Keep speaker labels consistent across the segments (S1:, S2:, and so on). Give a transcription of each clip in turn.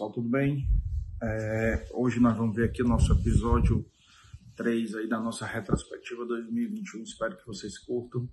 S1: pessoal, tudo bem? Hoje nós vamos ver aqui o nosso episódio 3 aí da nossa retrospectiva 2021, espero que vocês curtam.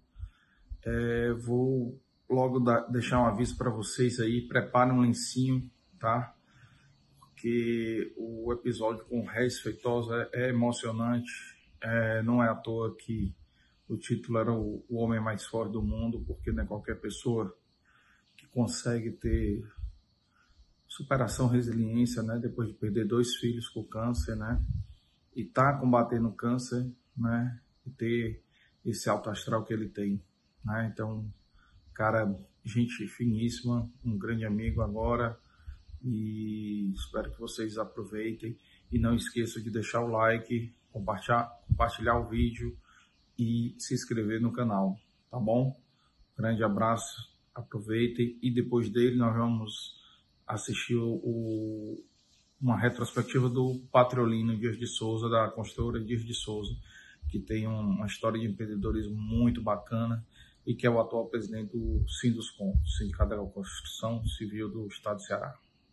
S1: Vou logo deixar um aviso para vocês aí, preparem um lencinho, tá? Porque o episódio com o Regis Feitosa é emocionante, não é à toa que o título era o homem mais forte do mundo, porque não é qualquer pessoa que consegue ter superação, resiliência, né, depois de perder 2 filhos com câncer, né, e tá combatendo o câncer, né, e ter esse alto astral que ele tem, né, então, cara, gente finíssima, um grande amigo agora, e espero que vocês aproveitem, e não esqueçam de deixar o like, compartilhar o vídeo e se inscrever no canal, tá bom? Grande abraço, aproveitem, e depois dele nós vamos assistir uma retrospectiva do Patriolino Dias de Souza, da construtora Dias de Souza, que tem uma história de empreendedorismo muito bacana e que é o atual presidente do Sinduscon, Sindicato da Construção Civil do Estado do Ceará.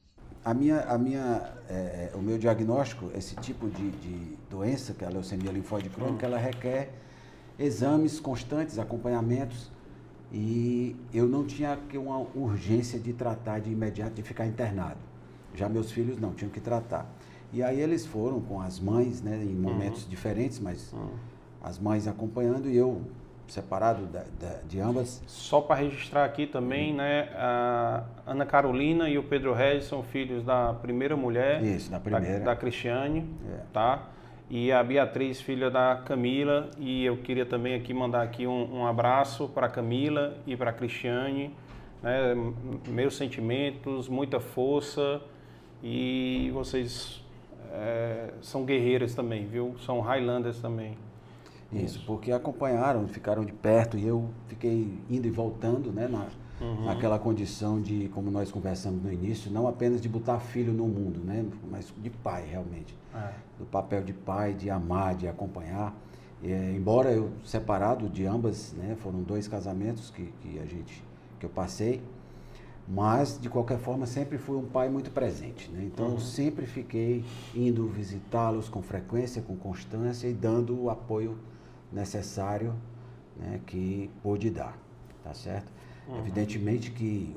S2: O meu diagnóstico, esse tipo de doença, que é a leucemia linfóide crônica, ela requer exames constantes, acompanhamentos, e eu não tinha uma urgência de tratar de imediato, de ficar internado. Já meus filhos não, tinham que tratar. E aí eles foram com as mães, né, em momentos diferentes, mas as mães acompanhando e eu separado de ambas.
S3: Só para registrar aqui também, né, a Ana Carolina e o Pedro Regis são filhos da primeira mulher.
S2: Isso, da primeira.
S3: Da Cristiane, tá? E a Beatriz, filha da Camila, e eu queria também aqui mandar aqui um abraço para a Camila e para a Cristiane, né? Meus sentimentos, muita força, e vocês são guerreiras também, viu? São Highlanders também.
S2: Isso, porque acompanharam, ficaram de perto, e eu fiquei indo e voltando, né, naquela condição de, como nós conversamos no início, não apenas de botar filho no mundo, né, mas de pai realmente. Do papel de pai, de amar, de acompanhar. Embora eu separado de ambas, né, foram 2 casamentos que eu passei, mas de qualquer forma sempre fui um pai muito presente, né? Então eu sempre fiquei indo visitá-los com frequência, com constância e dando o apoio necessário, né, que pôde dar, tá certo? Evidentemente que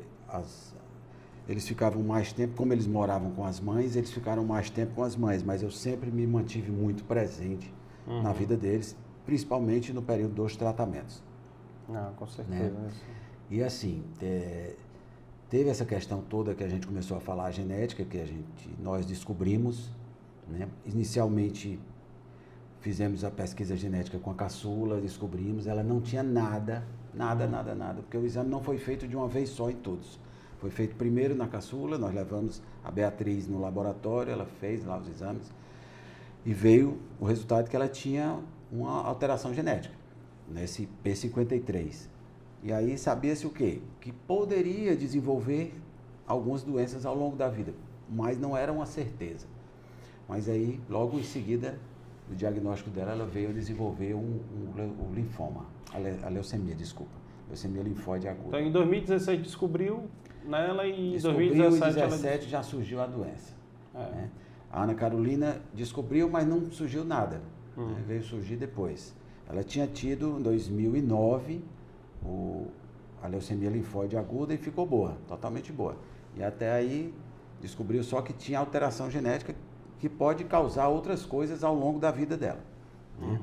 S2: eles ficavam mais tempo, como eles moravam com as mães, eles ficaram mais tempo com as mães, mas eu sempre me mantive muito presente na vida deles, principalmente no período dos tratamentos.
S3: Com certeza.
S2: Né? E assim, teve essa questão toda que a gente começou a falar, a genética, que nós descobrimos, né? Inicialmente fizemos a pesquisa genética com a caçula, descobrimos, ela não tinha nada, porque o exame não foi feito de uma vez só em todos. Foi feito primeiro na caçula, nós levamos a Beatriz no laboratório, ela fez lá os exames e veio o resultado que ela tinha uma alteração genética, nesse P53. E aí sabia-se o quê? Que poderia desenvolver algumas doenças ao longo da vida, mas não era uma certeza. Mas aí, logo em seguida, o diagnóstico dela, ela veio desenvolver o linfoma, a leucemia, leucemia linfóide aguda.
S3: Então, em 2016 descobriu nela e em
S2: 2017 já surgiu a doença. Né? A Ana Carolina descobriu, mas não surgiu nada, né? Veio surgir depois. Ela tinha tido, em 2009, a leucemia linfóide aguda e ficou boa, totalmente boa. E até aí descobriu só que tinha alteração genética que pode causar outras coisas ao longo da vida dela. Né?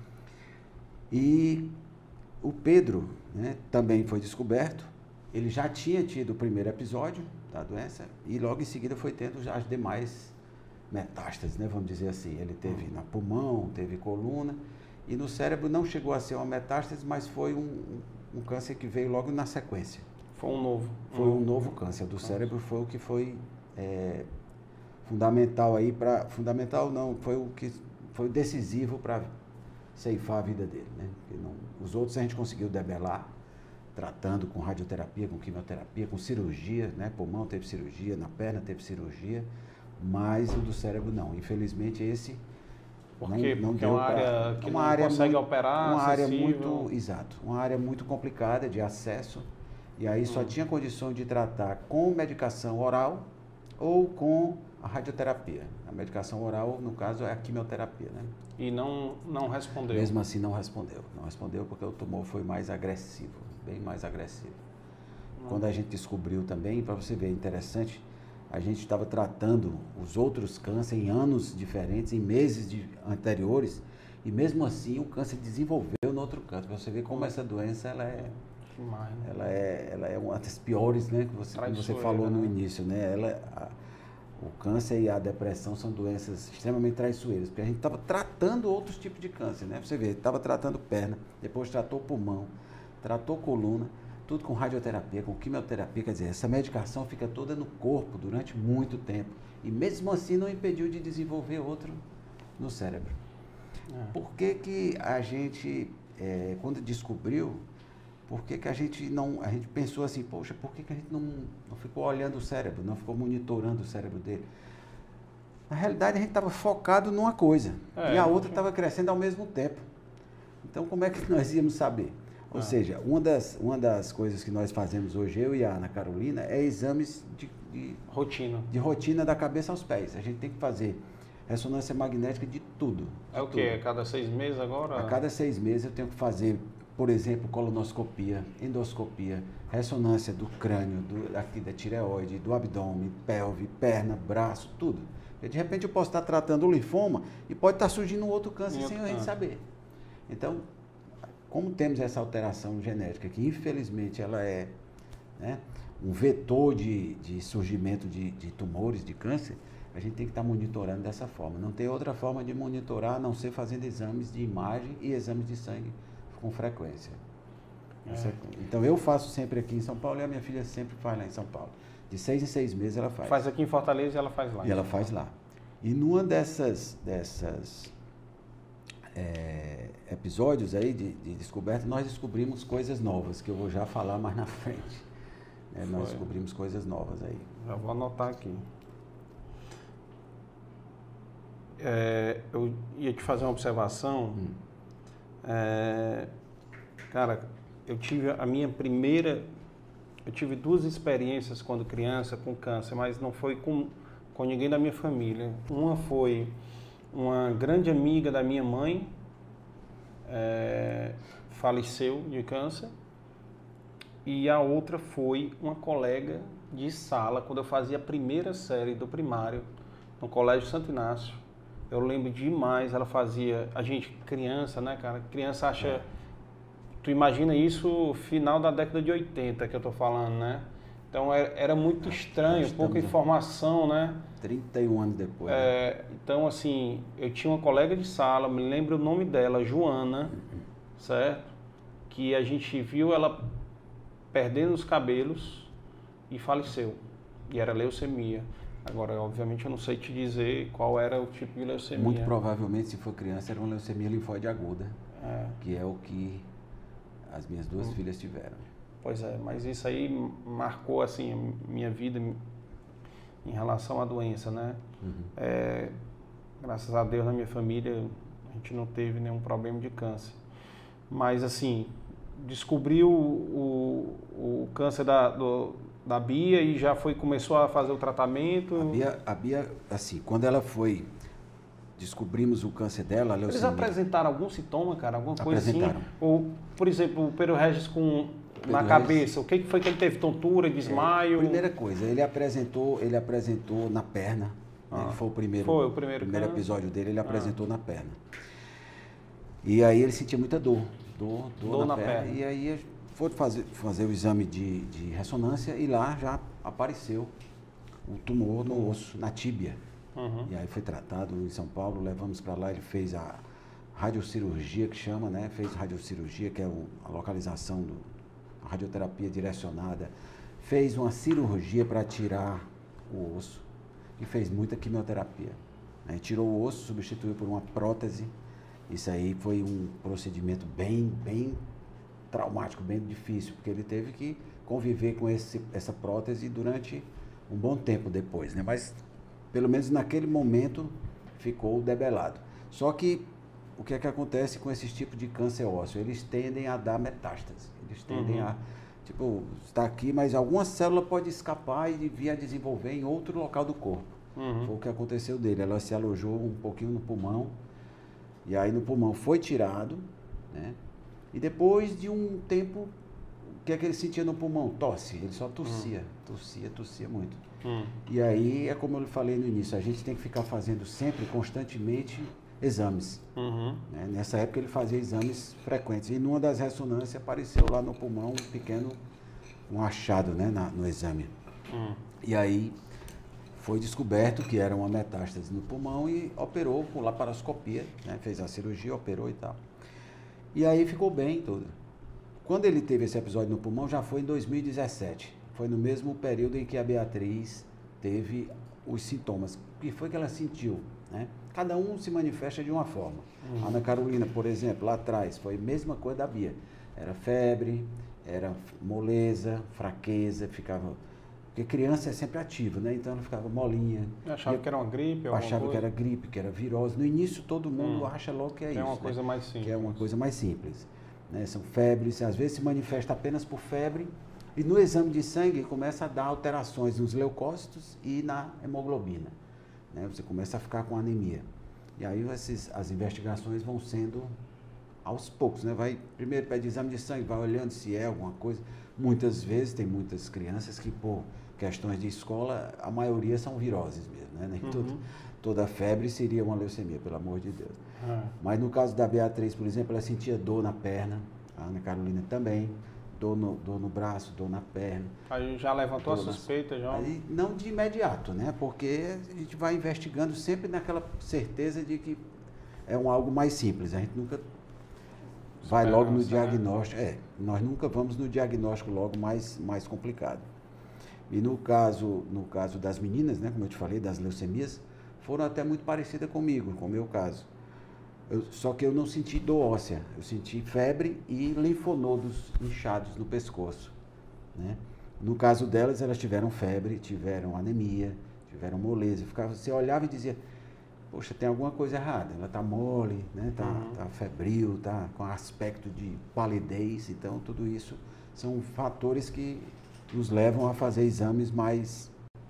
S2: E o Pedro, né, também foi descoberto, ele já tinha tido o primeiro episódio da doença e logo em seguida foi tendo já as demais metástases, né, vamos dizer assim. Ele teve no pulmão, teve coluna e no cérebro não chegou a ser uma metástase, mas foi um câncer que veio logo na sequência.
S3: Foi um novo.
S2: Foi um novo câncer do cérebro, foi o que foi fundamental aí para... Fundamental não, foi o que foi decisivo para ceifar a vida dele, né? Os outros a gente conseguiu debelar, tratando com radioterapia, com quimioterapia, com cirurgia, né? Pulmão teve cirurgia, na perna teve cirurgia, mas o do cérebro não. Infelizmente esse...
S3: Porque é uma área que não consegue operar,
S2: uma área
S3: acessível.
S2: Exato, uma área muito complicada de acesso, e aí só tinha condição de tratar com medicação oral ou com a radioterapia. A medicação oral, no caso, é a quimioterapia, né?
S3: E não respondeu?
S2: Mesmo assim não respondeu. Não respondeu porque o tumor foi mais agressivo, bem mais agressivo. Quando a gente descobriu também, para você ver, interessante, a gente estava tratando os outros cânceres em anos diferentes, em meses anteriores, e mesmo assim o câncer desenvolveu no outro câncer. Para você ver como essa doença ela é uma das piores, né, que você falou no início, né? O câncer e a depressão são doenças extremamente traiçoeiras, porque a gente estava tratando outros tipos de câncer, né? Você vê, estava tratando perna, depois tratou pulmão, tratou coluna, tudo com radioterapia, com quimioterapia, quer dizer, essa medicação fica toda no corpo durante muito tempo e mesmo assim não impediu de desenvolver outro no cérebro. Por que que a gente, quando descobriu, por que que a gente pensou assim, poxa, por que que a gente não ficou olhando o cérebro, não ficou monitorando o cérebro dele? Na realidade, a gente estava focado numa coisa e a outra estava crescendo ao mesmo tempo. Então, como é que nós íamos saber? Ou seja, uma das coisas que nós fazemos hoje, eu e a Ana Carolina, é exames de rotina da cabeça aos pés. A gente tem que fazer ressonância magnética de tudo.
S3: O quê? A cada 6 meses agora?
S2: A cada 6 meses eu tenho que fazer, por exemplo, colonoscopia, endoscopia, ressonância do crânio, aqui da tireoide, do abdômen, pelve, perna, braço, tudo. E de repente eu posso estar tratando o linfoma e pode estar surgindo um outro câncer sem a gente saber. Então, como temos essa alteração genética, que infelizmente ela é, né, um vetor de surgimento de tumores, de câncer, a gente tem que estar monitorando dessa forma. Não tem outra forma de monitorar a não ser fazendo exames de imagem e exames de sangue com frequência. Então eu faço sempre aqui em São Paulo e a minha filha sempre faz lá em São Paulo. De 6 em 6 meses ela faz.
S3: Faz aqui em Fortaleza e ela faz lá.
S2: E ela faz lá. E numa dessas episódios aí de descoberta, nós descobrimos coisas novas, que eu vou já falar mais na frente. Nós descobrimos coisas novas aí.
S3: Já vou anotar aqui. Eu ia te fazer uma observação. Cara, eu tive 2 experiências quando criança com câncer, mas não foi com ninguém da minha família. Uma foi uma grande amiga da minha mãe, faleceu de câncer, e a outra foi uma colega de sala, quando eu fazia a primeira série do primário, no Colégio Santo Inácio. Eu lembro demais, ela fazia, a gente, criança, né, cara? Criança acha, tu imagina isso final da década de 80 que eu tô falando, né? Então era muito estranho, pouca informação, né?
S2: 31 anos depois.
S3: Então, assim, eu tinha uma colega de sala, me lembro o nome dela, Joana, certo? Que a gente viu ela perdendo os cabelos e faleceu. E era leucemia. Agora, obviamente, eu não sei te dizer qual era o tipo de leucemia.
S2: Muito provavelmente, se for criança, era uma leucemia linfóide aguda, que é o que as minhas 2 filhas tiveram.
S3: Pois é, mas isso aí marcou, assim, minha vida em relação à doença, né? Graças a Deus, na minha família, a gente não teve nenhum problema de câncer. Mas, assim, descobriu o câncer da Bia e já começou a fazer o tratamento?
S2: A Bia, assim, quando ela foi, descobrimos o câncer dela, a leucemia.
S3: Eles apresentaram algum sintoma, cara? Alguma coisa assim? Ou, por exemplo, o Pero Regis na cabeça, o que foi que ele teve? Tontura, desmaio?
S2: Primeira coisa, ele apresentou na perna. Foi o primeiro episódio dele, ele apresentou na perna. E aí ele sentia muita dor na perna. E aí foi fazer o exame de ressonância e lá já apareceu o tumor no osso, na tíbia. E aí foi tratado em São Paulo, levamos para lá, ele fez a radiocirurgia, que chama, né? Fez radiocirurgia, que é a localização a radioterapia direcionada. Fez uma cirurgia para tirar o osso e fez muita quimioterapia. Aí tirou o osso, substituiu por uma prótese. Isso aí foi um procedimento bem traumático, bem difícil, porque ele teve que conviver com essa prótese durante um bom tempo depois, né? Mas, pelo menos naquele momento, ficou debelado. Só que, o que é que acontece com esses tipos de câncer ósseo? Eles tendem a dar metástase, eles tendem a Tipo, está aqui, mas alguma célula pode escapar e vir a desenvolver em outro local do corpo. Foi o que aconteceu dele. Ela se alojou um pouquinho no pulmão, e aí no pulmão foi tirado, né? E depois de um tempo, o que é que ele sentia no pulmão? Tosse. Ele só tossia, tossia muito. E aí, é como eu falei no início, a gente tem que ficar fazendo sempre, constantemente, exames. Né? Nessa época ele fazia exames frequentes. E numa das ressonâncias apareceu lá no pulmão um achado, né, no exame. E aí foi descoberto que era uma metástase no pulmão e operou por laparoscopia, né? Fez a cirurgia, operou e tal. E aí ficou bem tudo. Quando ele teve esse episódio no pulmão já foi em 2017. Foi no mesmo período em que a Beatriz teve os sintomas. O que foi que ela sentiu, né? Cada um se manifesta de uma forma. A Ana Carolina, por exemplo, lá atrás, foi a mesma coisa da Bia. Era febre, era moleza, fraqueza, ficava... Porque criança é sempre ativa, né? Então ela ficava molinha.
S3: Achava que era uma gripe?
S2: Achava que era gripe, que era virose. No início todo mundo acha logo que é isso.
S3: É uma coisa mais simples.
S2: Que é uma coisa mais simples. Né? São febres, às vezes se manifesta apenas por febre. E no exame de sangue começa a dar alterações nos leucócitos e na hemoglobina. Né? Você começa a ficar com anemia. E aí as investigações vão sendo aos poucos, né? Primeiro pede exame de sangue, vai olhando se é alguma coisa. Muitas vezes tem muitas crianças que, por questões de escola, a maioria são viroses mesmo, né? Nem toda febre seria uma leucemia, pelo amor de Deus. Mas no caso da Beatriz, por exemplo, ela sentia dor na perna, a Ana Carolina também, dor no braço, dor na perna.
S3: Aí já levantou a suspeita? Já?
S2: Aí, não de imediato, né? Porque a gente vai investigando sempre naquela certeza de que é algo mais simples. A gente nunca vai logo no diagnóstico. Nós nunca vamos no diagnóstico logo mais complicado. E no caso das meninas, né? Como eu te falei, das leucemias, foram até muito parecidas comigo, com o meu caso. Só que eu não senti dor óssea, eu senti febre e linfonodos inchados no pescoço, né? No caso delas, elas tiveram febre, tiveram anemia, tiveram moleza. Você olhava e dizia, poxa, tem alguma coisa errada, ela está mole, né? Tá febril, tá com aspecto de palidez. Então, tudo isso são fatores que nos levam a fazer exames mais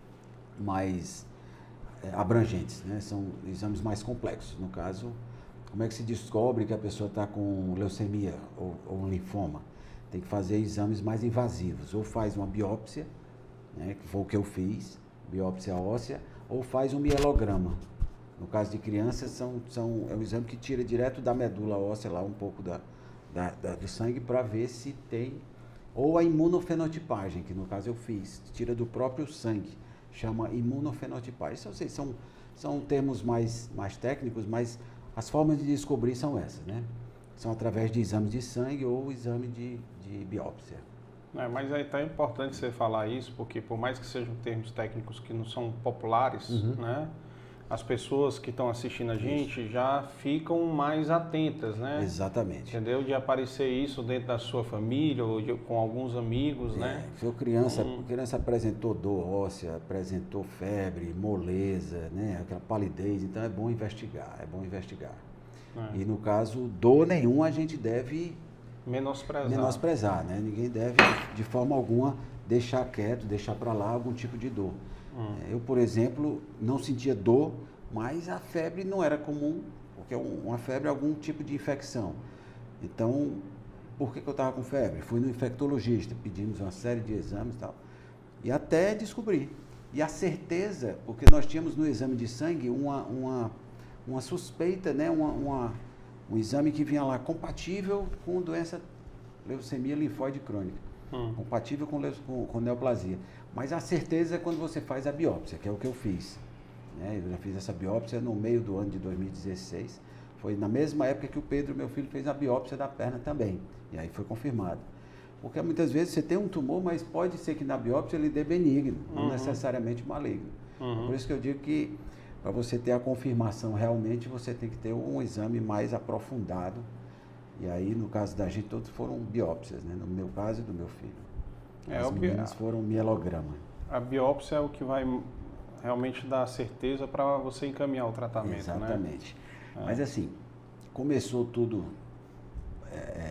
S2: abrangentes, né? São exames mais complexos. No caso, como é que se descobre que a pessoa está com leucemia ou um linfoma? Tem que fazer exames mais invasivos. Ou faz uma biópsia, né, que foi o que eu fiz, biópsia óssea, ou faz um mielograma. No caso de crianças, é um exame que tira direto da medula óssea, lá um pouco do sangue, para ver se tem... Ou a imunofenotipagem, que no caso eu fiz, tira do próprio sangue, chama imunofenotipagem. Isso, eu sei, são termos mais técnicos, mas... As formas de descobrir são essas, né? São através de exames de sangue ou exame de biópsia.
S3: Mas aí tá importante você falar isso, porque por mais que sejam termos técnicos que não são populares, né? As pessoas que estão assistindo a gente já ficam mais atentas, né?
S2: Exatamente.
S3: Entendeu? De aparecer isso dentro da sua família ou com alguns amigos, né?
S2: Se a criança apresentou dor óssea, apresentou febre, moleza, né? Aquela palidez, então é bom investigar, E no caso, dor nenhuma a gente deve menosprezar, né? Ninguém deve, de forma alguma, deixar quieto, deixar para lá algum tipo de dor. Eu, por exemplo, não sentia dor, mas a febre não era comum, porque uma febre é algum tipo de infecção. Então, por que eu estava com febre? Fui no infectologista, pedimos uma série de exames e tal, e até descobri. E a certeza, porque nós tínhamos no exame de sangue uma suspeita, né? Um exame que vinha lá compatível com doença leucemia linfóide crônica, compatível com neoplasia. Mas a certeza é quando você faz a biópsia, que é o que eu fiz. Né? Eu já fiz essa biópsia no meio do ano de 2016. Foi na mesma época que o Pedro, meu filho, fez a biópsia da perna também. E aí foi confirmado. Porque muitas vezes você tem um tumor, mas pode ser que na biópsia ele dê benigno, não necessariamente maligno. Por isso que eu digo que para você ter a confirmação realmente, você tem que ter um exame mais aprofundado. E aí, no caso da gente, todos foram biópsias, né? No meu caso e do meu filho. As meninas foram mielograma.
S3: A biópsia é o que vai realmente dar certeza para você encaminhar o tratamento,
S2: exatamente. Né? Mas assim, começou tudo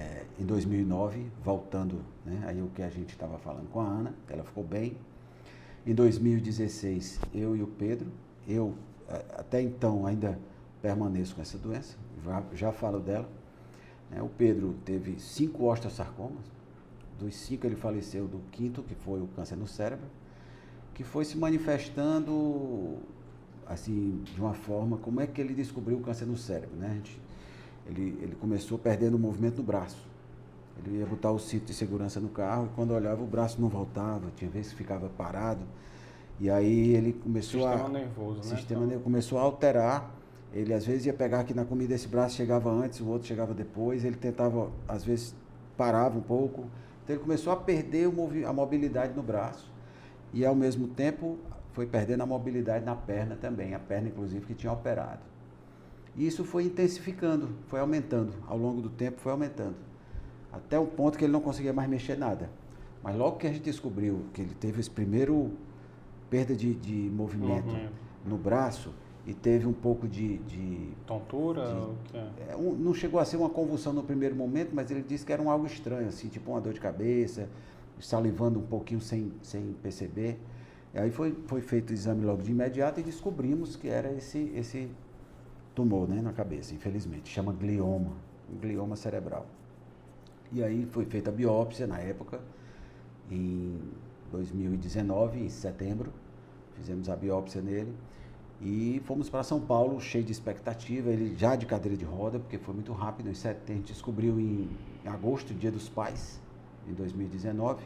S2: em 2009, voltando, né, aí o que a gente estava falando com a Ana, ela ficou bem. Em 2016, eu e o Pedro, eu até então ainda permaneço com essa doença, já falo dela. O Pedro teve 5 osteosarcomas, dos 5 ele faleceu do 5º, que foi o câncer no cérebro, que foi se manifestando assim, de uma forma, como é que ele descobriu o câncer no cérebro, né? Ele começou perdendo o movimento no braço. Ele ia botar o cinto de segurança no carro e quando olhava o braço não voltava, tinha vezes que ficava parado. E aí ele começou
S3: Sistema nervoso, né?
S2: Sistema nervoso começou a alterar. Ele às vezes ia pegar aqui na comida, esse braço chegava antes, o outro chegava depois. Ele tentava, às vezes parava um pouco. Então ele começou a perder a mobilidade no braço. E ao mesmo tempo foi perdendo a mobilidade na perna também. A perna inclusive que tinha operado. E isso foi intensificando, foi aumentando. Ao longo do tempo foi aumentando. Até o ponto que ele não conseguia mais mexer nada. Mas logo que a gente descobriu que ele teve esse primeiro perda de movimento no braço e teve um pouco de
S3: tontura?
S2: Não chegou a ser uma convulsão no primeiro momento, mas ele disse que era algo estranho, assim, tipo uma dor de cabeça, salivando um pouquinho sem perceber. E aí foi feito o exame logo de imediato e descobrimos que era esse tumor, né, na cabeça, infelizmente. Chama glioma cerebral. E aí foi feita a biópsia na época, em 2019, em setembro, fizemos a biópsia nele e fomos para São Paulo cheio de expectativa, ele já de cadeira de roda, porque foi muito rápido, em setembro, a gente descobriu em agosto, Dia dos Pais, em 2019,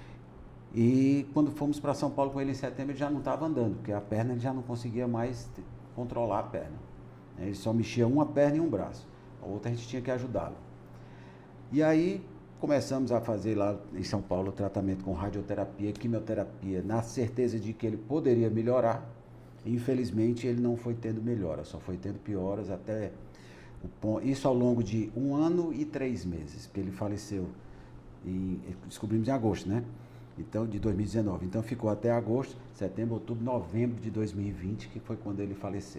S2: e quando fomos para São Paulo com ele em setembro, ele já não estava andando, porque a perna ele já não conseguia mais controlar a perna, ele só mexia uma perna e um braço, a outra a gente tinha que ajudá-lo. E aí começamos a fazer lá em São Paulo o tratamento com radioterapia, quimioterapia, na certeza de que ele poderia melhorar. E, infelizmente ele não foi tendo melhora, só foi tendo pioras até o ponto. Isso ao longo de 1 ano e 3 meses, porque ele faleceu, descobrimos em agosto, né? Então, de 2019. Então ficou até agosto, setembro, outubro, novembro de 2020, que foi quando ele faleceu.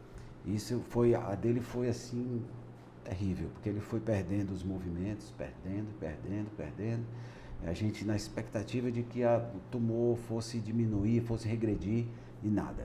S2: A dele foi assim terrível, porque ele foi perdendo os movimentos, perdendo. A gente na expectativa de que o tumor fosse diminuir, fosse regredir, e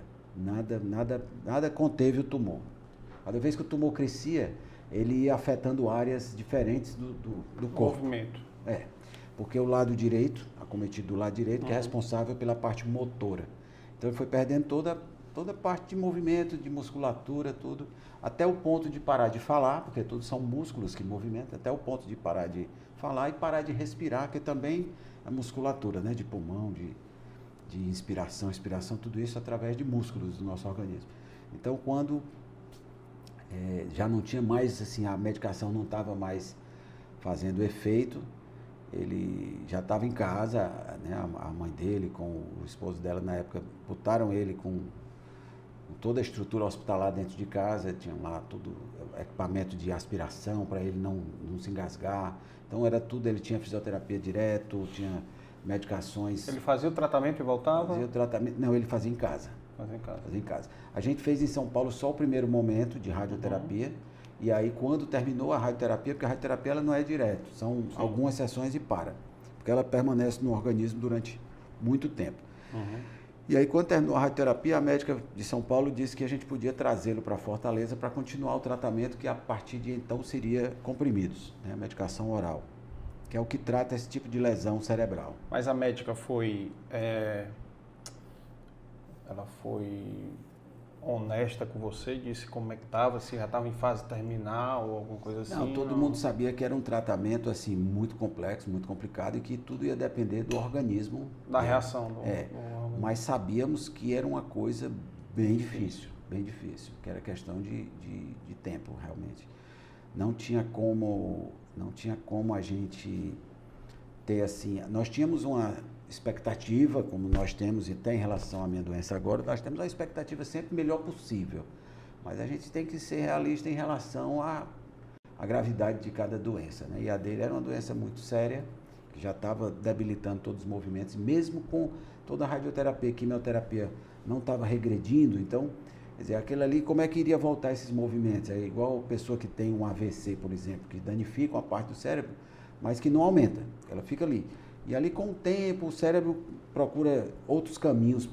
S2: nada conteve o tumor. Cada vez que o tumor crescia, ele ia afetando áreas diferentes do corpo.
S3: Movimento.
S2: Porque o lado direito, acometido do lado direito, que é responsável pela parte motora. Então ele foi perdendo toda a parte de movimento, de musculatura, tudo, até o ponto de parar de falar, porque todos são músculos que movimentam, até o ponto de parar de falar e parar de respirar, que também é musculatura, né, de pulmão, de inspiração, expiração, tudo isso através de músculos do nosso organismo. Então, quando já não tinha mais, assim, a medicação não estava mais fazendo efeito, ele já estava em casa, né, a mãe dele com o esposo dela na época, botaram ele com toda a estrutura hospitalar dentro de casa, tinha lá tudo, equipamento de aspiração para ele não se engasgar, então era tudo, ele tinha fisioterapia direto, tinha medicações.
S3: Ele fazia o tratamento e voltava?
S2: Fazia o tratamento, não, ele fazia em casa. Fazia em casa. A gente fez em São Paulo só o primeiro momento de radioterapia, e aí quando terminou a radioterapia, porque a radioterapia ela não é direto, são algumas sessões e para, porque ela permanece no organismo durante muito tempo. E aí quando terminou a radioterapia, a médica de São Paulo disse que a gente podia trazê-lo para Fortaleza para continuar o tratamento, que a partir de então seria comprimidos, né, medicação oral, que é o que trata esse tipo de lesão cerebral.
S3: Mas a médica foi, ela foi honesta com você, disse como é que estava, se já estava em fase terminal ou alguma coisa assim?
S2: Não, todo mundo sabia que era um tratamento assim muito complexo, muito complicado e que tudo ia depender do organismo.
S3: Da reação.
S2: Mas sabíamos que era uma coisa bem difícil, que era questão de tempo realmente. Não tinha como a gente ter assim, nós tínhamos uma expectativa, como nós temos e tem em relação à minha doença agora, nós temos a expectativa sempre melhor possível, mas a gente tem que ser realista em relação à gravidade de cada doença, né? E a dele era uma doença muito séria, que já estava debilitando todos os movimentos, mesmo com toda a radioterapia, quimioterapia, não estava regredindo, então, quer dizer, aquilo ali, como é que iria voltar esses movimentos? É igual a pessoa que tem um AVC, por exemplo, que danifica uma parte do cérebro, mas que não aumenta, ela fica ali. E ali com o tempo o cérebro procura outros caminhos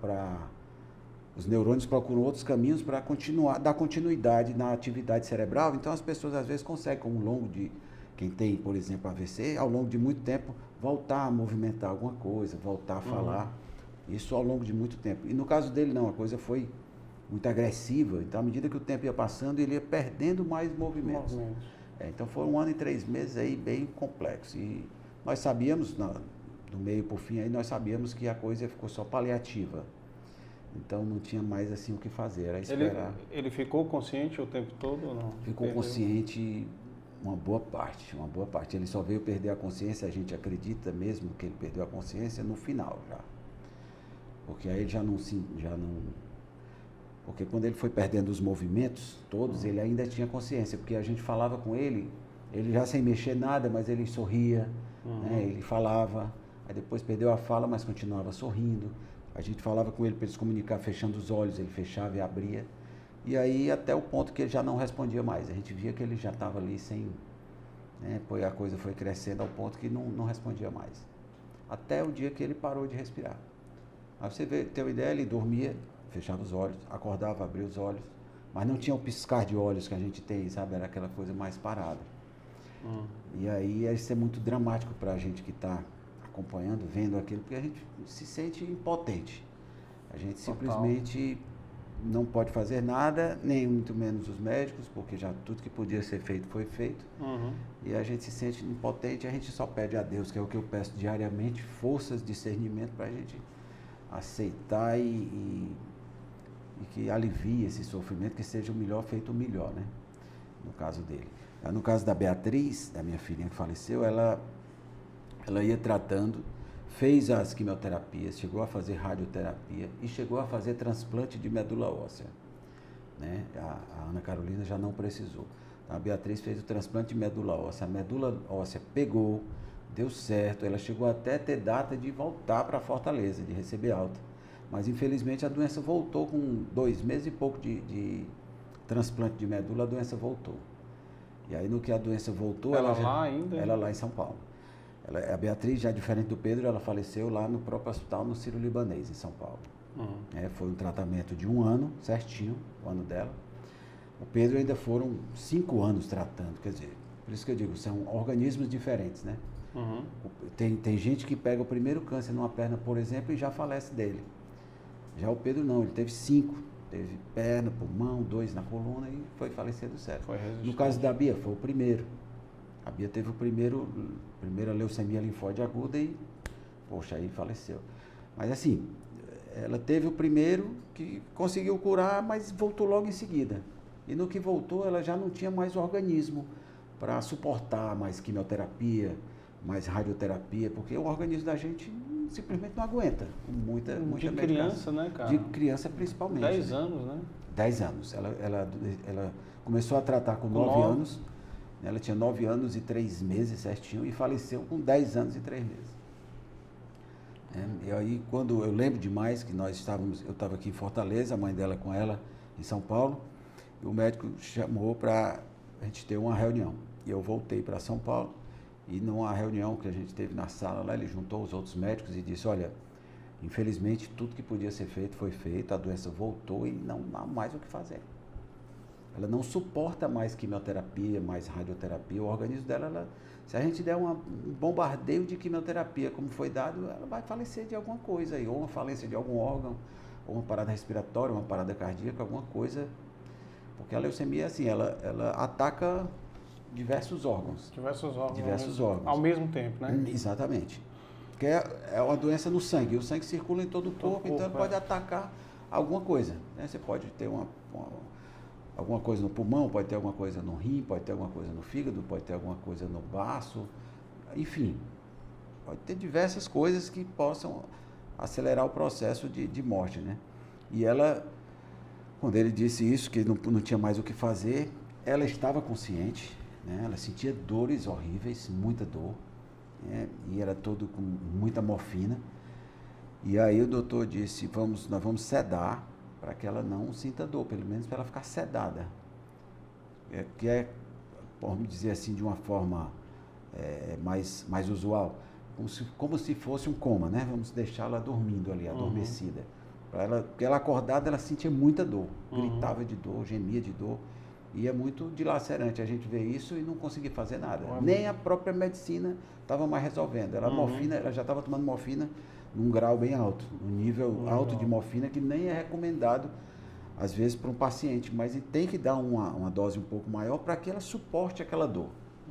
S2: os neurônios procuram outros caminhos para dar continuidade na atividade cerebral. Então as pessoas às vezes conseguem, ao longo de, quem tem, por exemplo, AVC, ao longo de muito tempo, voltar a movimentar alguma coisa, voltar a falar. Isso ao longo de muito tempo. E no caso dele não, a coisa foi muito agressiva. Então à medida que o tempo ia passando, ele ia perdendo mais movimentos. Então foi 1 ano e 3 meses aí bem complexo. E nós sabíamos, do meio por fim, aí nós sabíamos que a coisa ficou só paliativa. Então não tinha mais assim o que fazer, era esperar.
S3: Ele ficou consciente o tempo todo ou não?
S2: Ficou consciente uma boa parte. Ele só veio perder a consciência, a gente acredita mesmo que ele perdeu a consciência no final já. Porque aí ele já não... Porque quando ele foi perdendo os movimentos todos, ele ainda tinha consciência, porque a gente falava com ele já sem mexer nada, mas ele sorria, né? Ele falava, aí depois perdeu a fala, mas continuava sorrindo. A gente falava com ele para ele se comunicar fechando os olhos, ele fechava e abria. E aí até o ponto que ele já não respondia mais. A gente via que ele já estava ali sem... Né? Depois a coisa foi crescendo ao ponto que não respondia mais. Até o dia que ele parou de respirar. Aí você ter uma ideia, ele dormia, fechava os olhos, acordava, abria os olhos. Mas não tinha o piscar de olhos que a gente tem, sabe? Era aquela coisa mais parada. E aí isso é muito dramático para a gente que está acompanhando, vendo aquilo, porque a gente se sente impotente. A gente simplesmente não pode fazer nada, nem muito menos os médicos, porque já tudo que podia ser feito foi feito. E a gente se sente impotente, a gente só pede a Deus, que é o que eu peço diariamente, forças, discernimento para a gente aceitar e que alivie esse sofrimento, que seja o melhor feito o melhor, né? No caso dele. No caso da Beatriz, da minha filhinha que faleceu, ela ia tratando, fez as quimioterapias, chegou a fazer radioterapia e chegou a fazer transplante de medula óssea. Né? A Ana Carolina já não precisou. A Beatriz fez o transplante de medula óssea, a medula óssea pegou, deu certo, ela chegou até a ter data de voltar para Fortaleza, de receber alta. Mas infelizmente a doença voltou com 2 meses e pouco de transplante de medula, a doença voltou. E aí no que a doença voltou...
S3: Ela lá ainda?
S2: Ela lá em São Paulo. A Beatriz, já diferente do Pedro, ela faleceu lá no próprio hospital, no Sírio-Libanês, em São Paulo. Foi um tratamento de 1 ano, certinho, o ano dela. O Pedro ainda foram 5 anos tratando, quer dizer, por isso que eu digo, são organismos diferentes, né? Tem gente que pega o primeiro câncer numa perna, por exemplo, e já falece dele. Já o Pedro não, ele teve 5. Teve perna, pulmão, 2 na coluna e foi falecer do cérebro. No caso da Bia, foi o primeiro. A Bia teve primeira leucemia linfóide aguda e, poxa, aí faleceu. Mas assim, ela teve o primeiro que conseguiu curar, mas voltou logo em seguida. E no que voltou, ela já não tinha mais organismo para suportar mais quimioterapia, mais radioterapia, porque o organismo da gente simplesmente não aguenta. Muita
S3: de criança, né, cara?
S2: De criança principalmente.
S3: 10 anos, né?
S2: 10 anos. Ela começou a tratar com 9 anos. Ela tinha 9 anos e 3 meses certinho e faleceu com 10 anos e 3 meses. E aí, quando eu lembro demais que eu estava aqui em Fortaleza, a mãe dela com ela em São Paulo, e o médico chamou para a gente ter uma reunião. E eu voltei para São Paulo, e numa reunião que a gente teve na sala lá, ele juntou os outros médicos e disse, olha, infelizmente tudo que podia ser feito foi feito, a doença voltou e não há mais o que fazer. Ela não suporta mais quimioterapia, mais radioterapia. O organismo dela, se a gente der um bombardeio de quimioterapia, como foi dado, ela vai falecer de alguma coisa aí, ou uma falência de algum órgão, ou uma parada respiratória, uma parada cardíaca, alguma coisa. Porque a leucemia, assim, ela ataca diversos órgãos.
S3: Diversos órgãos. Ao mesmo tempo, né?
S2: Exatamente. Porque é uma doença no sangue. O sangue circula em todo o corpo, então ele pode atacar alguma coisa. Né? Você pode ter alguma coisa no pulmão, pode ter alguma coisa no rim, pode ter alguma coisa no fígado, pode ter alguma coisa no baço, enfim, pode ter diversas coisas que possam acelerar o processo de morte, né? E ela, quando ele disse isso, que não tinha mais o que fazer, ela estava consciente, né? Ela sentia dores horríveis, muita dor, né? E era todo com muita morfina, e aí o doutor disse, nós vamos sedar, para que ela não sinta dor, pelo menos para ela ficar sedada. Vamos dizer assim, de uma forma mais usual, como se fosse um coma, né? Vamos deixá-la dormindo ali, adormecida. Porque ela acordada, ela sentia muita dor, gritava de dor, gemia de dor, e é muito dilacerante a gente ver isso e não conseguir fazer nada. Nem a própria medicina estava mais resolvendo. Ela já estava tomando morfina num grau bem alto, um nível alto de morfina que nem é recomendado às vezes para um paciente, mas tem que dar uma dose um pouco maior para que ela suporte aquela dor.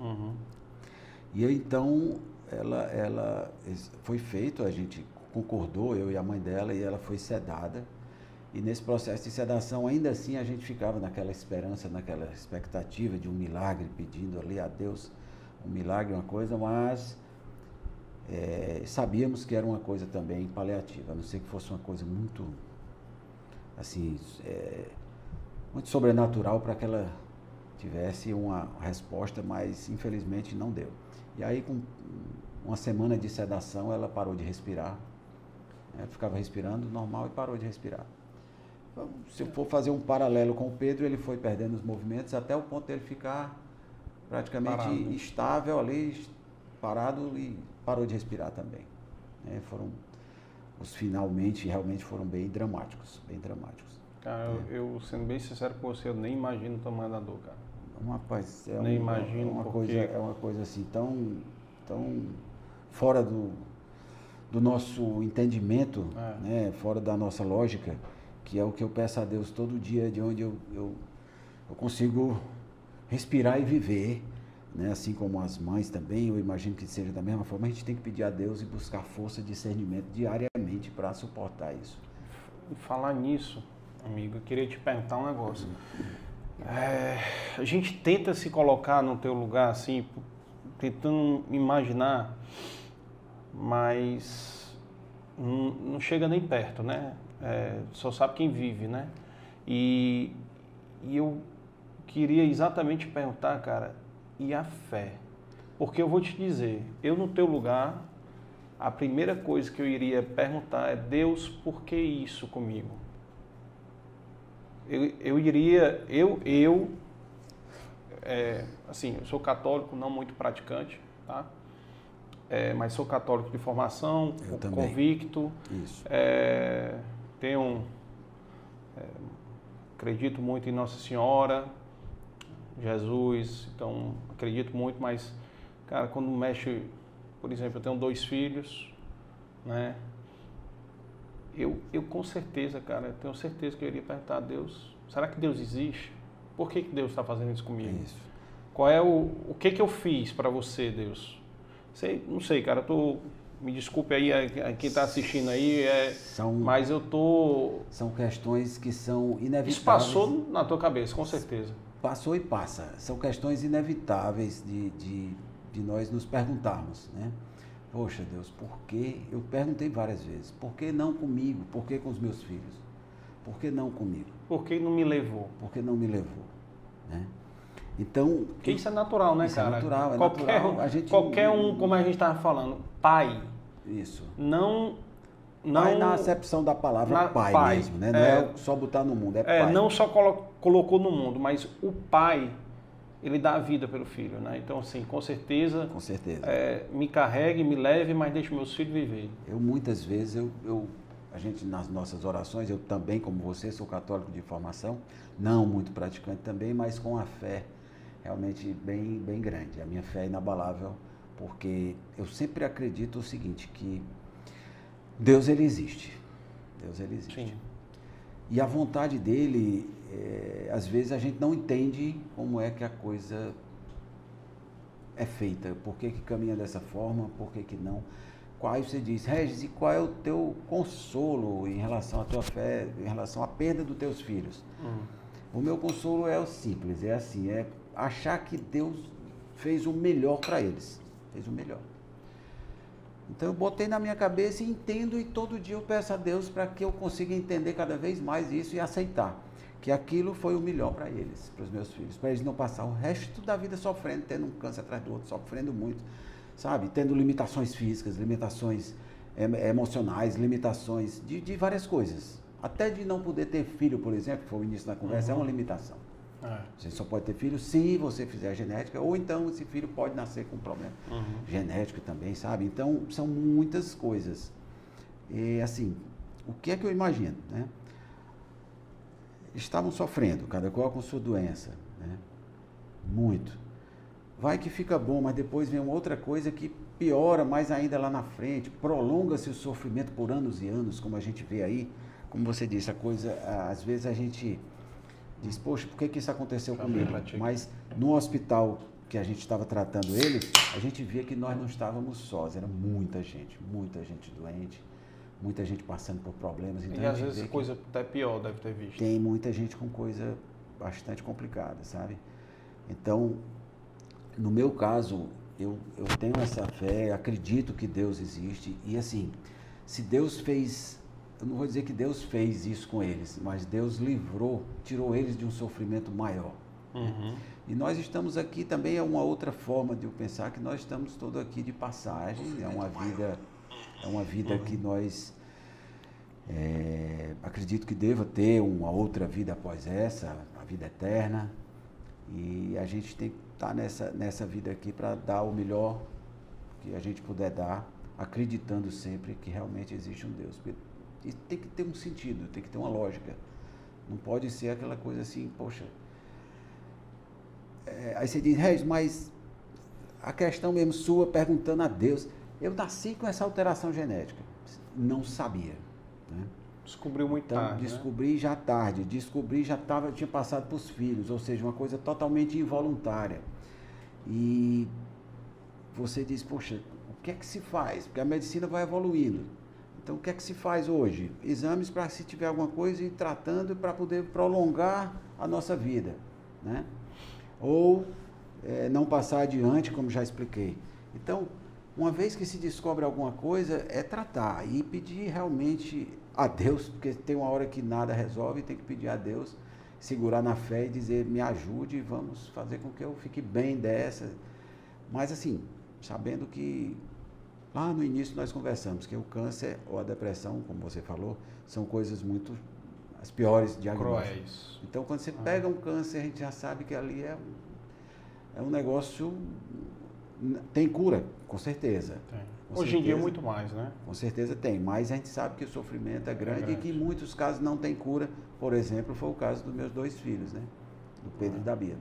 S2: E então ela foi feito, a gente concordou, eu e a mãe dela, e ela foi sedada. E nesse processo de sedação, ainda assim, a gente ficava naquela esperança, naquela expectativa de um milagre, pedindo ali a Deus um milagre, uma coisa, mas sabíamos que era uma coisa também paliativa, a não ser que fosse uma coisa muito, assim, muito sobrenatural para que ela tivesse uma resposta, mas infelizmente não deu. E aí, com uma semana de sedação, ela parou de respirar. Ela ficava respirando normal e parou de respirar. Então, se eu for fazer um paralelo com o Pedro, ele foi perdendo os movimentos até o ponto dele ficar praticamente estável ali, parado, e parou de respirar também. Os finalmente realmente foram bem dramáticos, bem dramáticos.
S3: Cara, eu sendo bem sincero com você, eu nem imagino o tamanho da dor, cara.
S2: Rapaz,
S3: nem imagino
S2: é uma coisa assim tão fora do nosso entendimento, né? Fora da nossa lógica, que é o que eu peço a Deus todo dia, de onde eu consigo respirar e viver, né? Assim como as mães também, eu imagino que seja da mesma forma, a gente tem que pedir a Deus e buscar força e discernimento diariamente para suportar isso.
S3: E falar nisso, amigo, eu queria te perguntar um negócio. A gente tenta se colocar no teu lugar, assim, tentando imaginar, mas não chega nem perto, né? Só sabe quem vive, né? E eu queria exatamente perguntar, cara, e a fé? Porque eu vou te dizer, eu no teu lugar, a primeira coisa que eu iria perguntar é: Deus, por que isso comigo? Assim, eu sou católico, não muito praticante, tá? Mas sou católico de formação, convicto.
S2: Isso.
S3: Acredito muito em Nossa Senhora, Jesus, então acredito muito, mas, cara, quando mexe, por exemplo, eu tenho 2 filhos, né? Eu com certeza, cara, eu tenho certeza que eu iria perguntar a Deus: será que Deus existe? Por que Deus está fazendo isso comigo?
S2: Isso.
S3: Qual é o que eu fiz para você, Deus? Não sei, cara, me desculpe aí quem está assistindo aí, mas eu tô...
S2: São questões que são inevitáveis.
S3: Isso passou na tua cabeça, com certeza.
S2: Passou e passa. São questões inevitáveis de nós nos perguntarmos, né? Poxa, Deus, por que? Eu perguntei várias vezes. Por que não comigo? Por que com os meus filhos? Por que não comigo?
S3: Por que não me levou?
S2: Por que não me levou? Né? Então...
S3: Porque isso é natural, né, cara?
S2: É natural,
S3: qualquer um, como a gente estava falando, pai.
S2: Isso.
S3: Não
S2: pai na acepção da palavra pai mesmo, né? Não é só botar no mundo, é pai.
S3: Não só colocou no mundo, mas o pai, ele dá a vida pelo filho, né? Então, assim, com certeza.
S2: Com certeza.
S3: Me carregue, me leve, mas deixe meus filhos viver.
S2: Eu muitas vezes, a gente nas nossas orações, eu também, como você, sou católico de formação, não muito praticante também, mas com a fé realmente bem, bem grande. A minha fé é inabalável, porque eu sempre acredito o seguinte, que Deus, ele existe. Deus, ele existe.
S3: Sim.
S2: E a vontade dele, às vezes a gente não entende como é que a coisa é feita, por que caminha dessa forma, por que não. Qual você diz, Regis, e qual é o teu consolo em relação à tua fé, em relação à perda dos teus filhos? O meu consolo é o simples, é assim, é achar que Deus fez o melhor para eles, fez o melhor. Então eu botei na minha cabeça e entendo, e todo dia eu peço a Deus para que eu consiga entender cada vez mais isso e aceitar que aquilo foi o melhor para eles, para os meus filhos, para eles não passar o resto da vida sofrendo, tendo um câncer atrás do outro, sofrendo muito, sabe, tendo limitações físicas, limitações emocionais, limitações de várias coisas, até de não poder ter filho, por exemplo, que foi o início da conversa, é uma limitação. Você só pode ter filho se você fizer a genética, ou então esse filho pode nascer com um problema genético também, sabe? Então, são muitas coisas. E, assim, o que é que eu imagino, né? Estavam sofrendo, cada qual com sua doença, né? Muito. Vai que fica bom, mas depois vem uma outra coisa que piora mais ainda lá na frente, prolonga-se o sofrimento por anos e anos, como a gente vê aí. Como você disse, a coisa, às vezes a gente diz, poxa, por que isso aconteceu comigo? Mas no hospital que a gente estava tratando ele, a gente via que nós não estávamos sós, era muita gente doente, muita gente passando por problemas. Então,
S3: e às vezes coisa até pior deve ter visto.
S2: Tem muita gente com coisa bastante complicada, sabe? Então, no meu caso, eu tenho essa fé, acredito que Deus existe e assim, se Deus fez, eu não vou dizer que Deus fez isso com eles, mas Deus livrou, tirou eles de um sofrimento maior. E nós estamos aqui também, é uma outra forma de eu pensar que nós estamos todos aqui de passagem, é uma vida que nós acredito que deva ter uma outra vida após essa, a vida eterna, e a gente tem que estar nessa vida aqui para dar o melhor que a gente puder dar, acreditando sempre que realmente existe um Deus. E tem que ter um sentido, tem que ter uma lógica. Não pode ser aquela coisa assim, poxa. Aí você diz, Regis, mas a questão mesmo sua perguntando a Deus, eu nasci com essa alteração genética. Não sabia. Né?
S3: Descobriu muito tarde.
S2: Descobri já tarde, tinha passado para os filhos, ou seja, uma coisa totalmente involuntária. E você diz, poxa, o que é que se faz? Porque a medicina vai evoluindo. Então, o que é que se faz hoje? Exames para se tiver alguma coisa ir tratando para poder prolongar a nossa vida, né? Ou não passar adiante, como já expliquei. Então, uma vez que se descobre alguma coisa, é tratar e pedir realmente a Deus, porque tem uma hora que nada resolve, tem que pedir a Deus, segurar na fé e dizer, me ajude, vamos fazer com que eu fique bem dessa. Mas assim, sabendo que lá no início nós conversamos que o câncer ou a depressão, como você falou, são coisas muito, as piores diagnósticos.
S3: Cruéis.
S2: Então, quando você pega um câncer, a gente já sabe que ali é um negócio, tem cura, com certeza.
S3: Tem. Hoje em dia muito mais, né?
S2: Com certeza tem, mas a gente sabe que o sofrimento é grande e que em muitos casos não tem cura. Por exemplo, foi o caso dos meus 2 filhos, né? Do Pedro e da Bia.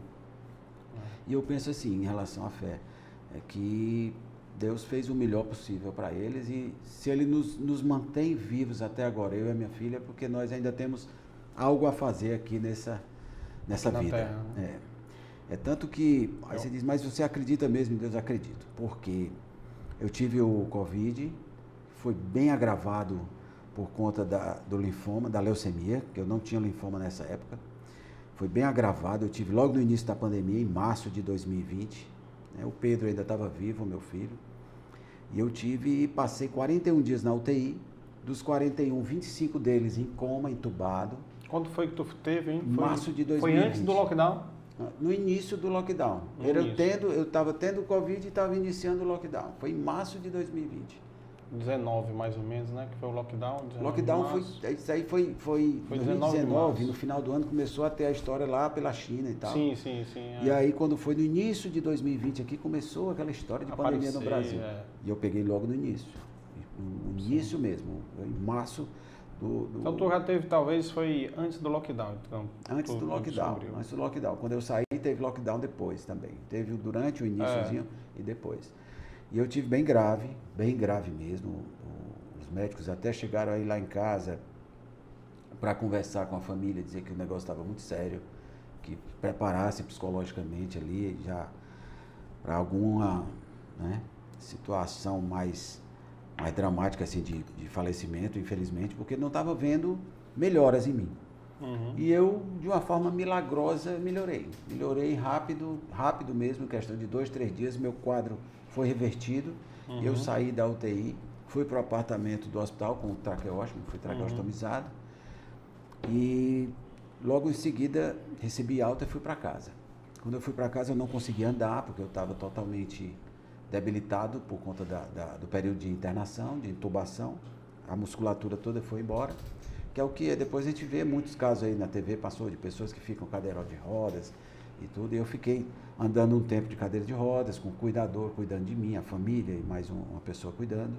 S2: E eu penso assim, em relação à fé, é que Deus fez o melhor possível para eles e se Ele nos mantém vivos até agora, eu e a minha filha, é porque nós ainda temos algo a fazer aqui nessa vida.
S3: Terra, né?
S2: É tanto que, aí você diz, mas você acredita mesmo em Deus? Acredito, porque eu tive o Covid, foi bem agravado por conta do linfoma, da leucemia, que eu não tinha linfoma nessa época, foi bem agravado, eu tive logo no início da pandemia, em março de 2020, né? O Pedro ainda estava vivo, meu filho, e eu passei 41 dias na UTI, dos 41, 25 deles em coma, entubado.
S3: Quando foi que tu teve, hein?
S2: Março de 2020.
S3: Foi antes do lockdown?
S2: No início do lockdown. Eu estava tendo Covid e estava iniciando o lockdown. Foi em março de 2020.
S3: 19 mais ou menos, né? Que foi o lockdown.
S2: Lockdown isso aí foi 2019, no final do ano começou a ter a história lá pela China e tal.
S3: Sim.
S2: E aí quando foi no início de 2020 aqui, começou aquela história de pandemia no Brasil. E eu peguei logo no início. No início mesmo, em março
S3: Então tu já teve, talvez, foi antes do lockdown. Então,
S2: antes do lockdown. Quando eu saí, teve lockdown depois também. Teve durante o iníciozinho e depois. E eu tive bem grave mesmo. Os médicos até chegaram a ir lá em casa para conversar com a família, dizer que o negócio estava muito sério, que preparasse psicologicamente ali já para alguma, né, situação mais dramática assim, de falecimento, infelizmente, porque não estava vendo melhoras em mim. E eu, de uma forma milagrosa, melhorei rápido mesmo, em questão de 2, 3 dias, meu quadro foi revertido, eu saí da UTI, fui para o apartamento do hospital com traqueóstomo, fui traqueostomizado, e logo em seguida recebi alta e fui para casa. Quando eu fui para casa eu não conseguia andar, porque eu estava totalmente debilitado por conta do período de internação, de intubação, a musculatura toda foi embora. O que é o que é. Depois a gente vê muitos casos aí na TV, passou de pessoas que ficam cadeira de rodas e tudo, e eu fiquei andando um tempo de cadeira de rodas, com o cuidador cuidando de mim, a família e mais uma pessoa cuidando.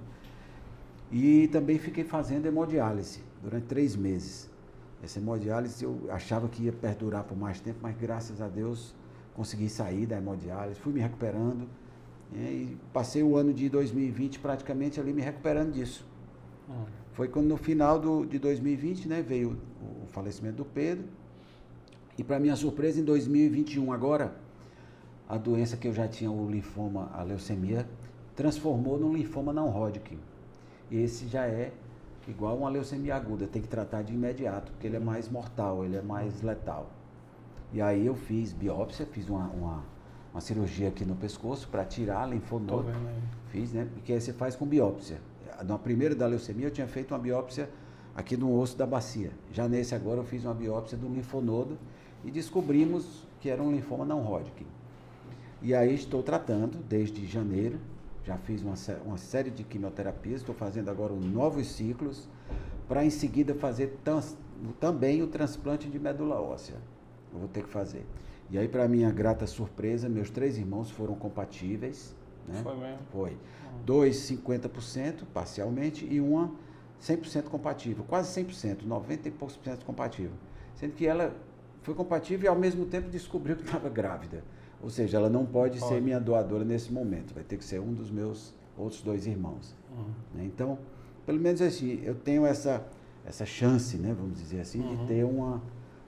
S2: E também fiquei fazendo hemodiálise durante 3 meses. Essa hemodiálise eu achava que ia perdurar por mais tempo, mas graças a Deus consegui sair da hemodiálise, fui me recuperando, e passei o ano de 2020 praticamente ali me recuperando disso. Foi quando no final de 2020, né, veio o falecimento do Pedro, e para minha surpresa, em 2021 agora, a doença que eu já tinha, o linfoma, a leucemia, transformou num linfoma não Hodgkin. E esse já é igual uma leucemia aguda, tem que tratar de imediato, porque ele é mais mortal, ele é mais letal. E aí eu fiz biópsia, fiz uma cirurgia aqui no pescoço para tirar linfonodo. Fiz, né? Porque aí você faz com biópsia. Na primeira da leucemia eu tinha feito uma biópsia aqui no osso da bacia. Já nesse agora eu fiz uma biópsia do linfonodo e descobrimos que era um linfoma não Hodgkin. E aí estou tratando desde janeiro, já fiz uma série de quimioterapias, estou fazendo agora novos ciclos para em seguida fazer também o transplante de medula óssea. Eu vou ter que fazer. E aí, para minha grata surpresa, meus 3 irmãos foram compatíveis. Né?
S3: Foi mesmo?
S2: Foi. 2, 50% parcialmente e uma 100% compatível, quase 100%, 90 e poucos por cento compatível. Sendo que ela foi compatível e ao mesmo tempo descobriu que estava grávida. Ou seja, ela não pode ser minha doadora nesse momento, vai ter que ser um dos meus outros 2 irmãos. Né? Então, pelo menos assim, eu tenho essa chance, né, vamos dizer assim, de ter uma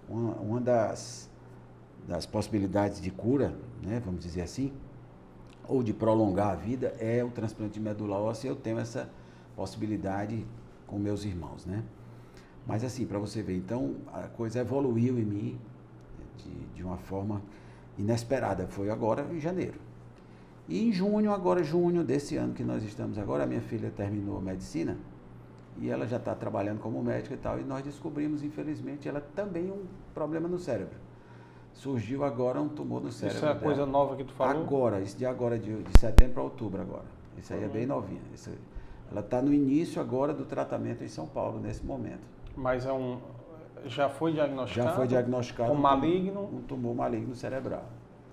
S2: das possibilidades de cura, né, vamos dizer assim, ou de prolongar a vida, é o transplante de medula óssea. Eu tenho essa possibilidade com meus irmãos, né? Mas assim, para você ver, então, a coisa evoluiu em mim de uma forma inesperada. Foi agora em janeiro. E em junho desse ano que nós estamos agora, a minha filha terminou a medicina e ela já está trabalhando como médica e tal, e nós descobrimos, infelizmente, ela também um problema no cérebro. Surgiu agora um tumor no cérebro.
S3: Isso é a coisa nova que tu falou?
S2: Agora, isso de agora, de setembro para outubro agora. Isso aí é bem novinha. Ela está no início agora do tratamento em São Paulo, nesse momento.
S3: Mas já foi diagnosticado?
S2: Já foi diagnosticado
S3: um maligno?
S2: Um tumor maligno cerebral.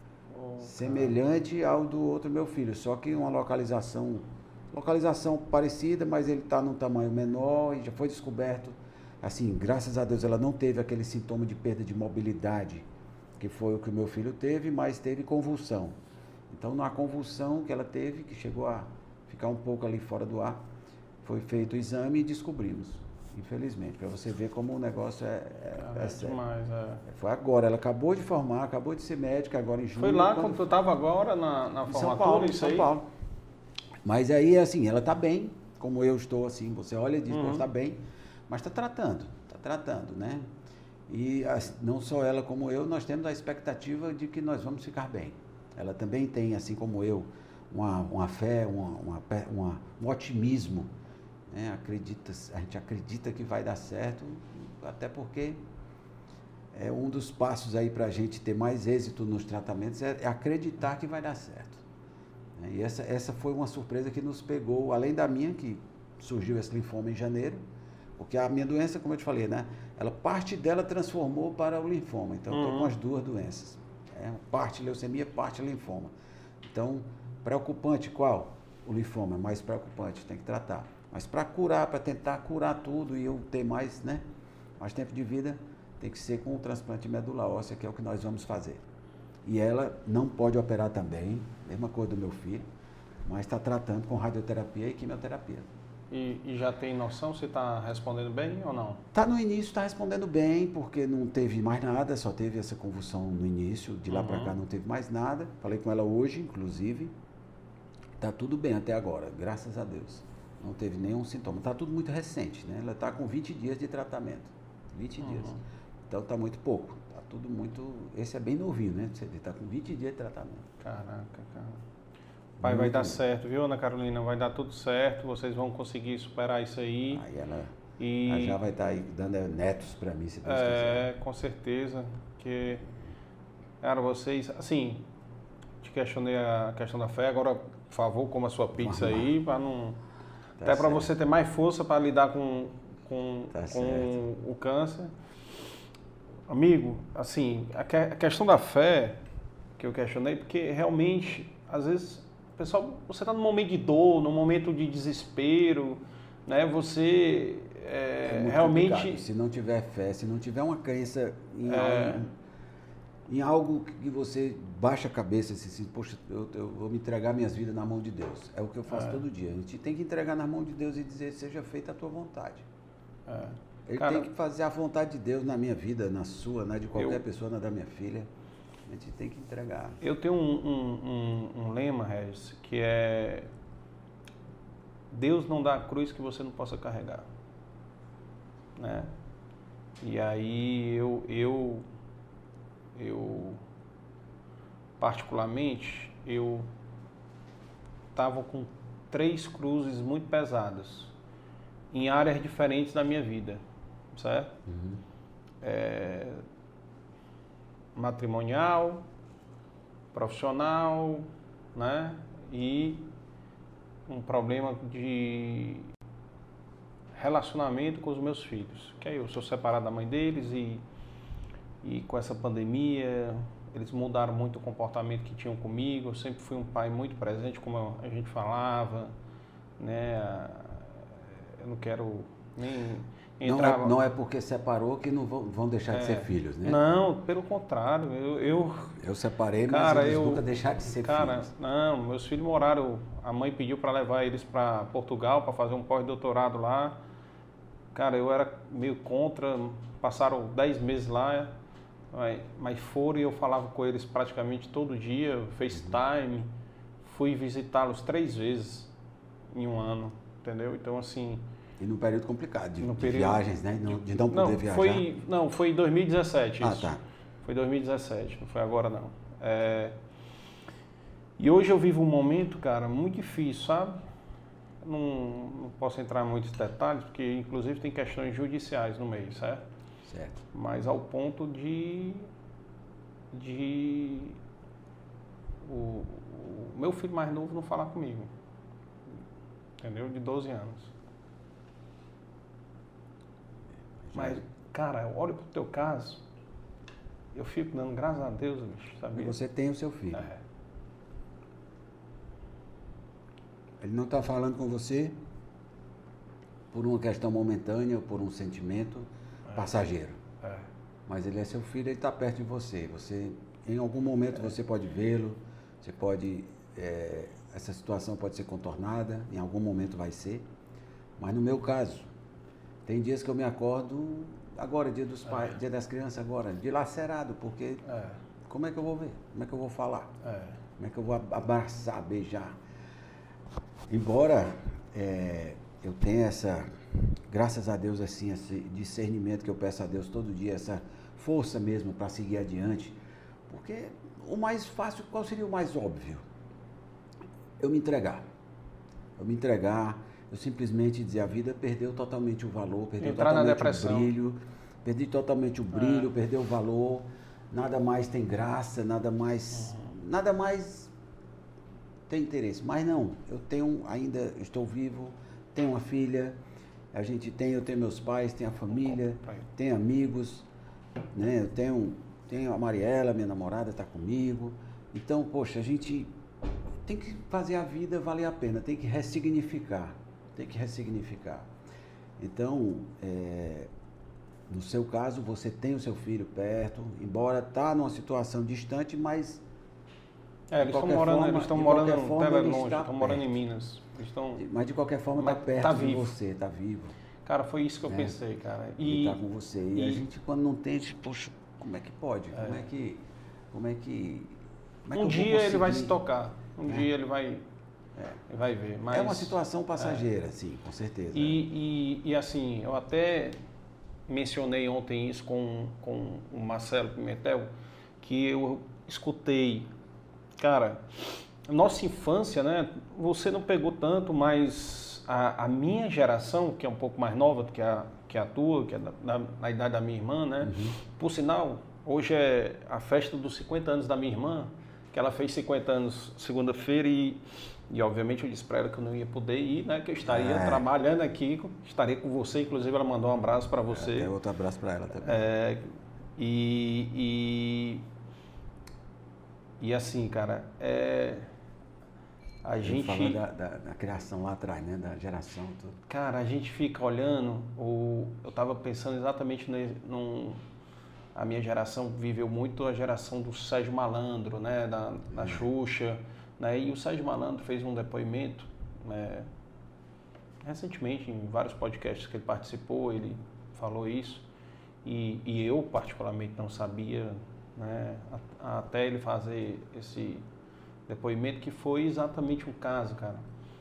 S2: Semelhante ao do outro meu filho, só que uma localização parecida, mas ele está num tamanho menor e já foi descoberto. Assim, graças a Deus ela não teve aquele sintoma de perda de mobilidade, que foi o que o meu filho teve, mas teve convulsão. Então, na convulsão que ela teve, que chegou a ficar um pouco ali fora do ar, foi feito o exame e descobrimos, infelizmente, para você ver como o negócio é sério.
S3: Demais,
S2: Foi agora, ela acabou de formar, acabou de ser médica, agora em junho.
S3: Foi lá quando tu estava agora na formatura,
S2: em São Paulo. Mas aí, assim, ela está bem, como eu estou, assim, você olha e diz, pô, está bem, mas está tratando, né? E não só ela como eu, nós temos a expectativa de que nós vamos ficar bem. Ela também tem, assim como eu, uma fé, um otimismo, né? A gente acredita que vai dar certo, até porque é um dos passos aí para a gente ter mais êxito nos tratamentos, é acreditar que vai dar certo. E essa foi uma surpresa que nos pegou, além da minha, que surgiu esse linfoma em janeiro, porque a minha doença, como eu te falei, né? Parte dela transformou para o linfoma. Então, eu estou com as 2 doenças. Parte leucemia, parte linfoma. Então, preocupante qual? O linfoma, é mais preocupante, tem que tratar. Mas para curar, para tentar curar tudo e eu ter mais tempo de vida, tem que ser com o transplante de medula óssea, que é o que nós vamos fazer. E ela não pode operar também, mesma coisa do meu filho, mas está tratando com radioterapia e quimioterapia.
S3: E já tem noção se está respondendo bem ou não?
S2: Está no início, está respondendo bem, porque não teve mais nada, só teve essa convulsão no início, de lá para cá não teve mais nada. Falei com ela hoje, inclusive. Está tudo bem até agora, graças a Deus. Não teve nenhum sintoma. Está tudo muito recente, né? Ela está com 20 dias de tratamento. 20 dias. Então está muito pouco. Está tudo muito... Esse é bem novinho, né? Ele está com 20 dias de tratamento.
S3: Caraca, cara. Pai, vai dar certo, viu, Ana Carolina? Vai dar tudo certo, vocês vão conseguir superar isso aí.
S2: Aí ela já vai estar aí dando netos para mim, se Deus quiser.
S3: Com certeza, porque, cara, vocês, assim, te questionei a questão da fé, agora, por favor, coma a sua pizza aí, para não... Até para você ter mais força para lidar com com o câncer. Amigo, assim, a questão da fé que eu questionei, porque realmente, às vezes, pessoal, você está num momento de dor, num momento de desespero, né? Você realmente...
S2: complicado. Se não tiver fé, se não tiver uma crença em algo que você baixa a cabeça e assim, poxa, eu vou me entregar minhas vidas na mão de Deus. É o que eu faço todo dia. A gente tem que entregar na mão de Deus e dizer, seja feita a tua vontade. Ele tem que fazer a vontade de Deus na minha vida, na sua, na de qualquer pessoa, na da minha filha. A gente tem que entregar.
S3: Eu tenho um lema, Regis, que é: Deus não dá a cruz que você não possa carregar. Né? E aí eu particularmente, eu estava com 3 cruzes muito pesadas em áreas diferentes da minha vida, certo? Matrimonial, profissional, né? E um problema de relacionamento com os meus filhos. Que aí eu sou separado da mãe deles e com essa pandemia eles mudaram muito o comportamento que tinham comigo. Eu sempre fui um pai muito presente, como a gente falava, né? Eu não quero nem entrar...
S2: Não é porque separou que não vão deixar de ser filhos, né?
S3: Não, pelo contrário.
S2: Eu separei, mas eles nunca deixaram de ser filhos.
S3: Não, meus filhos moraram... A mãe pediu para levar eles para Portugal para fazer um pós-doutorado lá. Cara, eu era meio contra. Passaram 10 meses lá, mas foram e eu falava com eles praticamente todo dia, FaceTime. Fui visitá-los 3 vezes em um ano, entendeu? Então, assim...
S2: E num período complicado, de viagens, né? De não poder viajar.
S3: Foi em 2017 isso.
S2: Tá.
S3: Foi 2017, não foi agora não. E hoje eu vivo um momento, cara, muito difícil, sabe? Não posso entrar em muitos detalhes, porque inclusive tem questões judiciais no meio, certo?
S2: Certo.
S3: Mas ao ponto de o meu filho mais novo não falar comigo. Entendeu? De 12 anos. Mas, cara, eu olho pro teu caso, eu fico dando graças a Deus, bicho, sabia?
S2: E você tem o seu filho. Ele não está falando com você por uma questão momentânea, por um sentimento passageiro. Mas ele é seu filho, ele está perto de você. Você, em algum momento você pode vê-lo, você pode... essa situação pode ser contornada, em algum momento vai ser. Mas no meu caso, tem dias que eu me acordo, agora, dia dos pais, dia das crianças agora, dilacerado, porque como é que eu vou ver? Como é que eu vou falar? Como é que eu vou abraçar, beijar? Embora eu tenha essa, graças a Deus, assim, esse discernimento que eu peço a Deus todo dia, essa força mesmo para seguir adiante, porque o mais fácil, qual seria o mais óbvio? Eu me entregar. Eu simplesmente dizer, a vida perdeu totalmente o valor, perdeu totalmente o brilho, perdi totalmente o brilho, perdeu o valor, nada mais tem graça, nada mais tem interesse. Mas não, eu estou vivo, tenho uma filha, eu tenho meus pais, tenho a família, tenho amigos, né? Eu tenho a Mariela, minha namorada, está comigo. Então, poxa, a gente tem que fazer a vida valer a pena, tem que ressignificar. Então, no seu caso, você tem o seu filho perto, embora está numa situação distante, mas...
S3: eles estão morando longe, estão morando em Minas.
S2: Mas de qualquer forma está perto de você, está vivo.
S3: Cara, foi isso que eu pensei, cara.
S2: E está com você. E a gente, quando não tem, poxa, como é que pode? Como é que
S3: um dia ele vai se tocar, dia ele vai ver. Mas,
S2: é uma situação passageira, sim, com certeza.
S3: E assim, eu até mencionei ontem isso com o Marcelo Pimentel, que eu escutei, cara, nossa infância, né? Você não pegou tanto, mas a minha geração, que é um pouco mais nova do que a tua, que é da idade da minha irmã, né? Por sinal, hoje é a festa dos 50 anos da minha irmã, que ela fez 50 anos segunda-feira, e E obviamente eu disse para ela que eu não ia poder ir, né? Que eu estaria trabalhando aqui, estaria com você, inclusive ela mandou um abraço para você.
S2: Até outro abraço para ela também.
S3: E assim, cara, a gente...
S2: Falando da criação lá atrás, né? Da geração, tudo.
S3: Cara, a gente fica olhando, eu tava pensando exatamente a minha geração viveu muito a geração do Sérgio Malandro, né? Da Xuxa, né? E o Sérgio Malandro fez um depoimento, né? Recentemente, em vários podcasts que ele participou, ele falou isso. E eu, particularmente, não sabia, né? Até ele fazer esse depoimento, que foi exatamente um caso, cara.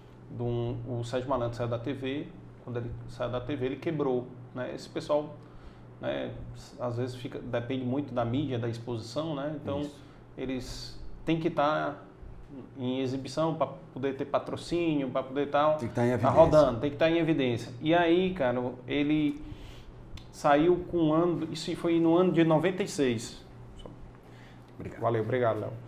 S3: O Sérgio Malandro saiu da TV, quando ele saiu da TV, ele quebrou, né? Esse pessoal, né, às vezes depende muito da mídia, da exposição, né? Então, eles têm que estar em exibição para poder ter patrocínio, para poder tal.
S2: Tem que estar em evidência.
S3: Tá rodando, tem que estar em evidência. E aí, cara, ele saiu com um ano, isso foi no ano de 96.
S2: Obrigado.
S3: Valeu, obrigado, Léo.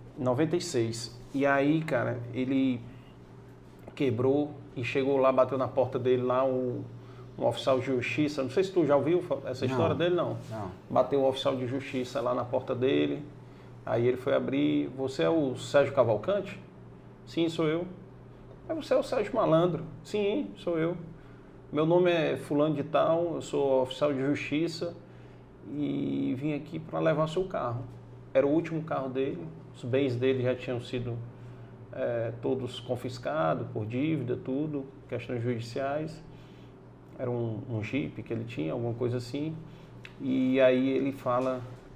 S3: 96. E aí, cara, ele quebrou e chegou lá, bateu na porta dele lá um oficial de justiça. Não sei se tu já ouviu essa história dele, não. Bateu um oficial de justiça lá na porta dele. Aí ele foi abrir. Você é o Sérgio Cavalcante? Sim, sou eu. Você é o Sérgio Malandro? Sim, sou eu. Meu nome é fulano de tal, eu sou oficial de justiça e vim aqui para levar seu carro. Era o último carro dele, os bens dele já tinham sido todos confiscados por dívida, tudo, questões judiciais. Era um Jeep que ele tinha, alguma coisa assim. E aí ele fala,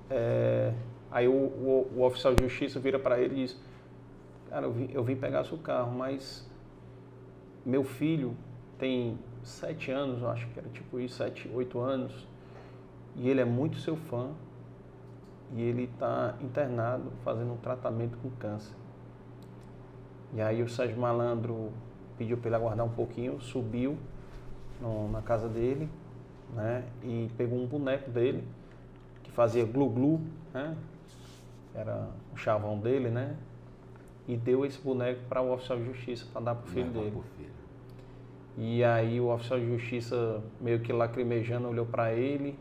S3: aí o oficial de justiça vira para ele e diz: cara, eu vim pegar seu carro, mas meu filho tem 7 anos, eu acho que era tipo isso, 7, 8 anos, e ele é muito seu fã, e ele está internado fazendo um tratamento com câncer. E aí o Sérgio Malandro pediu para ele aguardar um pouquinho, subiu na casa dele, né, e pegou um boneco dele, que fazia glu-glu, né, era o chavão dele, né, e deu esse boneco para o oficial de justiça para dar para o filho dele. E aí o oficial de justiça, meio que lacrimejando, olhou para ele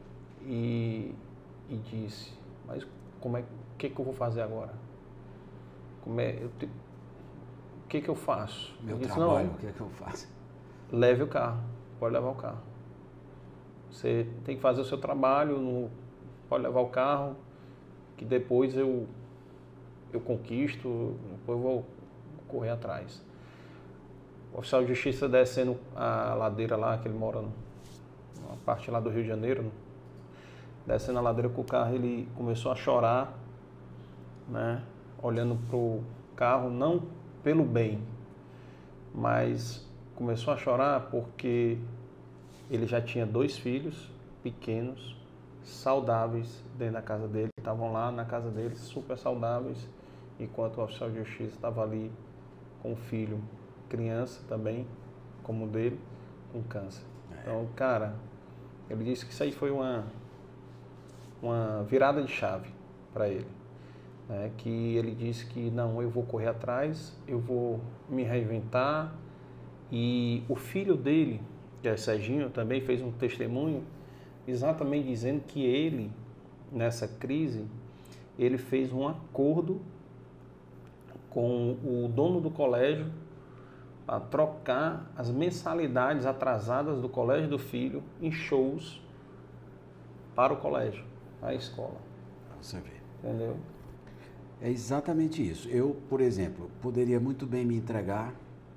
S3: e disse: mas o que eu vou fazer agora? O que eu faço?
S2: Meu trabalho, o que é que eu faço?
S3: Leve o carro, pode levar o carro. Você tem que fazer o seu trabalho, pode levar o carro, que depois eu conquisto, depois eu vou correr atrás. O oficial de justiça descendo a ladeira lá, que ele mora numa parte lá do Rio de Janeiro, descendo a ladeira com o carro, ele começou a chorar, né, olhando pro carro, não pelo bem, mas começou a chorar porque ele já tinha 2 filhos pequenos, saudáveis dentro da casa dele, estavam lá na casa dele, super saudáveis, enquanto o oficial de justiça estava ali com o filho, criança também, como o dele, com câncer. Então, cara, ele disse que isso aí foi uma virada de chave para ele, né? Que ele disse que não, eu vou correr atrás, eu vou me reinventar. E o filho dele, que é Serginho, também fez um testemunho exatamente dizendo que ele, nessa crise, ele fez um acordo com o dono do colégio para trocar as mensalidades atrasadas do colégio do filho em shows para o colégio, para a escola.
S2: Você vê.
S3: Entendeu?
S2: É exatamente isso. Eu, por exemplo, poderia muito bem me entregar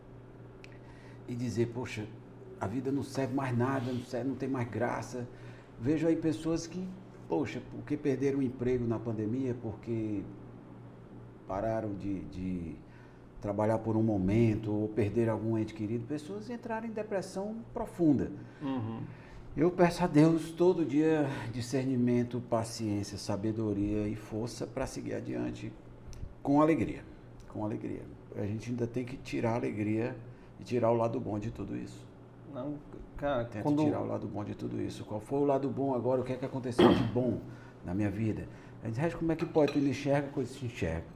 S2: e dizer: poxa, a vida não serve mais nada, não tem mais graça. Vejo aí pessoas que, poxa, porque perderam o emprego na pandemia, porque pararam de trabalhar por um momento, ou perderam algum ente querido, pessoas entraram em depressão profunda.
S3: Uhum.
S2: Eu peço a Deus todo dia discernimento, paciência, sabedoria e força para seguir adiante com alegria. Com alegria. A gente ainda tem que tirar a alegria e tirar o lado bom de tudo isso.
S3: Não, cara,
S2: tirar o lado bom de tudo isso. Qual foi o lado bom agora? O que é que aconteceu de bom na minha vida? A gente, como é que pode? Tu enxerga coisas que se enxerga.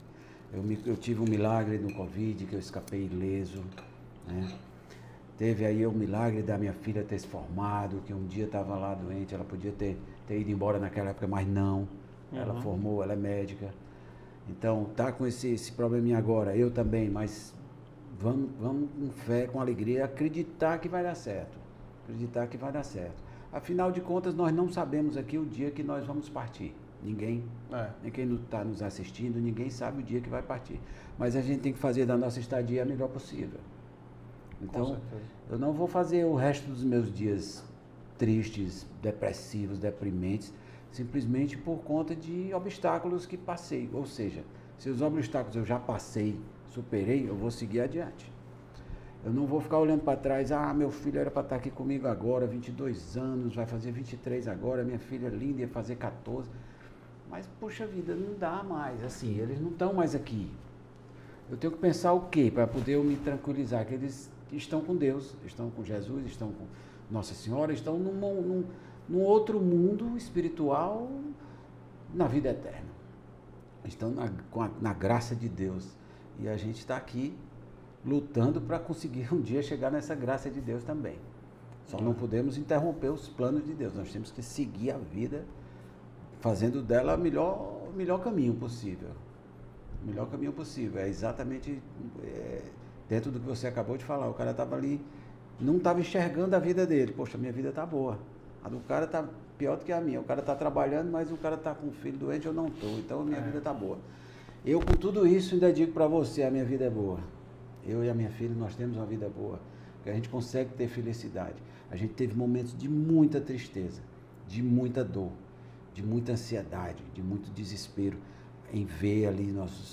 S2: Eu tive um milagre no Covid, que eu escapei ileso, né? Teve aí o milagre da minha filha ter se formado, que um dia estava lá doente, ela podia ter ido embora naquela época, mas não. Ela formou, ela é médica. Então, tá com esse probleminha agora, eu também, mas vamos com fé, com alegria, acreditar que vai dar certo. Acreditar que vai dar certo. Afinal de contas, nós não sabemos aqui o dia que nós vamos partir. Ninguém, nem quem está nos assistindo, ninguém sabe o dia que vai partir. Mas a gente tem que fazer da nossa estadia a melhor possível. Então, eu não vou fazer o resto dos meus dias tristes, depressivos, deprimentes, simplesmente por conta de obstáculos que passei. Ou seja, se os obstáculos eu já passei, superei, eu vou seguir adiante. Eu não vou ficar olhando para trás, meu filho era para estar aqui comigo agora, 22 anos, vai fazer 23 agora, minha filha linda ia fazer 14. Mas, poxa vida, não dá mais, assim, eles não estão mais aqui. Eu tenho que pensar o quê? Para poder eu me tranquilizar, que eles estão com Deus, estão com Jesus, estão com Nossa Senhora, estão num outro mundo espiritual na vida eterna. Estão na graça de Deus. E a gente está aqui lutando para conseguir um dia chegar nessa graça de Deus também. Só não podemos interromper os planos de Deus. Nós temos que seguir a vida fazendo dela o melhor caminho possível. O melhor caminho possível. É exatamente dentro do que você acabou de falar. O cara estava ali, não estava enxergando a vida dele. Poxa, minha vida está boa. A do cara está pior do que a minha. O cara está trabalhando, mas o cara está com um filho doente, eu não estou. Então a minha vida está boa. Eu, com tudo isso, ainda digo para você, a minha vida é boa. Eu e a minha filha, nós temos uma vida boa. Porque a gente consegue ter felicidade. A gente teve momentos de muita tristeza, de muita dor, de muita ansiedade, de muito desespero em ver ali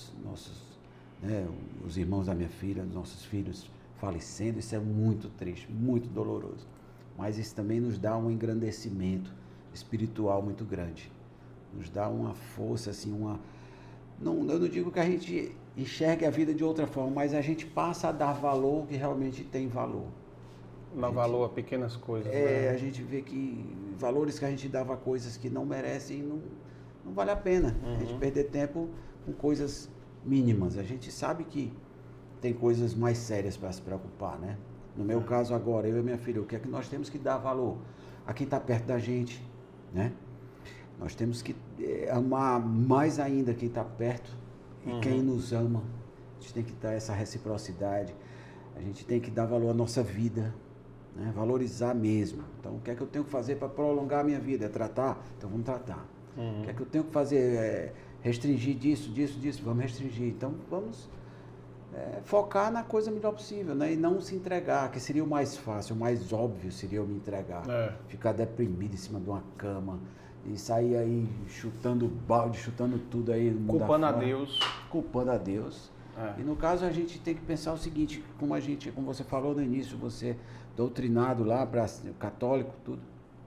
S2: os irmãos da minha filha, nossos filhos falecendo. Isso é muito triste, muito doloroso. Mas isso também nos dá um engrandecimento espiritual muito grande. Nos dá uma força, assim, eu não digo que a gente enxergue a vida de outra forma, mas a gente passa a dar valor que realmente tem valor.
S3: Dar valor a pequenas coisas.
S2: A gente vê que valores que a gente dava a coisas que não merecem, não vale a pena. A gente perder tempo com coisas mínimas. A gente sabe que tem coisas mais sérias para se preocupar, né? No meu caso agora, eu e minha filha, o que é que nós temos que dar valor? A quem está perto da gente, né? Nós temos que amar mais ainda quem está perto e quem nos ama. A gente tem que dar essa reciprocidade. A gente tem que dar valor à nossa vida, né? Valorizar mesmo. Então, o que é que eu tenho que fazer para prolongar a minha vida? É tratar? Então, vamos tratar. O que é que eu tenho que fazer? Restringir disso, vamos restringir. Então, vamos focar na coisa melhor possível, né? E não se entregar, que seria o mais fácil, o mais óbvio seria eu me entregar. Ficar deprimido em cima de uma cama e sair aí chutando balde, chutando tudo aí.
S3: Culpando a Deus.
S2: Culpando a Deus. E no caso a gente tem que pensar o seguinte, como você falou no início, você doutrinado lá para católico, tudo.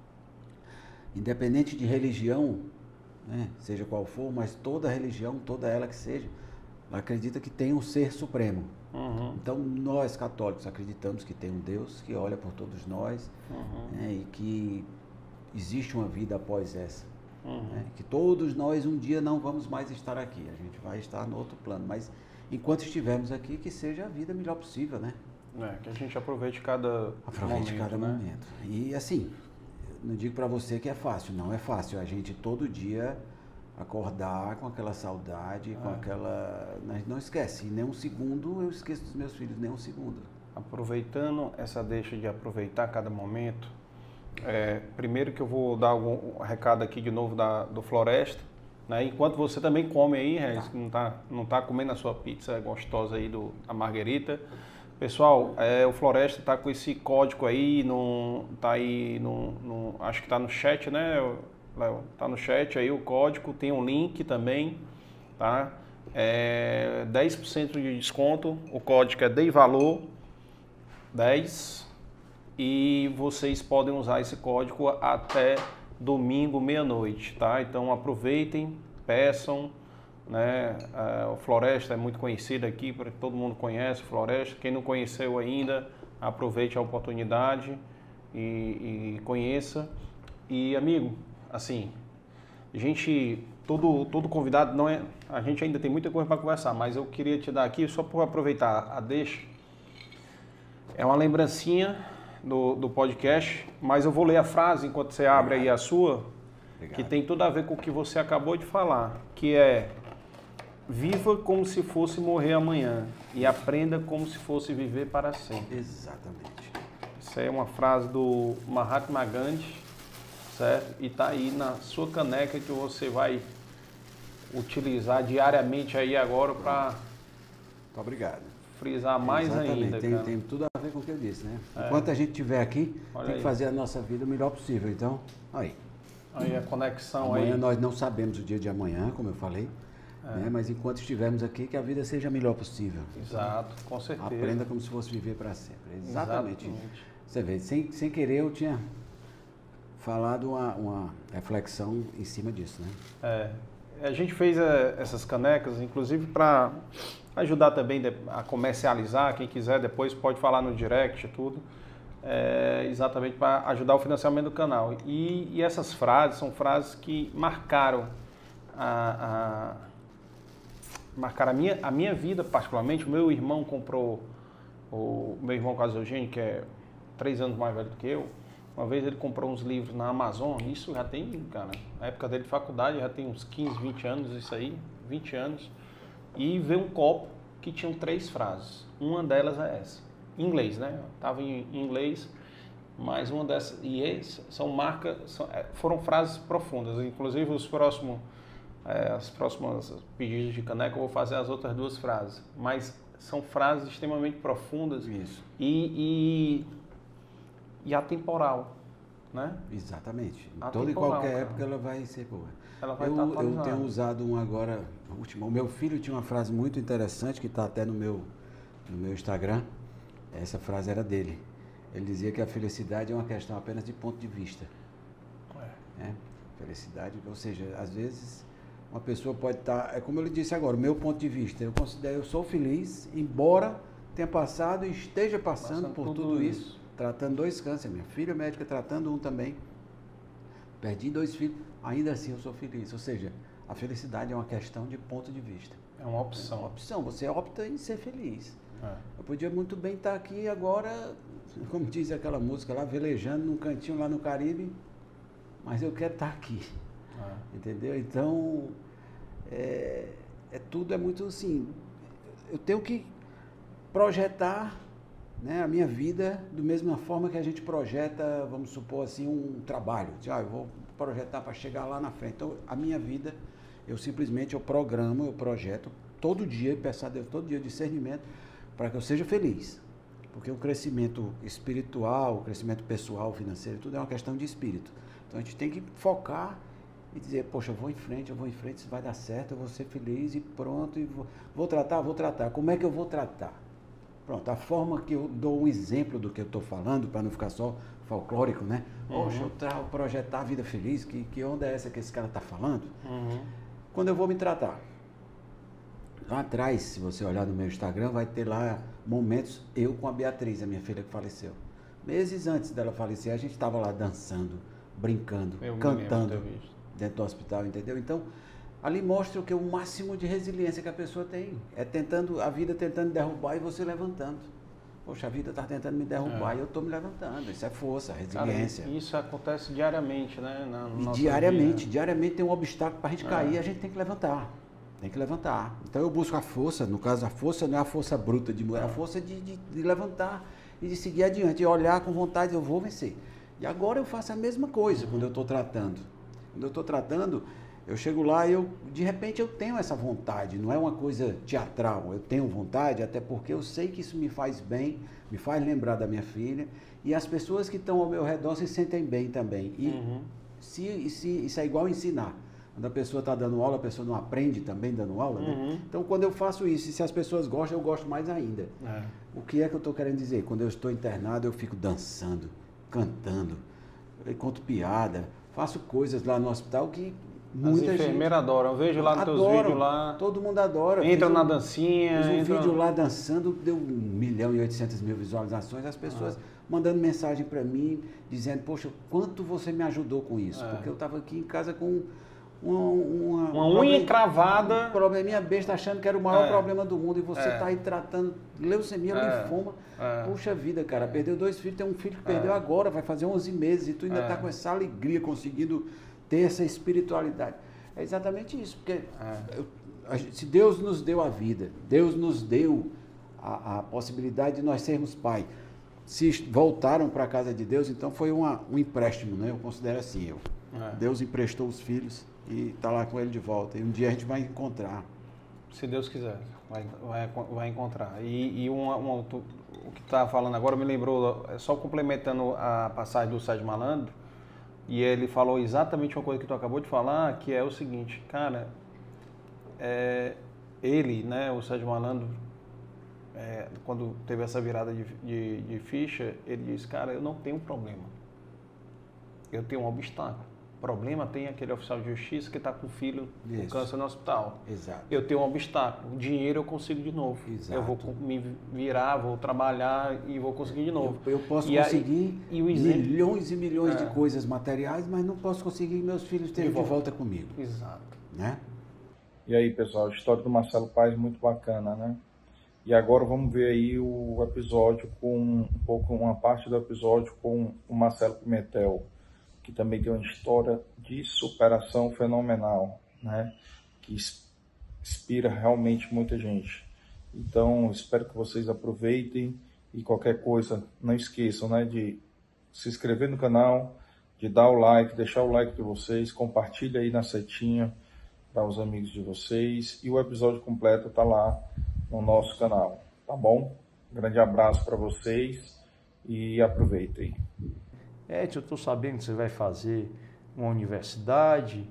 S2: Independente de religião, né, seja qual for, mas toda religião, toda ela que seja, ela acredita que tem um ser supremo. Então nós católicos acreditamos que tem um Deus que olha por todos nós, né, e que existe uma vida após essa. Né, que todos nós um dia não vamos mais estar aqui, a gente vai estar no outro plano, mas enquanto estivermos aqui, que seja a vida melhor possível, né?
S3: Que a gente aproveite cada
S2: momento. E assim, não digo para você que é fácil, não é fácil. A gente todo dia acordar com aquela saudade, com aquela... Não esquece, nem um segundo eu esqueço dos meus filhos, nem um segundo.
S3: Aproveitando essa deixa de aproveitar cada momento, primeiro que eu vou dar algum recado aqui de novo do Floresta, né? Enquanto você também come aí, Regis, que não tá comendo a sua pizza gostosa aí da Marguerita. Pessoal, o Floresta tá com esse código aí, acho que tá no chat, né, Léo? Tá no chat aí o código, tem um link também, tá? 10% de desconto, o código é DEIVALOR 10 e vocês podem usar esse código até domingo, meia-noite, tá? Então aproveitem, peçam, né? O Floresta é muito conhecido aqui, todo mundo conhece o Floresta. Quem não conheceu ainda, aproveite a oportunidade e conheça. E amigo, assim, a gente todo convidado, não é, a gente ainda tem muita coisa para conversar, mas eu queria te dar aqui, só por aproveitar a deixa, é uma lembrancinha do podcast, mas eu vou ler a frase enquanto você abre aí a sua, que tem tudo a ver com o que você acabou de falar, que é: viva como se fosse morrer amanhã e aprenda como se fosse viver para sempre.
S2: Exatamente.
S3: Isso aí é uma frase do Mahatma Gandhi, certo? E tá aí na sua caneca que você vai utilizar diariamente aí agora para
S2: Muito obrigado.
S3: frisar mais ainda.
S2: Tem tudo a ver com o que eu disse, né? Enquanto a gente estiver aqui, tem que fazer a nossa vida o melhor possível. Então, aí
S3: a conexão
S2: amanhã
S3: aí.
S2: nós não sabemos o dia de amanhã, como eu falei, né? Mas enquanto estivermos aqui, que a vida seja a melhor possível.
S3: Exato, com certeza.
S2: Aprenda como se fosse viver para sempre. Exatamente. Você vê, sem querer eu tinha falado uma reflexão em cima disso, né?
S3: A gente fez essas canecas, inclusive para ajudar também a comercializar. Quem quiser depois pode falar no direct e tudo. Exatamente para ajudar o financiamento do canal. E essas frases são frases que marcaram marcaram a minha vida particularmente. O meu irmão comprou, o meu irmão Carlos Eugênio, que é 3 anos mais velho do que eu, uma vez ele comprou uns livros na Amazon, isso já tem, cara, na época dele de faculdade, já tem uns 15, 20 anos isso aí, 20 anos, e veio um copo que tinha 3 frases, uma delas é essa, em inglês, né, estava em inglês, mas uma dessas, e foram frases profundas, inclusive os próximos pedidos de caneca eu vou fazer as outras 2 frases, mas são frases extremamente profundas.
S2: Isso.
S3: E atemporal, né?
S2: Exatamente. Em
S3: Atemporal,
S2: toda e qualquer
S3: cara.
S2: época ela vai ser boa.
S3: Ela vai
S2: Eu tenho usado um agora, último. O meu filho tinha uma frase muito interessante que está até no meu Instagram. Essa frase era dele. Ele dizia que a felicidade é uma questão apenas de ponto de vista. Né? Felicidade, ou seja, às vezes uma pessoa pode estar, é como ele disse agora, o meu ponto de vista, eu sou feliz, embora tenha passado e esteja passando por tudo isso, tratando 2 cânceres, minha filha é médica tratando um também, perdi 2 filhos, ainda assim eu sou feliz, ou seja, a felicidade é uma questão de ponto de vista.
S3: É uma opção.
S2: É uma opção, você opta em ser feliz. Eu podia muito bem estar aqui agora, como diz aquela música lá, velejando num cantinho lá no Caribe, mas eu quero estar aqui. Entendeu? Então, tudo é muito assim, eu tenho que projetar, né, a minha vida da mesma forma que a gente projeta, vamos supor assim, um trabalho. Eu vou projetar para chegar lá na frente. Então, a minha vida, eu programo, eu projeto todo dia, e peço a Deus todo dia discernimento para que eu seja feliz. Porque o crescimento espiritual, o crescimento pessoal, financeiro, tudo é uma questão de espírito. Então, a gente tem que focar e dizer, poxa, eu vou em frente, isso vai dar certo, eu vou ser feliz e pronto, e vou tratar. Como é que eu vou tratar? Pronto, a forma que eu dou um exemplo do que eu estou falando, para não ficar só folclórico, né? Poxa, eu projetar a vida feliz, que onda é essa que esse cara está falando? Quando eu vou me tratar. Lá atrás, se você olhar no meu Instagram, vai ter lá momentos, eu com a Beatriz, a minha filha que faleceu. Meses antes dela falecer, a gente estava lá dançando, brincando, cantando dentro do hospital, entendeu? Então, ali mostra o máximo de resiliência que a pessoa tem. A vida tentando derrubar e você levantando. Poxa, a vida está tentando me derrubar e eu estou me levantando. Isso é força, resiliência.
S3: Cara, isso acontece diariamente, né?
S2: Diariamente tem um obstáculo para a gente cair, a gente tem que levantar. Então eu busco a força, no caso a força não é a força bruta de mulher, é a força de levantar e de seguir adiante, e olhar com vontade, eu vou vencer. E agora eu faço a mesma coisa quando eu estou tratando. Quando eu estou tratando, eu chego lá e de repente eu tenho essa vontade, não é uma coisa teatral, eu tenho vontade, até porque eu sei que isso me faz bem, me faz lembrar da minha filha, e as pessoas que estão ao meu redor se sentem bem também. E isso é igual ensinar. Quando a pessoa está dando aula, a pessoa não aprende também dando aula, né? Então, quando eu faço isso, e se as pessoas gostam, eu gosto mais ainda. O que é que eu estou querendo dizer? Quando eu estou internado, eu fico dançando, cantando, eu conto piada, faço coisas lá no hospital que muita gente... As
S3: enfermeiras adoram, eu vejo lá nos teus vídeos lá.
S2: Todo mundo adora.
S3: Entra na dancinha.
S2: Fiz um vídeo lá dançando, deu 1.800.000 visualizações, as pessoas mandando mensagem para mim, dizendo, poxa, quanto você me ajudou com isso? Porque eu estava aqui em casa com
S3: uma unha encravada.
S2: Um probleminha besta, achando que era o maior problema do mundo. E você está aí tratando leucemia, linfoma. Puxa vida, cara, perdeu 2 filhos, tem um filho que perdeu agora, vai fazer 11 meses. E tu ainda está com essa alegria, conseguindo ter essa espiritualidade. É exatamente isso. Porque se Deus nos deu a vida, Deus nos deu a possibilidade de nós sermos pai. Se voltaram para a casa de Deus, então foi um empréstimo, né? Eu considero assim. Deus emprestou os filhos e está lá com ele de volta. E um dia a gente vai encontrar.
S3: Se Deus quiser, vai encontrar. E o que tu estava falando agora me lembrou, só complementando a passagem do Sérgio Malandro, e ele falou exatamente uma coisa que tu acabou de falar, que é o seguinte, cara, ele, né, o Sérgio Malandro, quando teve essa virada de ficha, ele disse, cara, eu não tenho problema, eu tenho um obstáculo. Problema tem aquele oficial de justiça que está com o filho com câncer no hospital.
S2: Exato.
S3: Eu tenho um obstáculo, dinheiro eu consigo de novo.
S2: Exato.
S3: Eu vou me virar, vou trabalhar e vou conseguir de novo.
S2: Eu posso conseguir milhões e milhões de coisas materiais, mas não posso conseguir que meus filhos tenham de volta comigo.
S3: Exato.
S2: Né?
S1: E aí, pessoal, a história do Marcelo Paes é muito bacana, né? E agora vamos ver aí o episódio uma parte do episódio com o Marcelo Pimentel, que também tem uma história de superação fenomenal, né? Que inspira realmente muita gente. Então, espero que vocês aproveitem e qualquer coisa, não esqueçam, né, de se inscrever no canal, de dar o like, deixar o like de vocês, compartilha aí na setinha para os amigos de vocês e o episódio completo está lá no nosso canal, tá bom? Grande abraço para vocês e aproveitem.
S4: Edson, eu estou sabendo que você vai fazer uma universidade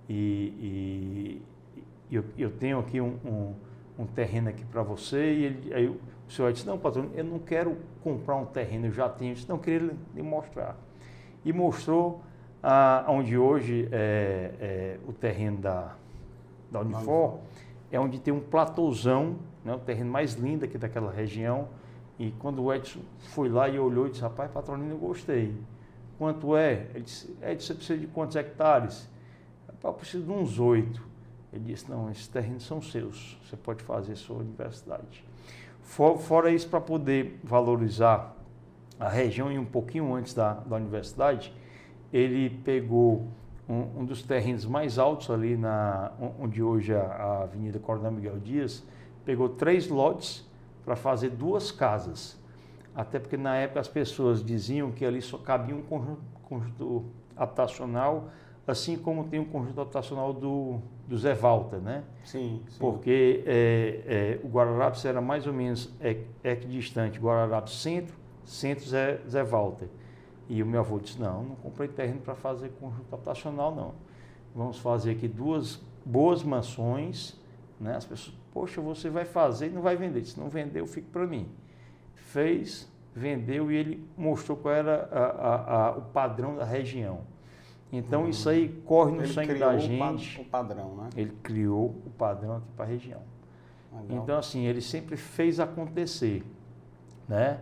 S4: e eu tenho aqui um terreno aqui para você. Aí o senhor disse, não, patrão, eu não quero comprar um terreno, eu já tenho. Eu disse, não, eu queria lhe mostrar. E mostrou onde hoje o terreno da Unifor, é onde tem um platôzão, né, o terreno mais lindo aqui daquela região. E quando o Edson foi lá e olhou e disse, rapaz, Patronino, eu gostei. Quanto é? Ele disse, você precisa de quantos hectares? Eu preciso de uns 8. Ele disse, não, esses terrenos são seus, você pode fazer sua universidade. Fora isso, para poder valorizar a região e um pouquinho antes da universidade, ele pegou um dos terrenos mais altos ali, onde hoje é a Avenida Coronel Miguel Dias, pegou 3 lotes para fazer 2 casas. Até porque na época as pessoas diziam que ali só cabia um conjunto habitacional, assim como tem um conjunto habitacional do Zé Walter, né?
S3: Sim.
S4: Porque o Guararapes era mais ou menos equidistante, Guararapes centro Zé Walter. E o meu avô disse, não comprei terreno para fazer conjunto habitacional, não. Vamos fazer aqui 2 boas mansões, né? As pessoas, poxa, você vai fazer e não vai vender. Se não vender, eu fico para mim. Fez, vendeu e ele mostrou qual era o padrão da região. Então isso aí corre no sangue da gente.
S3: O padrão, né?
S4: Ele criou o padrão aqui para a região. Legal. Então assim, ele sempre fez acontecer, né?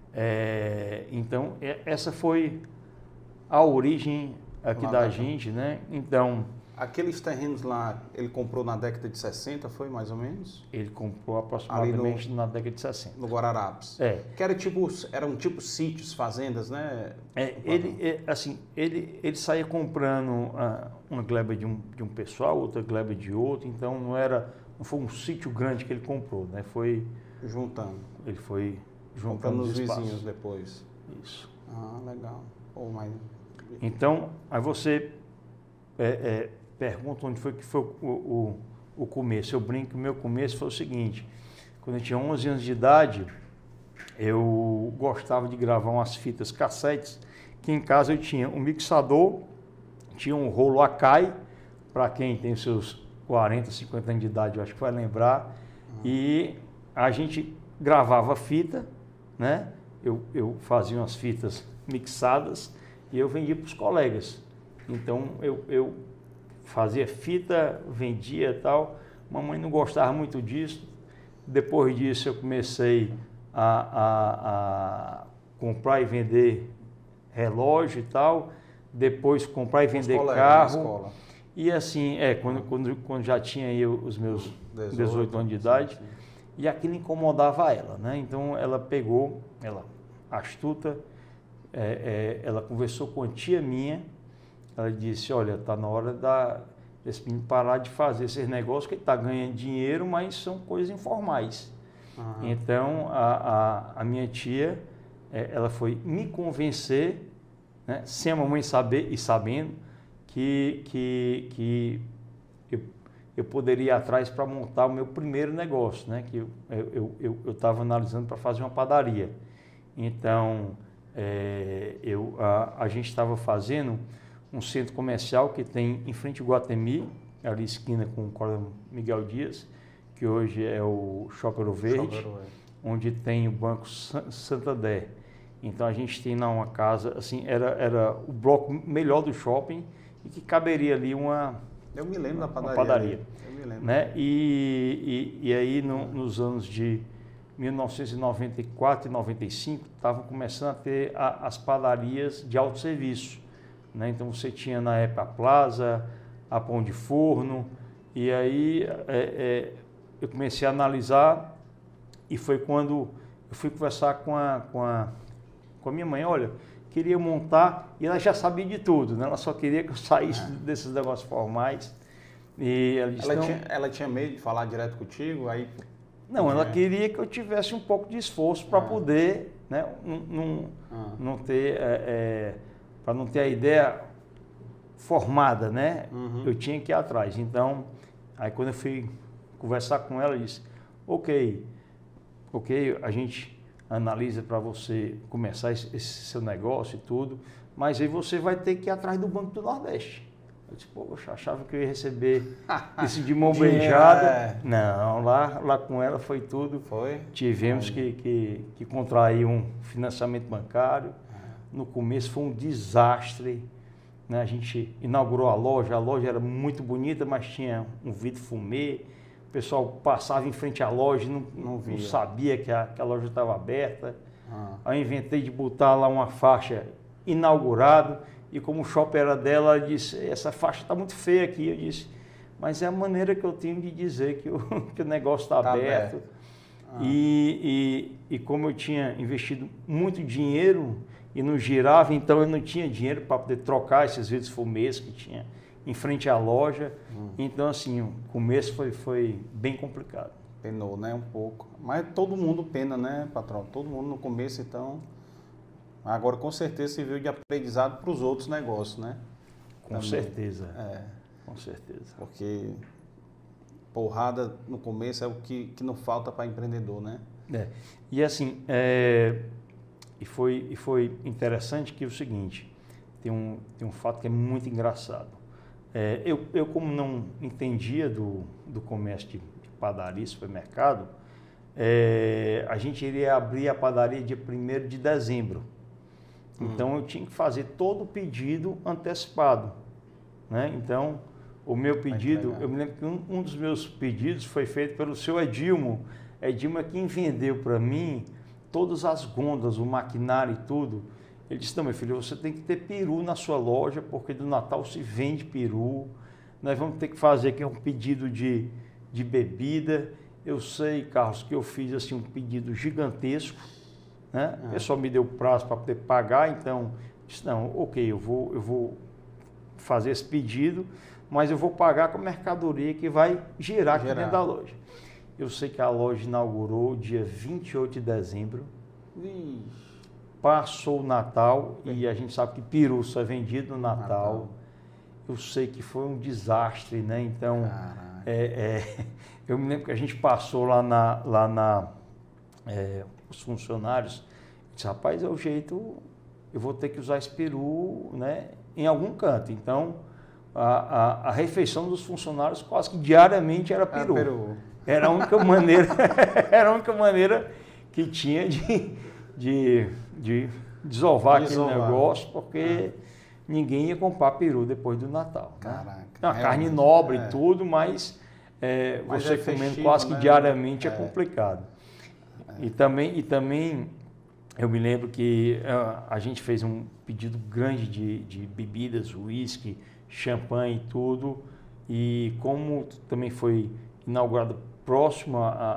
S4: Então essa foi a origem aqui da gente, né? Então
S3: aqueles terrenos lá, ele comprou na década de 60, foi mais ou menos?
S4: Ele comprou aproximadamente na década de 60.
S3: No Guararapes. Que eram tipo sítios, fazendas, né?
S4: Ele saía comprando uma gleba de um pessoal, outra gleba de outro, então não foi um sítio grande que ele comprou, né? Foi
S3: juntando.
S4: Ele foi juntando
S3: comprando os vizinhos depois.
S4: Isso.
S3: Ah, legal.
S4: Então, aí você pergunta onde foi que foi o começo. Eu brinco que o meu começo foi o seguinte: quando eu tinha 11 anos de idade, eu gostava de gravar umas fitas cassetes, que em casa eu tinha um mixador, tinha um rolo Akai, para quem tem seus 40, 50 anos de idade, eu acho que vai lembrar, e a gente gravava fita, né? Eu fazia umas fitas mixadas e eu vendia para os colegas. Então eu fazia fita, vendia e tal. Mamãe não gostava muito disso. Depois disso eu comecei a comprar e vender relógio e tal. Depois comprar e vender carro. E assim, quando já tinha eu os meus 18 anos de idade,
S3: sim.
S4: e aquilo incomodava ela, né? Então ela pegou, ela astuta, ela conversou com a tia minha, ela disse, olha, está na hora desse menino parar de fazer esses negócios, que ele está ganhando dinheiro, mas são coisas informais.
S3: Uhum.
S4: Então a minha tia, ela foi me convencer, né, sem a mamãe saber e sabendo, que eu poderia ir atrás para montar o meu primeiro negócio, né? Que eu estava analisando para fazer uma padaria. Então, a gente estava fazendo um centro comercial que tem em frente ao Guatemi, ali esquina com o Coronel Miguel Dias, que hoje é o Shopping Ouro Verde, onde tem o Banco Santander. Então, a gente tem lá uma casa, assim, era o bloco melhor do shopping, e que caberia ali
S3: eu me lembro da padaria.
S4: Uma padaria,
S3: eu me lembro.
S4: né? E aí nos anos de 1994 e 95 estavam começando a ter as padarias de autosserviço, né? Então você tinha na época a Plaza, a Pão de Forno, e aí eu comecei a analisar, e foi quando eu fui conversar com a minha mãe, olha, queria montar, e ela já sabia de tudo, né? Ela só queria que eu saísse desses negócios formais. E ela disse,
S3: ela tinha medo de falar direto contigo? Aí...
S4: Não, ela queria que eu tivesse um pouco de esforço para poder, né, não ter, para não ter a ideia formada, né?
S3: Uhum.
S4: Eu tinha que ir atrás. Então, aí quando eu fui conversar com ela, eu disse, ok, a gente analisa para você começar esse seu negócio e tudo, mas aí você vai ter que ir atrás do Banco do Nordeste. Eu disse, poxa, achava que eu ia receber isso de mão beijada. Não, lá com ela foi tudo.
S3: Foi?
S4: Tivemos que contrair um financiamento bancário. No começo foi um desastre, né? A gente inaugurou a loja era muito bonita, mas tinha um vidro fumê. O pessoal passava em frente à loja e não sabia que a loja estava aberta. Aí eu inventei de botar lá uma faixa inaugurado, e como o shopping era dela, ela disse, essa faixa está muito feia aqui. Eu disse, mas é a maneira que eu tenho de dizer que o negócio está aberto. E como eu tinha investido muito dinheiro e não girava, então eu não tinha dinheiro para poder trocar esses vidros fumês que tinha em frente à loja. Então, assim, o começo foi bem complicado.
S3: Penou, né? Um pouco. Mas todo mundo pena, né, patrão? Todo mundo no começo, então... Agora, com certeza, serviu de aprendizado para os outros negócios, né?
S4: Com certeza. Com certeza.
S3: Porque porrada no começo é o que não falta para empreendedor, né?
S4: E assim, e foi interessante que é o seguinte, tem um fato que é muito engraçado. Eu como não entendia do comércio de padaria, supermercado, a gente iria abrir a padaria dia 1º de dezembro. Então eu tinha que fazer todo o pedido antecipado, né? Então o meu pedido, eu me lembro que um dos meus pedidos foi feito pelo seu Edilmo. Edilmo é quem vendeu para mim todas as gôndolas, o maquinário e tudo. Ele disse, não, meu filho, você tem que ter peru na sua loja, porque do Natal se vende peru. Nós vamos ter que fazer aqui um pedido de bebida. Eu sei, Carlos, que eu fiz assim um pedido gigantesco, né? O pessoal me deu prazo para poder pagar, então disse, não, ok, eu vou fazer esse pedido, mas eu vou pagar com a mercadoria que vai girar aqui dentro da loja. Eu sei que a loja inaugurou dia 28 de dezembro, passou o Natal, e a gente sabe que peru só é vendido no Natal. Eu sei que foi um desastre, né? Então, eu me lembro que a gente passou os funcionários, disse, rapaz, é o jeito, eu vou ter que usar esse peru, né, em algum canto. Então, a refeição dos funcionários quase que diariamente era peru. Era a única maneira, que tinha de desovar aquele negócio, porque ninguém ia comprar peru depois do Natal.
S3: Caraca.
S4: Uma carne nobre e tudo, mas você comendo quase que diariamente é complicado. E também eu me lembro que a gente fez um pedido grande de bebidas, uísque, champanhe e tudo. E como também foi inaugurado próximo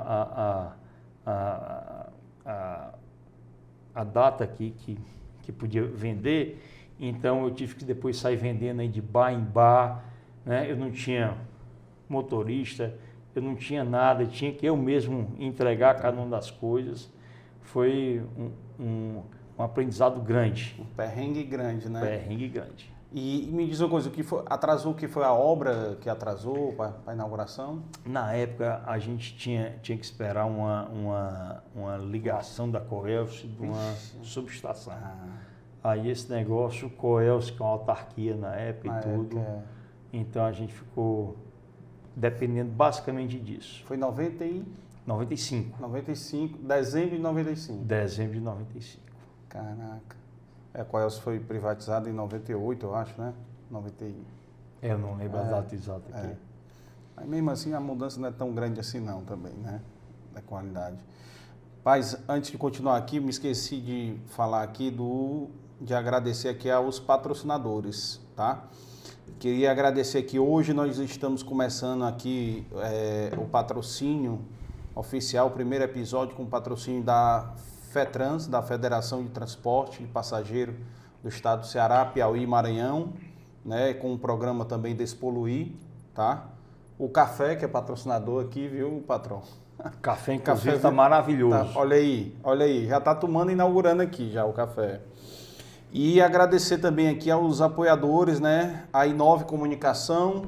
S4: a data aqui que podia vender, então eu tive que depois sair vendendo aí de bar em bar, né? Eu não tinha motorista, eu não tinha nada, eu tinha que eu mesmo entregar cada uma das coisas. Foi um aprendizado grande.
S3: Um perrengue grande, né?
S4: Perrengue grande.
S3: E me diz uma coisa, atrasou, o que foi a obra que atrasou para a inauguração?
S4: Na época, a gente tinha que esperar uma ligação da Coelce de uma subestação. Aí esse negócio, Coelce, que é uma autarquia na época e tudo, então a gente ficou dependendo basicamente disso.
S3: Foi em
S4: 95.
S3: 95, dezembro de 95.
S4: Dezembro de 95.
S3: Caraca. A Coelce foi privatizada em 98, eu acho, né?
S4: Eu não lembro a data exata aqui.
S3: Mas mesmo assim a mudança não é tão grande assim não também, né? Da qualidade. Paz, antes de continuar aqui, me esqueci de falar aqui de agradecer aqui aos patrocinadores, tá? Queria agradecer que hoje nós estamos começando aqui o patrocínio oficial, o primeiro episódio com o patrocínio da FETRANS, da Federação de Transporte de Passageiro do Estado do Ceará, Piauí e Maranhão, né, com o programa também Despoluir, tá? O café, que é patrocinador aqui, viu, patrão?
S4: Café, inclusive, está maravilhoso.
S3: Tá, olha aí, já está tomando e inaugurando aqui já o café. E agradecer também aqui aos apoiadores, né, a Inove Comunicação,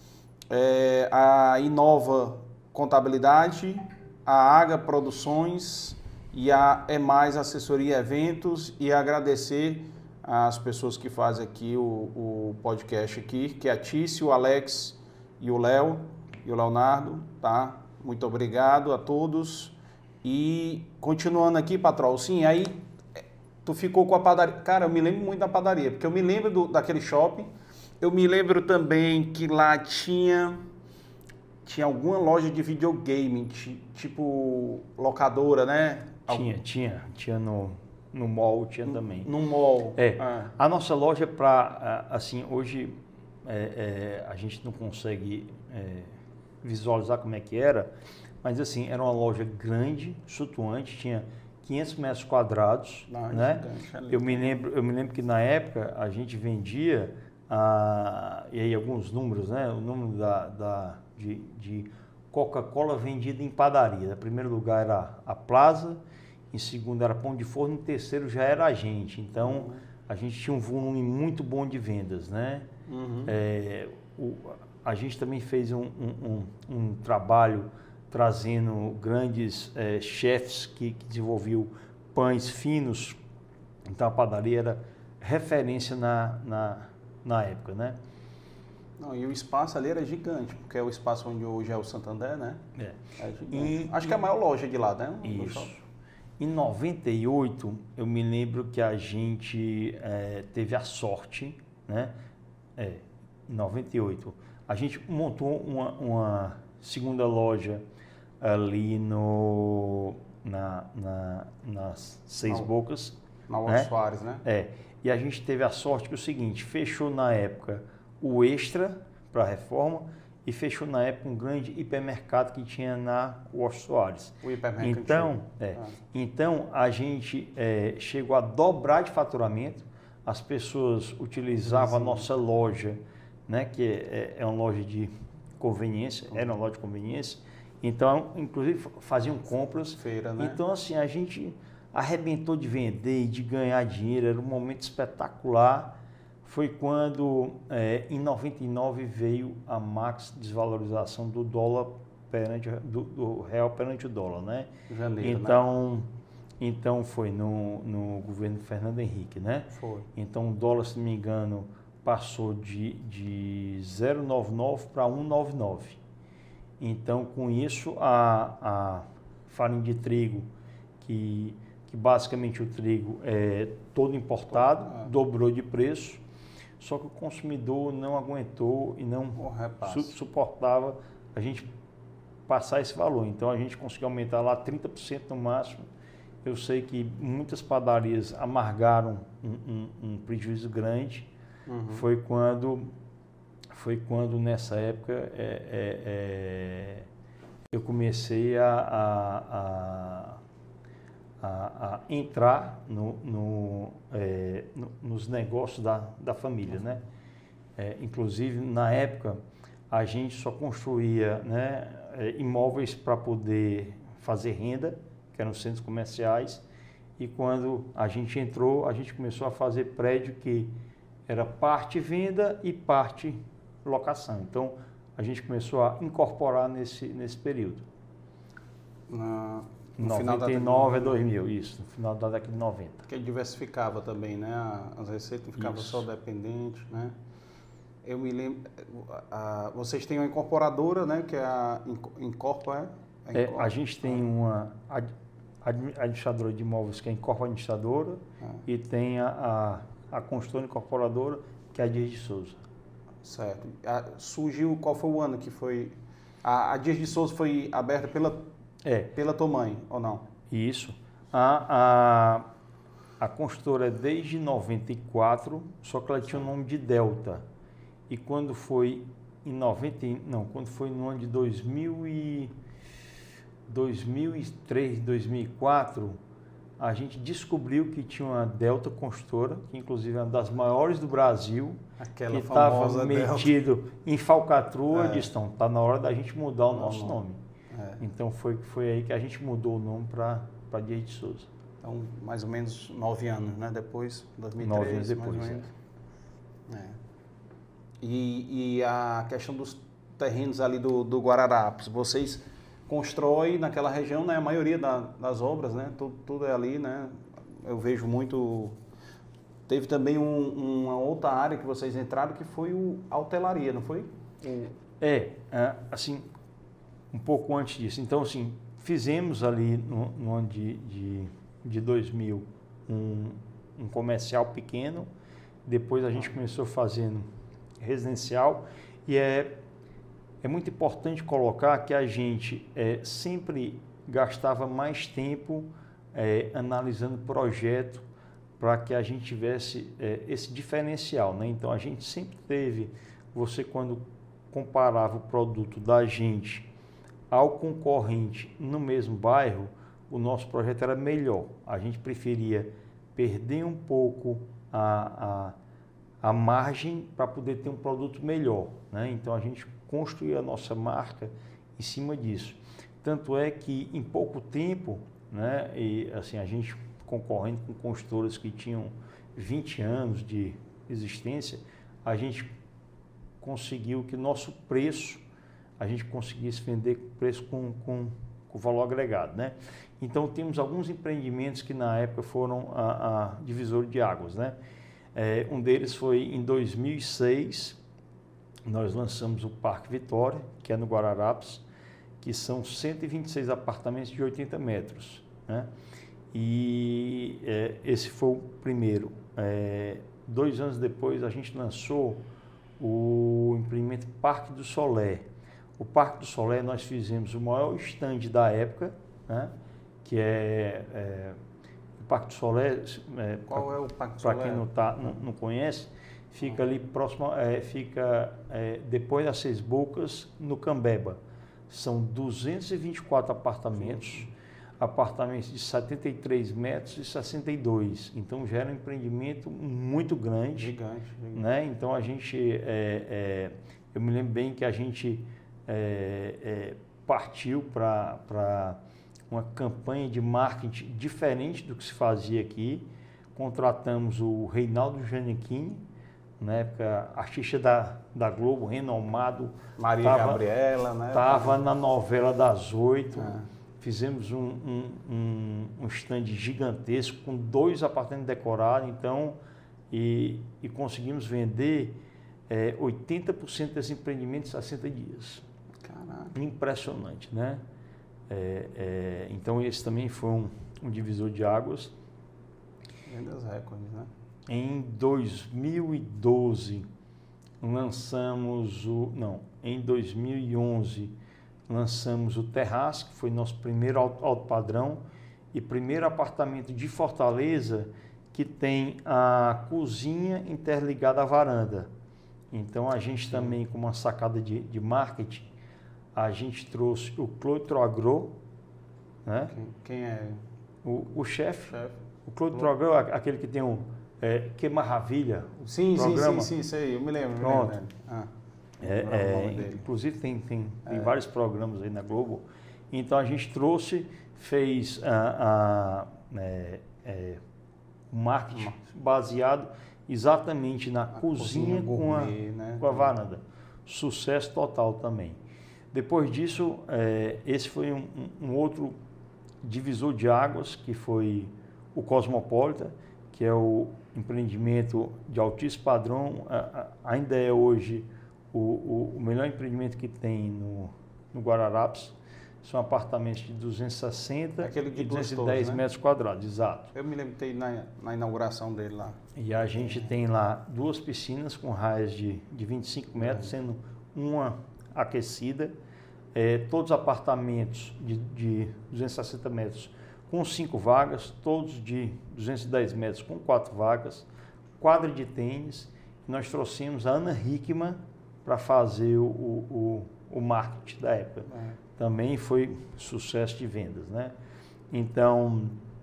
S3: a Inova Contabilidade, a Aga Produções e a EMAIS Assessoria e Eventos, e agradecer as pessoas que fazem aqui o podcast aqui, que é a Tício, o Alex e o Léo e o Leonardo, tá? Muito obrigado a todos. E continuando aqui, patrão, sim, aí tu ficou com a padaria. Cara, eu me lembro muito da padaria, porque eu me lembro daquele shopping, eu me lembro também que lá tinha alguma loja de videogame, tipo locadora, né?
S4: Tinha no mall, tinha também.
S3: No mall.
S4: A nossa loja assim, hoje a gente não consegue visualizar como é que era, mas assim, era uma loja grande, flutuante, tinha 500 metros quadrados, né? Eu me lembro que na época a gente vendia, e aí alguns números, né? O número de Coca-Cola vendida em padaria. Em primeiro lugar era a Plaza, em segundo era Pão de Forno, em terceiro já era a gente. Então, a gente tinha um volume muito bom de vendas, né? A gente também fez um trabalho trazendo grandes chefes que desenvolviam pães finos. Então, a padaria era referência na época, né?
S3: Não, e o espaço ali era gigante, porque é o espaço onde hoje é o Santander, né? Acho que é a maior loja de lá, né?
S4: Isso. Em 98, eu me lembro que a gente teve a sorte, né? Em 98, a gente montou uma segunda loja ali nas Seis Bocas.
S3: Na Walter Soares, né?
S4: E a gente teve a sorte que o seguinte, fechou na época o Extra para a reforma e fechou na época um grande hipermercado que tinha na Walter Soares.
S3: O hipermercado.
S4: Então a gente chegou a dobrar de faturamento, as pessoas utilizavam a nossa loja, né, que é uma loja de conveniência, era uma loja de conveniência, então inclusive faziam compras.
S3: Feira, né?
S4: Então assim, a gente arrebentou de vender e de ganhar dinheiro, era um momento espetacular. Foi quando, em 99, veio a max desvalorização do dólar do real perante o dólar, né?
S3: Janeiro,
S4: então foi no governo Fernando Henrique, né?
S3: Foi.
S4: Então o dólar, se não me engano, passou de 0,99 para 1,99. Então com isso a farinha de trigo, que basicamente o trigo é todo importado, dobrou de preço. Só que o consumidor não aguentou e não suportava a gente passar esse valor. Então a gente conseguiu aumentar lá 30% no máximo. Eu sei que muitas padarias amargaram um prejuízo grande. Foi quando foi quando, nessa época, eu comecei a entrar nos negócios da família, né? Inclusive, na época, a gente só construía, né, imóveis para poder fazer renda, que eram centros comerciais, e quando a gente entrou, a gente começou a fazer prédio que era parte venda e parte locação. Então, a gente começou a incorporar nesse período.
S3: No
S4: 99 a 2000, isso, no final da década de 90.
S3: Porque diversificava também, né? As receitas não ficavam só dependentes, né? Eu me lembro, vocês têm uma incorporadora, né? Que é a Incorpo,
S4: a gente tem uma administradora de imóveis, que é a Incorpo Administradora, e tem a construtora incorporadora, que é a Dias de Souza. Certo.
S3: Surgiu, qual foi o ano que foi? A Dias de Souza foi aberta pela tua mãe, ou não?
S4: Isso. A construtora é desde 94, só que ela tinha o nome de Delta. E quando foi quando foi no ano de 2003, 2004, a gente descobriu que tinha uma Delta Construtora, que inclusive é uma das maiores do Brasil,
S3: aquela
S4: que estava metido em falcatrua, disse, então, está na hora da gente mudar o nosso nome. Então foi aí que a gente mudou o nome para Dias de Souza.
S3: Então, mais ou menos 9 anos, né? Depois, 2013,
S4: 9 anos depois,
S3: mais ou menos. E a questão dos terrenos ali do Guararapes, vocês constroem naquela região, né? A maioria das obras, né? Tudo é ali, né? Eu vejo muito... Teve também uma outra área que vocês entraram, que foi a hotelaria, não foi?
S4: Assim, um pouco antes disso. Então, assim, fizemos ali no ano de 2000 um comercial pequeno, depois a gente começou fazendo residencial, e é muito importante colocar que a gente sempre gastava mais tempo analisando projeto para que a gente tivesse esse diferencial, né? Então, a gente sempre teve, quando comparava o produto da gente ao concorrente no mesmo bairro, o nosso projeto era melhor. A gente preferia perder um pouco a margem para poder ter um produto melhor, né? Então, a gente construía a nossa marca em cima disso. Tanto é que, em pouco tempo, né, e assim, a gente concorrendo com construtoras que tinham 20 anos de existência, a gente conseguiu que nosso preço, a gente conseguisse vender preço com valor agregado, né? Então, temos alguns empreendimentos que na época foram a divisor de águas, né? Um deles foi em 2006, nós lançamos o Parque Vitória, que é no Guararapes, que são 126 apartamentos de 80 metros, né? E esse foi o primeiro. 2 anos depois, a gente lançou o empreendimento Parque do Solé. O Parque do Solé, nós fizemos o maior estande da época, né? Que o Parque do Solé.
S3: Qual é o Parque do Solé?
S4: Para quem não conhece, fica ali próximo, depois das Seis Bocas, no Cambeba. São 224 apartamentos, apartamentos de 73 metros e 62. Então, já era um empreendimento muito grande.
S3: Gigante.
S4: Né? Então, a gente, eu me lembro bem que a gente partiu para uma campanha de marketing diferente do que se fazia aqui. Contratamos o Reinaldo Giannichini, na época artista da Globo, renomado.
S3: Maria Gabriela, né?
S4: Estava na novela das 8. Fizemos um stand gigantesco com 2 apartamentos decorados, então, e conseguimos vender 80% desse empreendimento em 60 dias.
S3: Caraca.
S4: Impressionante, né? Então, esse também foi um divisor de águas.
S3: Vendas recordes, né?
S4: Em 2012, em 2011, lançamos o Terraço, que foi nosso primeiro alto padrão e primeiro apartamento de Fortaleza que tem a cozinha interligada à varanda. Então, a gente também, com uma sacada de marketing, a gente trouxe o Clotroagro, né?
S3: Quem é?
S4: O chefe. O Clotroagro, aquele que tem um... Que Maravilha, o
S3: sim,
S4: programa.
S3: Sim, sei, eu me lembro.
S4: Pronto.
S3: Dele.
S4: Inclusive, tem vários programas aí na Globo. Então, a gente trouxe, fez o marketing baseado exatamente na cozinha gourmet, com a varanda. Sucesso total também. Depois disso, esse foi um outro divisor de águas, que foi o Cosmopolitan, que é o empreendimento de altíssimo padrão, ainda é hoje o melhor empreendimento que tem no Guararapes. São apartamentos de 260 e 210 metros quadrados, exato.
S3: Eu me lembro de ter ido na inauguração dele lá.
S4: E a gente tem lá 2 piscinas com raias de 25 metros, sendo uma aquecida. Todos apartamentos de 260 metros com 5 vagas, todos de 210 metros com 4 vagas, quadra de tênis. Nós trouxemos a Ana Hickman para fazer o marketing da época. Também foi sucesso de vendas, né? Então,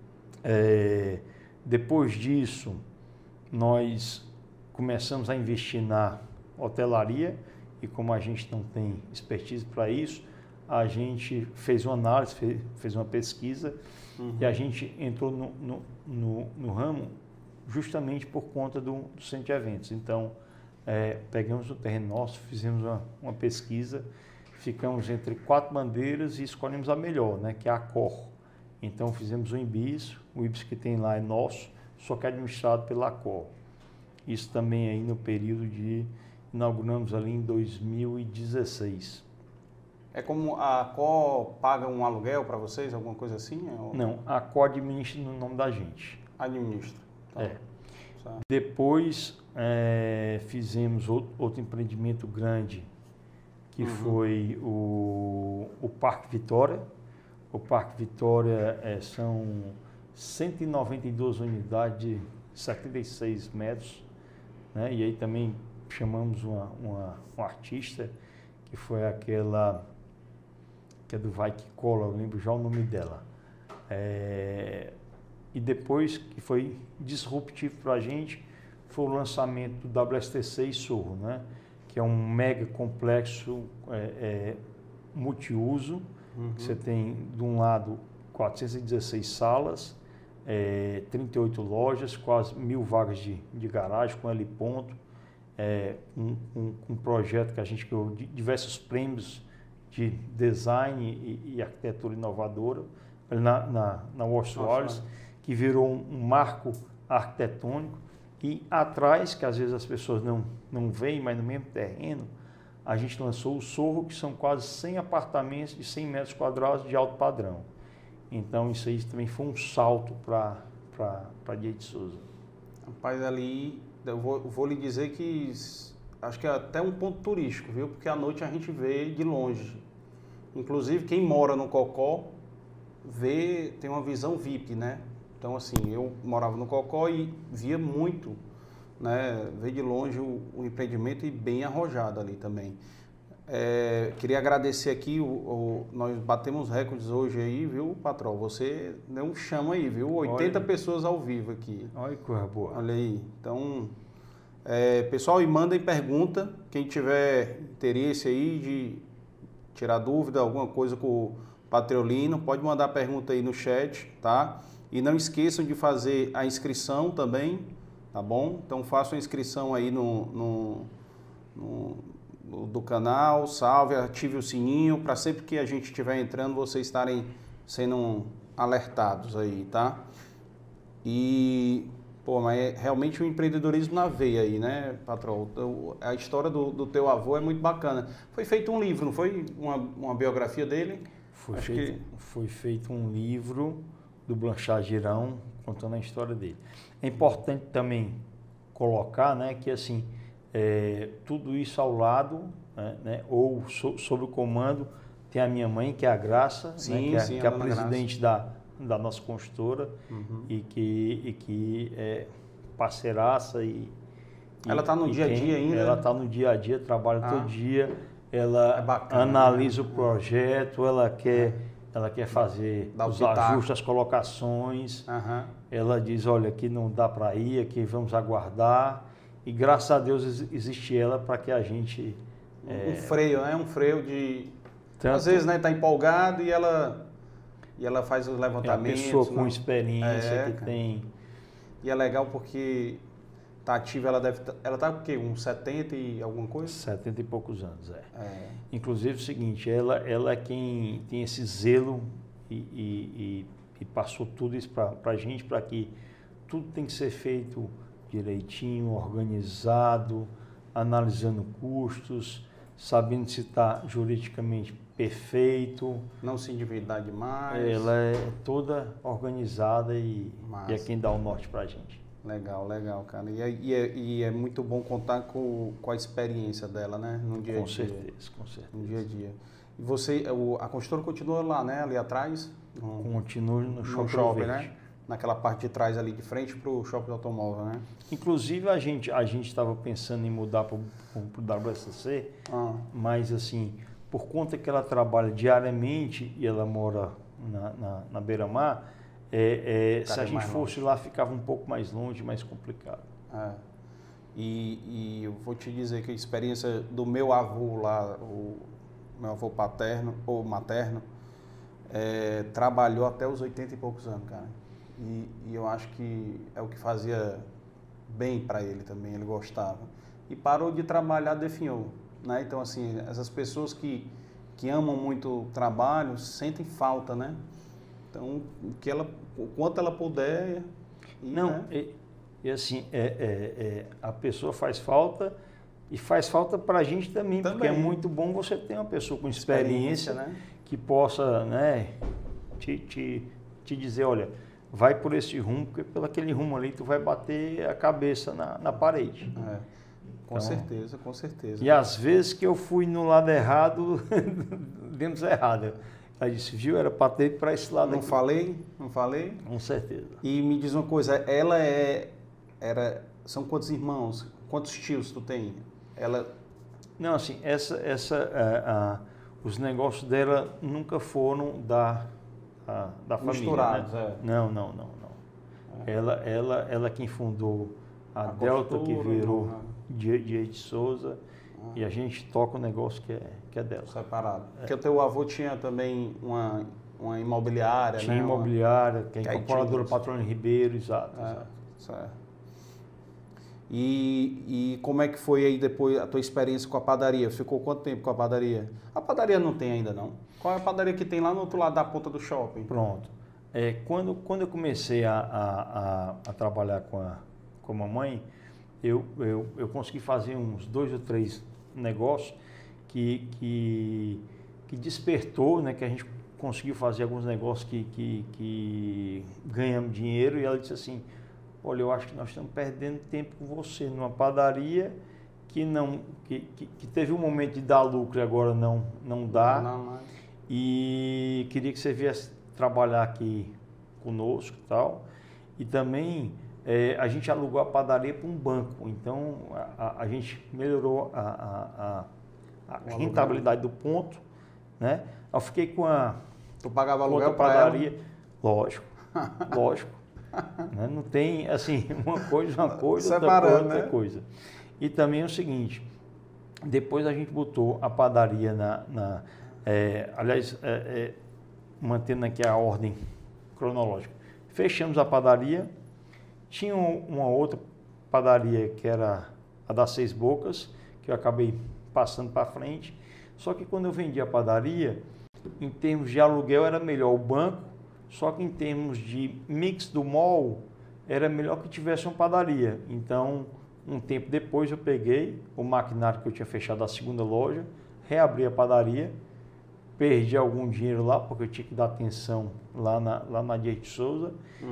S4: depois disso, nós começamos a investir na hotelaria e como a gente não tem expertise para isso, a gente fez uma análise, fez uma pesquisa e a gente entrou no ramo justamente por conta do centro de eventos. Então, pegamos o terreno nosso, fizemos uma pesquisa, ficamos entre 4 bandeiras e escolhemos a melhor, né, que é a Accor. Então fizemos o IBIS que tem lá é nosso, só que é administrado pela Accor. Isso também aí no período inauguramos ali em 2016.
S3: É como a Accor paga um aluguel para vocês, alguma coisa assim?
S4: Não, a Accor administra no nome da gente.
S3: Administra. Tá.
S4: Depois fizemos outro empreendimento grande, que foi o Parque Vitória. O Parque Vitória são 192 unidades de 76 metros, né? E aí também chamamos uma artista, que foi aquela que é do Vai Que Cola, eu lembro já o nome dela. E depois, que foi disruptivo para a gente, foi o lançamento do WSTC e Sorro, né? Que é um mega complexo multiuso, que você tem, de um lado, 416 salas, 38 lojas, quase 1.000 vagas de garagem, com L-ponto, um projeto que a gente ganhou diversos prêmios de design e arquitetura inovadora, na Wallace, que virou um marco arquitetônico. E atrás, que às vezes as pessoas não veem, mas no mesmo terreno, a gente lançou o Sorro, que são quase 100 apartamentos de 100 metros quadrados de alto padrão. Então, isso aí também foi um salto para Dias de Souza.
S3: Rapaz, ali, eu vou lhe dizer que acho que é até um ponto turístico, viu? Porque à noite a gente vê de longe. Inclusive, quem mora no Cocó tem uma visão VIP, né? Então, assim, eu morava no Cocó e via muito, né? Ver de longe o empreendimento e bem arrojado ali também. Queria agradecer aqui, nós batemos recordes hoje aí, viu, patrão? Você deu um chama aí, viu? 80 pessoas ao vivo aqui.
S4: Olha que coisa boa.
S3: Olha aí. Então, pessoal, e mandem pergunta. Quem tiver interesse aí de tirar dúvida, alguma coisa com o Patriolino, pode mandar pergunta aí no chat, tá? E não esqueçam de fazer a inscrição também, tá bom? Então façam a inscrição aí do canal, salve, ative o sininho, para sempre que a gente estiver entrando, vocês estarem sendo alertados aí, tá? E, mas realmente o empreendedorismo na veia aí, né, patrão? A história do teu avô é muito bacana. Foi feito um livro, não foi? Uma biografia dele?
S4: Foi feito um livro do Blanchard Girão, contando a história dele. É importante também colocar, né, que assim, tudo isso ao lado, né, ou sob o comando, tem a minha mãe, que é a Graça,
S3: sim,
S4: né,
S3: sim,
S4: que é a presidente da nossa construtora, e que é parceiraça e
S3: Ela está no dia a dia ainda?
S4: Ela está no dia a dia, trabalha todo dia, ela analisa o projeto, ela quer fazer os ajustes, as colocações. Ela diz, olha, aqui não dá para ir, aqui vamos aguardar. E graças a Deus existe ela para que a gente...
S3: Um freio, né? Um freio de... Às vezes, né, tá empolgado e ela faz os levantamentos.
S4: É uma pessoa com experiência que tem...
S3: E é legal porque tá ativa, ela tá o quê? Uns 70 e alguma coisa?
S4: 70 e poucos anos, Inclusive o seguinte, ela é quem tem esse zelo e passou tudo isso para a gente, para que tudo tem que ser feito direitinho, organizado, analisando custos, sabendo se está juridicamente perfeito.
S3: Não se endividar demais.
S4: Ela é toda organizada e é quem dá o norte para a gente.
S3: Legal, cara. E é muito bom contar com a experiência dela, né? No dia a dia.
S4: Com certeza.
S3: No dia a dia. E você, a construtora continua lá, né? Ali atrás?
S4: Continua no
S3: shopping, né? Naquela parte de trás ali de frente para o shopping automóvel, né?
S4: Inclusive a gente estava pensando em mudar para o WSC, mas assim, por conta que ela trabalha diariamente e ela mora na beira-mar, se a gente fosse lá ficava um pouco mais longe, mais complicado.
S3: E eu vou te dizer que a experiência do meu avô lá, o meu avô paterno ou materno, trabalhou até os 80 e poucos anos, cara. E eu acho que é o que fazia bem para ele também, ele gostava. E parou de trabalhar, definhou, né? Então, assim, essas pessoas que amam muito o trabalho sentem falta, né? Então, o quanto ela puder...
S4: E assim, a pessoa faz falta e faz falta para a gente também, porque é muito bom você ter uma pessoa com experiência né? Que possa, né, te dizer, olha... vai por esse rumo, porque pelo aquele rumo ali tu vai bater a cabeça na parede.
S3: Com certeza, com certeza.
S4: E às vezes que eu fui no lado errado, demos errado. Ela disse, viu, era para ter para esse lado aqui.
S3: Não falei?
S4: Com certeza.
S3: E me diz uma coisa, são quantos irmãos, quantos tios tu tem?
S4: Não, assim, os negócios dela nunca foram da família,
S3: misturados,
S4: né? Não. Ela quem fundou a Delta, que virou de Souza, e a gente toca o negócio que é dela.
S3: Separado. Porque o teu avô tinha também uma imobiliária,
S4: tinha,
S3: né?
S4: Imobiliária, que é a incorporadora Patrônio Ribeiro, exato.
S3: Certo. E como é que foi aí depois a tua experiência com a padaria? Ficou quanto tempo com a padaria? A padaria não tem ainda não? Qual é a padaria que tem lá no outro lado da ponta do shopping?
S4: Pronto. Quando eu comecei a trabalhar com a mamãe, eu consegui fazer uns 2 ou 3 negócios que despertou, né, que a gente conseguiu fazer alguns negócios que ganhamos dinheiro, e ela disse assim, olha, eu acho que nós estamos perdendo tempo com você numa padaria que teve um momento de dar lucro e agora não dá.
S3: Não.
S4: E queria que você viesse trabalhar aqui conosco e tal. E também a gente alugou a padaria para um banco. Então a gente melhorou a rentabilidade do ponto, né? Eu fiquei com a...
S3: Tu pagava aluguel para
S4: padaria? Lógico. Né? Não tem, assim, uma coisa, outra coisa. E também é o seguinte, depois a gente botou a padaria mantendo aqui a ordem cronológica. Fechamos a padaria, tinha uma outra padaria que era a das 6 Bocas, que eu acabei passando para frente, só que quando eu vendi a padaria, em termos de aluguel era melhor o banco, só que em termos de mix do mall, era melhor que tivesse uma padaria. Então, um tempo depois eu peguei o maquinário que eu tinha fechado a segunda loja, reabri a padaria, perdi algum dinheiro lá, porque eu tinha que dar atenção lá na Dias de Souza,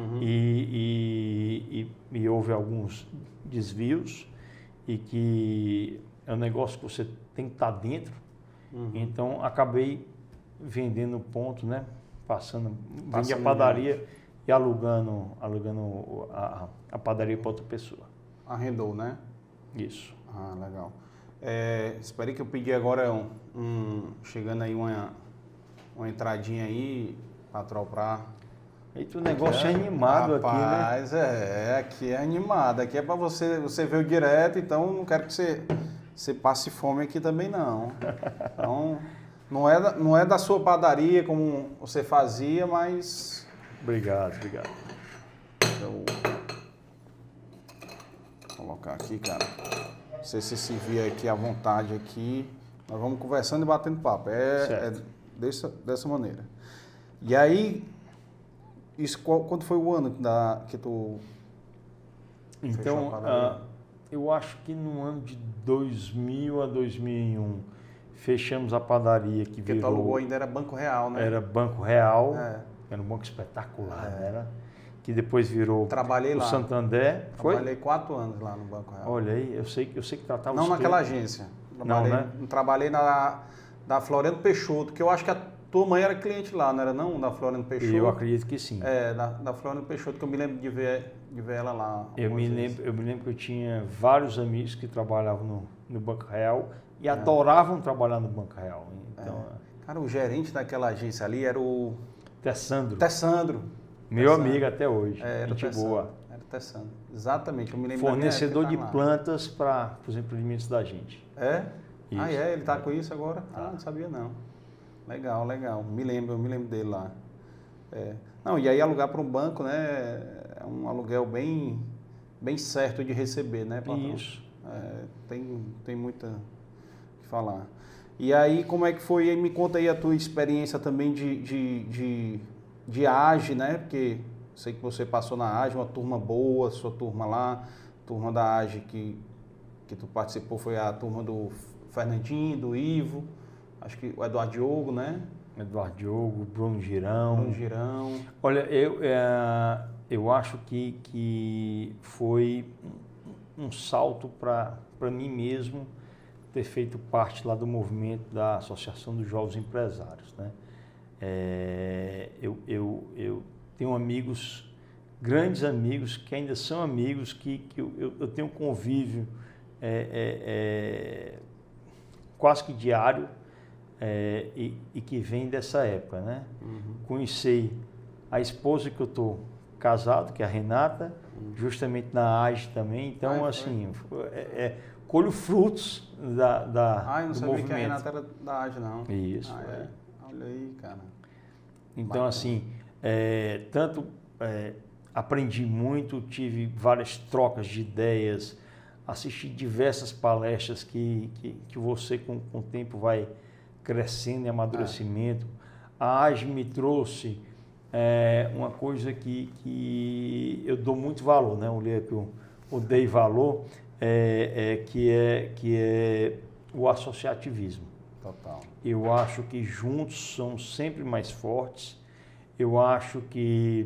S4: e houve alguns desvios, e que é um negócio que você tem que estar dentro. Então, acabei vendendo ponto, né? Vendi a padaria e alugando a padaria para outra pessoa.
S3: Arrendou, né?
S4: Isso.
S3: Ah, legal. Espera que eu pedi agora chegando aí uma entradinha aí, patrão, pra...
S4: Eita, o negócio é animado,
S3: rapaz,
S4: aqui, né?
S3: Rapaz, aqui é animado. Aqui é pra você ver o direto, então não quero que você passe fome aqui também, não. Então, não é da sua padaria como você fazia, mas...
S4: Obrigado.
S3: Eu vou colocar aqui, cara. Você se servir aqui à vontade aqui. Nós vamos conversando e batendo papo. Dessa maneira. E aí, quando foi o ano que tu
S4: então,
S3: fechou a padaria?
S4: eu acho que no ano de 2000 a 2001 fechamos a padaria que
S3: Porque
S4: virou...
S3: tua alugou ainda era Banco Real, né?
S4: Era Banco Real, era um banco espetacular, né? Que depois virou
S3: Trabalhei
S4: o
S3: lá.
S4: Santander.
S3: Trabalhei 4 anos lá no Banco Real.
S4: Olha aí, eu sei que tratava
S3: Não
S4: os
S3: naquela
S4: clientes.
S3: agência.
S4: Trabalhei
S3: Da Floriano Peixoto, que eu acho que a tua mãe era cliente lá, não era não? Da Floriano Peixoto?
S4: Eu acredito que sim.
S3: Da Floriano Peixoto, que eu me lembro de ver ela lá.
S4: Eu me lembro que eu tinha vários amigos que trabalhavam no Banco Real e adoravam trabalhar no Banco Real. Então,
S3: Cara, o gerente daquela agência ali era o...
S4: Tessandro. Meu amigo até hoje.
S3: Era
S4: gente
S3: Tessandro.
S4: boa.
S3: Era Tessandro. Exatamente, eu me lembro
S4: Fornecedor de
S3: da minha época,
S4: plantas para os empreendimentos da gente.
S3: É?
S4: Isso.
S3: Ah, ele tá com isso agora? Ah, não sabia não. Legal. Eu me lembro dele lá. Não, e aí alugar para um banco, né, é um aluguel bem certo de receber, né, patrão?
S4: Isso.
S3: Tem muita o que falar. E aí, como é que foi? Aí me conta aí a tua experiência também de AGE, né? Porque sei que você passou na AGE, uma turma boa, sua turma lá, turma da AGE que tu participou foi a turma do Fernandinho, do Ivo, acho que o Eduardo Diogo, né?
S4: Eduardo Diogo, Bruno Girão.
S3: Olha,
S4: eu acho que foi um salto para mim mesmo ter feito parte lá do movimento da Associação dos Jovens Empresários, né? Eu tenho amigos, grandes amigos, que ainda são amigos, que eu tenho convívio quase que diário e que vem dessa época, né?
S3: Uhum.
S4: Conheci a esposa que eu estou casado, que é a Renata, justamente na AGE também, então colho frutos
S3: eu não
S4: do
S3: sabia
S4: movimento.
S3: que a Renata era da AGE, não.
S4: Isso.
S3: Olha aí, cara.
S4: Então, assim, aprendi muito, tive várias trocas de ideias, assisti diversas palestras que você, com o tempo, vai crescendo em amadurecimento. A AGE me trouxe uma coisa que eu dou muito valor, né? Olhei que eu dei valor, que é o associativismo.
S3: Total.
S4: Eu acho que juntos somos sempre mais fortes. Eu acho que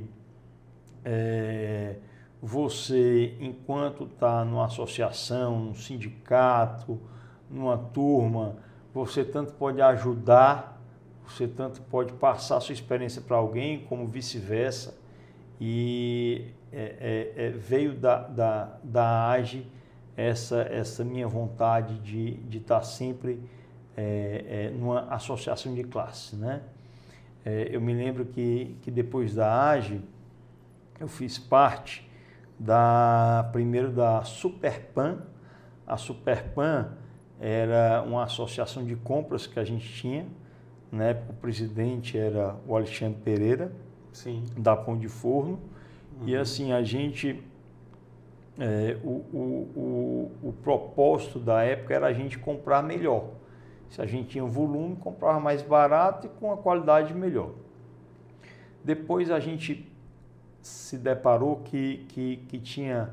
S4: você, enquanto está numa associação, num sindicato, numa turma, você tanto pode ajudar, você tanto pode passar a sua experiência para alguém, como vice-versa. E veio da AGE essa minha vontade de estar sempre numa associação de classe, né? Eu me lembro que depois da AGE, eu fiz parte primeiro da Superpan. A Superpan era uma associação de compras que a gente tinha. Na época, o presidente era o Alexandre Pereira,
S3: sim,
S4: da Pão de Forno.
S3: Uhum.
S4: E assim, a gente... o propósito da época era a gente comprar melhor. Se a gente tinha volume, comprava mais barato e com a qualidade melhor. Depois a gente se deparou que tinha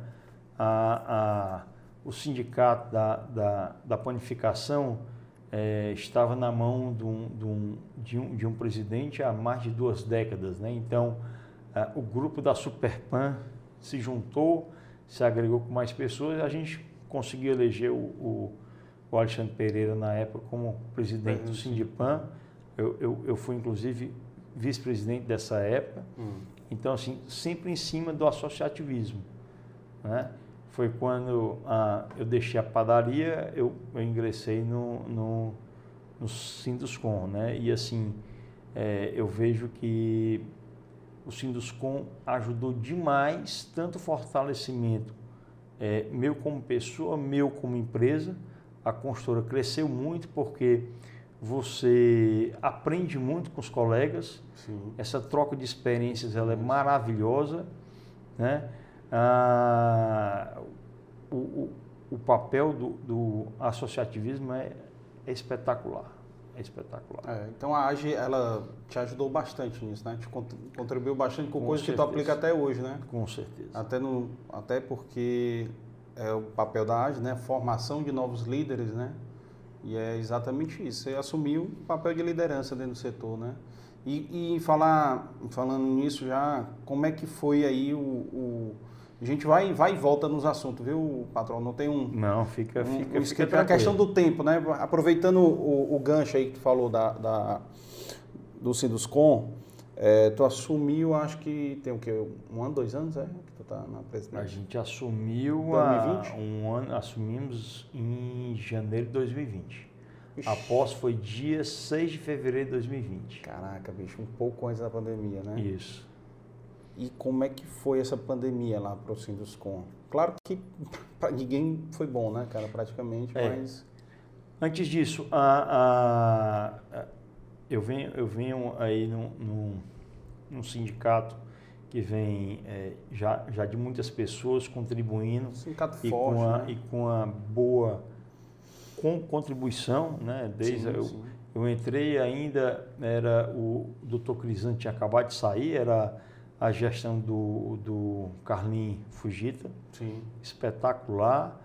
S4: o sindicato da panificação, estava na mão de um presidente há mais de 2 décadas, né? Então, o grupo da Superpan se juntou, se agregou com mais pessoas, e a gente conseguiu eleger o Alexandre Pereira na época como presidente do Sindipan. Eu fui, inclusive, vice-presidente dessa época. Então, assim, sempre em cima do associativismo, né? foi quando eu deixei a padaria, eu ingressei no Sinduscom, né? E assim, eu vejo que o Sinduscom ajudou demais, tanto o fortalecimento meu como pessoa, meu como empresa. A consultora cresceu muito porque você aprende muito com os colegas.
S3: Sim.
S4: Essa troca de experiências ela é maravilhosa, né? O papel do associativismo é espetacular. É espetacular.
S3: Então a AGE, ela te ajudou bastante nisso, né? Te contribuiu bastante com coisas
S4: certeza.
S3: que tu aplica até hoje, né?
S4: Com certeza.
S3: Até porque é o papel da AGE, né? Formação de novos líderes, né? E é exatamente isso. Você assumiu o papel de liderança dentro do setor, né? E falando nisso já, como é que foi aí a gente vai e volta nos assuntos, viu, patrão? Não tem
S4: Não, fica tranquilo.
S3: A questão do tempo, né? Aproveitando o gancho aí que tu falou do Sinduscom, tu assumiu, acho que tem o quê? 1 ano, 2 anos, que tu tá na presidência?
S4: A gente assumiu
S3: 2020?
S4: Assumimos em janeiro de 2020.
S3: Ixi.
S4: A posse foi dia 6 de fevereiro de 2020.
S3: Caraca, bicho, um pouco antes da pandemia, né?
S4: Isso.
S3: E como é que foi essa pandemia lá para o Sinduscom? Claro que para ninguém foi bom, né, cara, praticamente, mas...
S4: Antes disso, eu venho aí num sindicato que vem já de muitas pessoas contribuindo.
S3: Sindicato
S4: e
S3: forte, né?
S4: E com a boa contribuição, né? Desde eu entrei ainda, era o Dr. Crisanto tinha acabado de sair, era a gestão do Carlinhos Fujita.
S3: Sim.
S4: Espetacular.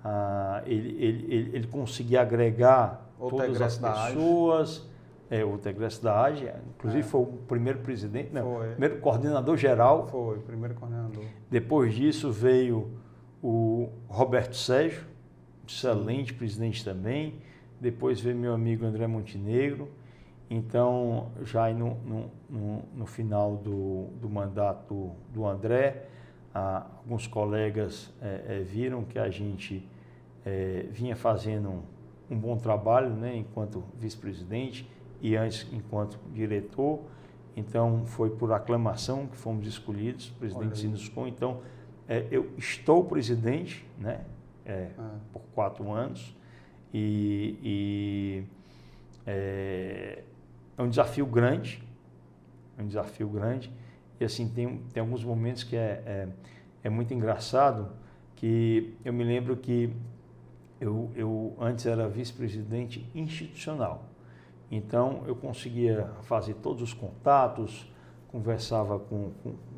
S4: Ele conseguia agregar todas as pessoas. Outro egresso da AGE, inclusive foi o primeiro presidente, primeiro coordenador geral.
S3: Foi, o primeiro coordenador.
S4: Depois disso veio o Roberto Sérgio, excelente presidente também. Depois veio meu amigo André Montenegro. Então, já aí no final do mandato do André, alguns colegas viram que a gente vinha fazendo um bom trabalho, né, enquanto vice-presidente e antes enquanto diretor. Então, foi por aclamação que fomos escolhidos, presidente do Sinduscom. Então, eu estou presidente, né, por 4 anos e é um desafio grande, e assim tem alguns momentos que é muito engraçado, que eu me lembro que eu antes era vice-presidente institucional, então eu conseguia fazer todos os contatos, conversava com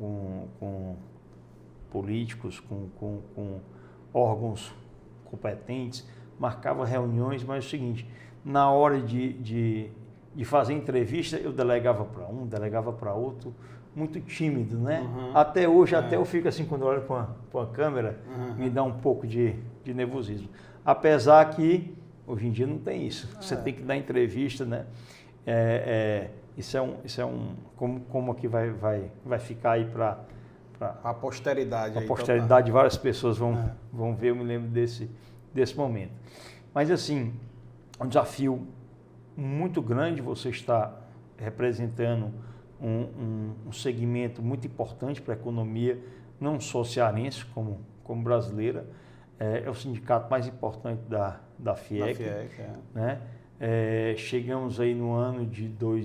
S4: políticos, com órgãos competentes, marcava reuniões, mas é o seguinte, na hora de fazer entrevista, eu delegava para um, delegava para outro, muito tímido, né?
S3: Uhum.
S4: Até hoje, até eu fico assim, quando eu olho para a câmera, me dá um pouco de nervosismo. Apesar que, hoje em dia, não tem isso. Você tem que dar entrevista, né? Isso é um como que vai ficar aí para
S3: a posteridade.
S4: A posteridade, várias pessoas vão ver, eu me lembro desse momento. Mas, assim, um desafio muito grande, você está representando um segmento muito importante para a economia, não só cearense, como brasileira. É o sindicato mais importante da FIEC. Né? Chegamos aí no ano de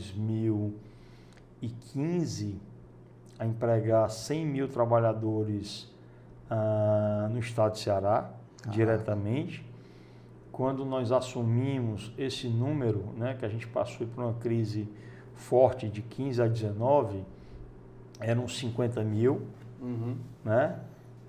S4: 2015 a empregar 100 mil trabalhadores no estado de Ceará, diretamente. Quando nós assumimos esse número, né, que a gente passou por uma crise forte de 15 a 19, eram 50 mil, né?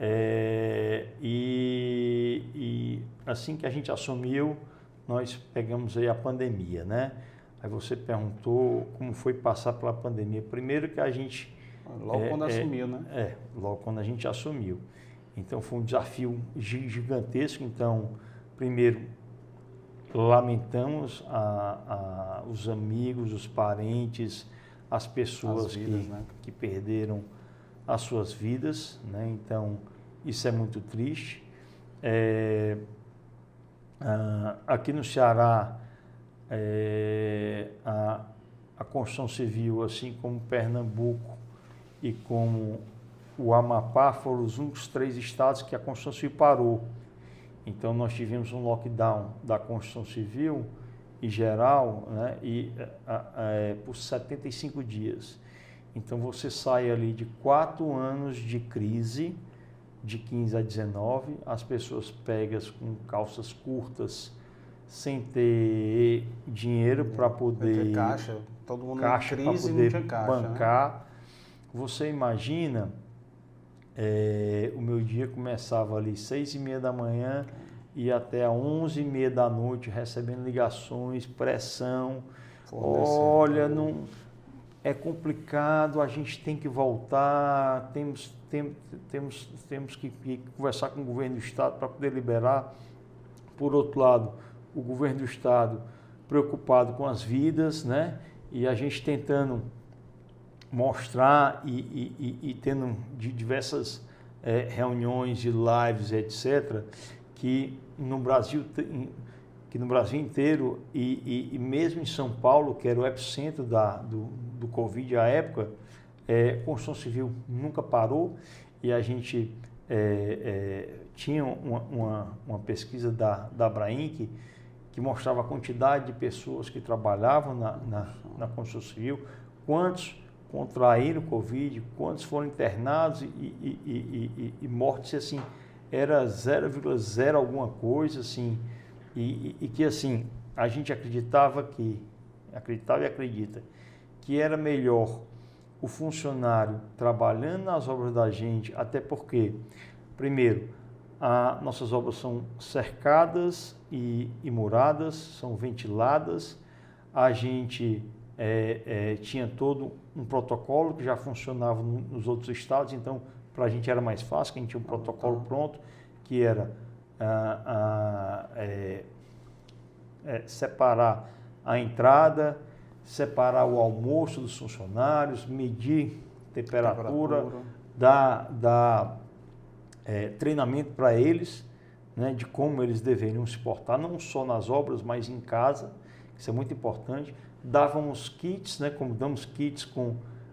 S4: E assim que a gente assumiu, nós pegamos aí a pandemia, né? Aí você perguntou como foi passar pela pandemia. Primeiro que a gente...
S3: Logo quando assumiu, né?
S4: Logo quando a gente assumiu. Então foi um desafio gigantesco. Então, primeiro, lamentamos os amigos, os parentes, as pessoas que perderam as suas vidas, né? Então, isso é muito triste. Aqui no Ceará, a construção civil, assim como Pernambuco e como o Amapá, foram os únicos 3 estados que a construção civil parou. Então, nós tivemos um lockdown da construção civil em geral, né, por 75 dias. Então, você sai ali de 4 anos de crise, de 15 a 19, as pessoas pegas com calças curtas, sem ter dinheiro para poder...
S3: Caixa, todo mundo
S4: caixa
S3: em crise, não tinha caixa,
S4: bancar.
S3: Né?
S4: Você imagina, o meu dia começava ali 6h30 da manhã e até 11h30 da noite, recebendo ligações, pressão. Olha, não, é complicado, a gente tem que voltar, temos que conversar com o governo do estado para poder liberar. Por outro lado, o governo do estado preocupado com as vidas, né? E a gente tentando mostrar e tendo diversas reuniões e lives, etc., que no Brasil inteiro e mesmo em São Paulo, que era o epicentro do Covid à época, a construção civil nunca parou e a gente tinha uma pesquisa da Abrainc que mostrava a quantidade de pessoas que trabalhavam na construção civil, quantos contraíram Covid, quantos foram internados e mortes, assim, era 0,0 alguma coisa, assim, e que, assim, a gente acreditava e acredita que era melhor o funcionário trabalhando nas obras da gente, até porque, primeiro, nossas obras são cercadas e muradas, são ventiladas, a gente tinha todo um protocolo que já funcionava nos outros estados, então para a gente era mais fácil, que a gente tinha um protocolo pronto, que era separar a entrada, separar o almoço dos funcionários, medir temperatura, dar treinamento para eles, né, de como eles deveriam se portar, não só nas obras, mas em casa, isso é muito importante. Dávamos kits, né, como damos kits com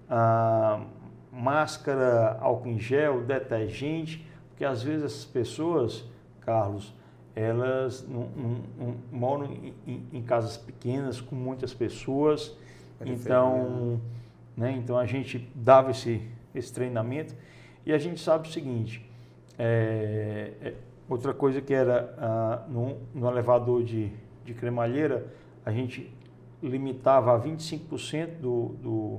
S4: máscara, álcool em gel, detergente, porque às vezes essas pessoas, Carlos, elas não moram em casas pequenas com muitas pessoas, então a gente dava esse treinamento e a gente sabe o seguinte, outra coisa que era no elevador de cremalheira, a gente limitava a 25%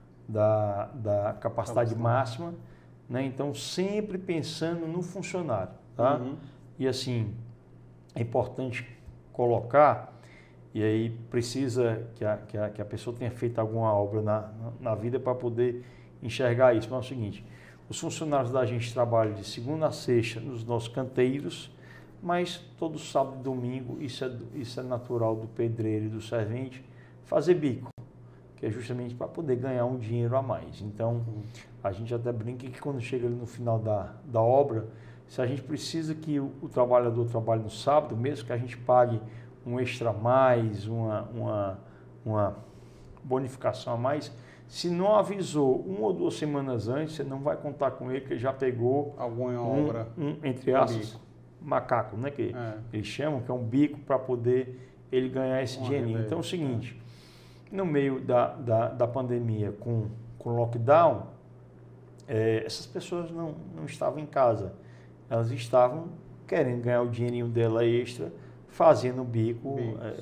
S4: da capacidade máxima, né? Então sempre pensando no funcionário, tá? Uhum. E assim, é importante colocar, e aí precisa que a pessoa tenha feito alguma obra na vida para poder enxergar isso. Mas é o seguinte, os funcionários da gente trabalham de segunda a sexta nos nossos canteiros, mas todo sábado e domingo, isso é natural do pedreiro e do servente, fazer bico, que é justamente para poder ganhar um dinheiro a mais. Então, a gente até brinca que quando chega ali no final da obra, se a gente precisa que o trabalhador trabalhe no sábado, mesmo que a gente pague um extra a mais, uma bonificação a mais, se não avisou 1 ou 2 semanas antes, você não vai contar com ele, que ele já pegou
S3: alguma obra,
S4: entre aspas, macaco, né, que eles chamam, que é um bico para poder ele ganhar esse dinheirinho. Então é o seguinte, no meio da pandemia com lockdown, essas pessoas não estavam em casa, elas estavam querendo ganhar o dinheirinho dela extra, fazendo bico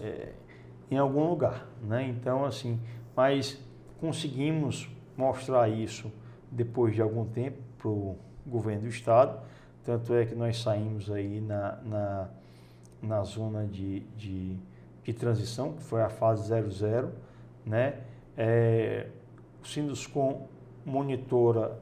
S4: em algum lugar, né? Então, assim, mas conseguimos mostrar isso depois de algum tempo para o governo do estado, tanto é que nós saímos aí na zona de transição, que foi a fase 00, né? O Sinduscom monitora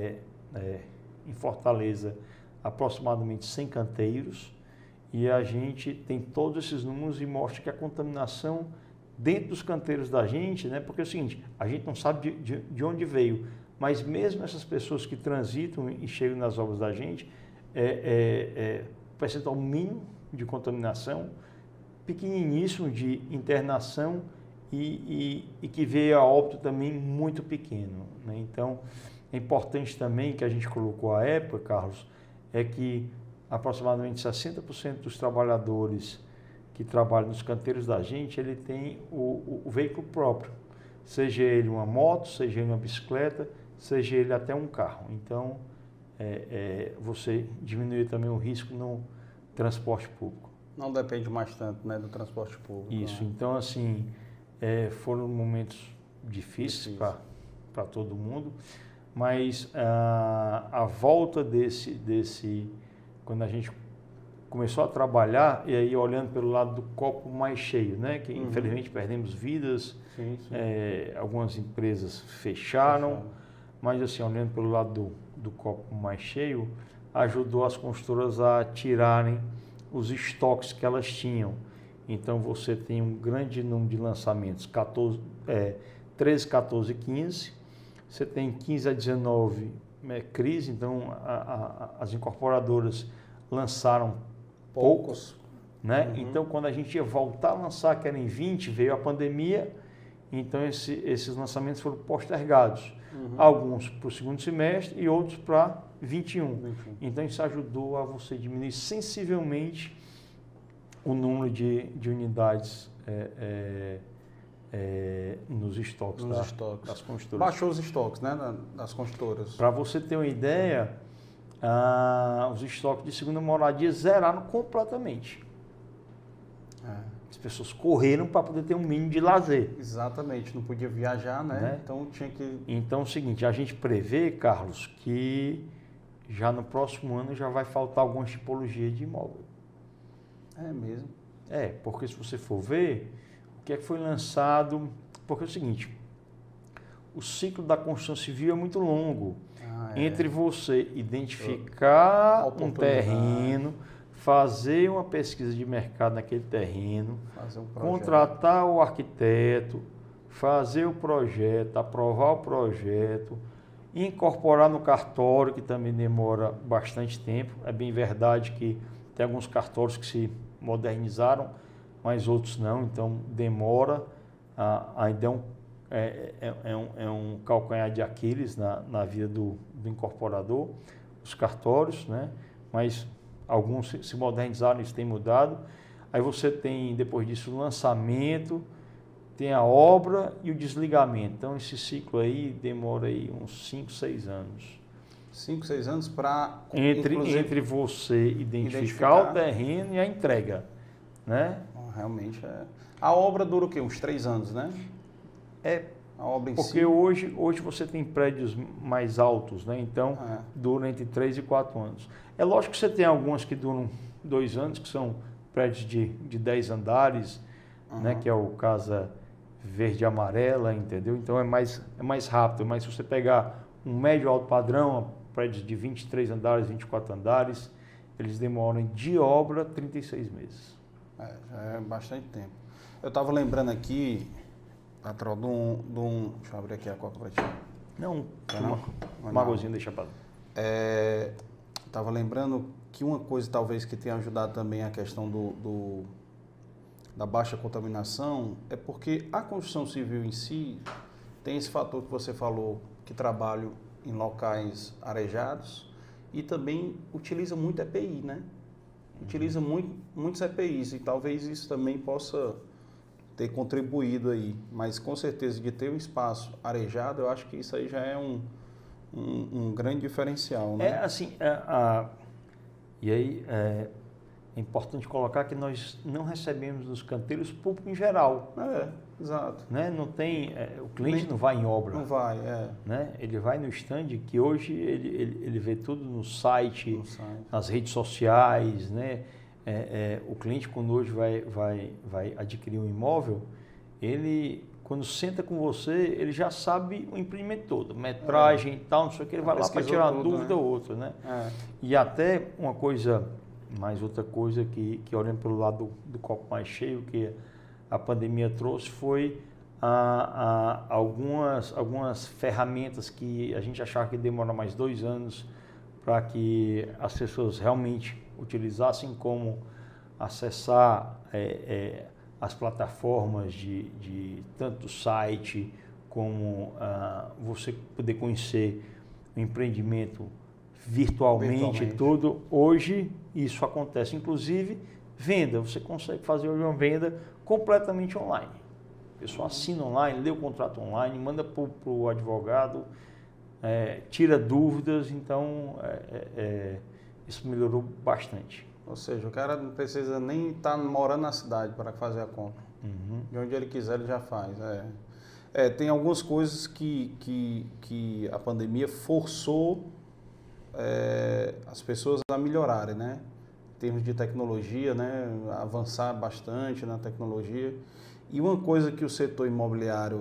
S4: em Fortaleza aproximadamente 100 canteiros e a gente tem todos esses números e mostra que a contaminação dentro dos canteiros da gente, né? Porque é o seguinte, a gente não sabe de onde veio, mas mesmo essas pessoas que transitam e chegam nas obras da gente, percentual mínimo de contaminação, pequeniníssimo de internação e que veio a óbito também muito pequeno, né? Então, é importante também que a gente colocou à época, Carlos, é que aproximadamente 60% dos trabalhadores que trabalham nos canteiros da gente, ele tem o veículo próprio, seja ele uma moto, seja ele uma bicicleta, seja ele até um carro. Então, você diminui também o risco no transporte público.
S3: Não depende mais tanto, né, do transporte público.
S4: Isso,
S3: né?
S4: então assim, foram momentos difíceis para todo mundo, mas a volta quando a gente começou a trabalhar, e aí olhando pelo lado do copo mais cheio, né, que infelizmente perdemos vidas,
S3: sim.
S4: Algumas empresas fecharam, mas assim, olhando pelo lado do copo mais cheio, ajudou as construtoras a tirarem os estoques que elas tinham. Então você tem um grande número de lançamentos, 13, 14 e 15. Você tem 15 a 19 crise, então as incorporadoras lançaram poucos, né? Então quando a gente ia voltar a lançar, que era em 20, veio a pandemia, então esses lançamentos foram postergados. Alguns para o segundo semestre e outros para 21. Então isso ajudou a você diminuir sensivelmente o número de unidades nos estoques, das construtoras.
S3: Baixou os estoques, né, das construtoras.
S4: Para você ter uma ideia, os estoques de segunda moradia zeraram completamente. As pessoas correram para poder ter um mínimo de lazer.
S3: Exatamente, não podia viajar, né? Então tinha que...
S4: Então é o seguinte, a gente prevê, Carlos, que já no próximo ano já vai faltar algumas tipologias de imóvel.
S3: É mesmo?
S4: Porque se você for ver, o que é que foi lançado... Porque é o seguinte, o ciclo da construção civil é muito longo. Entre você identificar um terreno, fazer uma pesquisa de mercado naquele terreno, contratar o arquiteto, fazer o projeto, aprovar o projeto, incorporar no cartório, que também demora bastante tempo. É bem verdade que tem alguns cartórios que se modernizaram, mas outros não, então demora. Ainda é um calcanhar de Aquiles na vida do incorporador, os cartórios, né? Mas alguns se modernizaram, isso tem mudado. Aí você tem, depois disso, o lançamento, tem a obra e o desligamento. Então, esse ciclo aí demora aí uns 5, 6 anos.
S3: 5, 6 anos para...
S4: Entre você identificar o terreno e a entrega, né?
S3: Realmente é... A obra dura o quê? Uns 3 anos, né? A obra em
S4: porque
S3: si.
S4: Hoje você tem prédios mais altos, né? Então, dura entre 3 e 4 anos. É lógico que você tem algumas que duram 2 anos, que são prédios de 10 andares, né? Que é o Casa Verde e Amarela, entendeu? Então, é mais rápido. Mas se você pegar um médio alto padrão, prédios de 23 andares, 24 andares, eles demoram de obra 36 meses.
S3: Já é bastante tempo. Eu estava lembrando aqui... Patrão, deixa eu abrir aqui a coca para ti.
S4: Não, uma gozinha deixa para lá.
S3: Estava lembrando que uma coisa talvez que tenha ajudado também a questão da baixa contaminação é porque a construção civil em si tem esse fator que você falou, que trabalho em locais arejados e também utiliza muito EPI, né? Utiliza muitos EPIs e talvez isso também possa... ter contribuído aí, mas com certeza de ter um espaço arejado, eu acho que isso aí já é um grande diferencial, né?
S4: E aí é importante colocar que nós não recebemos nos canteiros público em geral.
S3: Exato.
S4: Né? Não tem, o cliente não vai em obra.
S3: Não vai,
S4: né? Ele vai no stand, que hoje ele vê tudo no site, nas redes sociais, né? O cliente, quando hoje vai adquirir um imóvel, ele, quando senta com você, ele já sabe o empreendimento todo, metragem e tal, não sei o que, ele vai lá para tirar uma dúvida ou outra, né? E até outra coisa que olhando pelo lado do copo mais cheio, que a pandemia trouxe, foi algumas ferramentas que a gente achava que demora mais 2 anos para que as pessoas realmente utilizassem como acessar as plataformas de tanto site como você poder conhecer o empreendimento virtualmente. Tudo. Hoje isso acontece, inclusive venda. Você consegue fazer hoje uma venda completamente online. A pessoa assina online, lê o contrato online, manda para o advogado, tira dúvidas, então isso melhorou bastante.
S3: Ou seja, o cara não precisa nem estar morando na cidade para fazer a compra.
S4: Uhum.
S3: De onde ele quiser, ele já faz. Tem algumas coisas que a pandemia forçou as pessoas a melhorarem, né? Em termos de tecnologia, né? Avançar bastante na tecnologia. E uma coisa que o setor imobiliário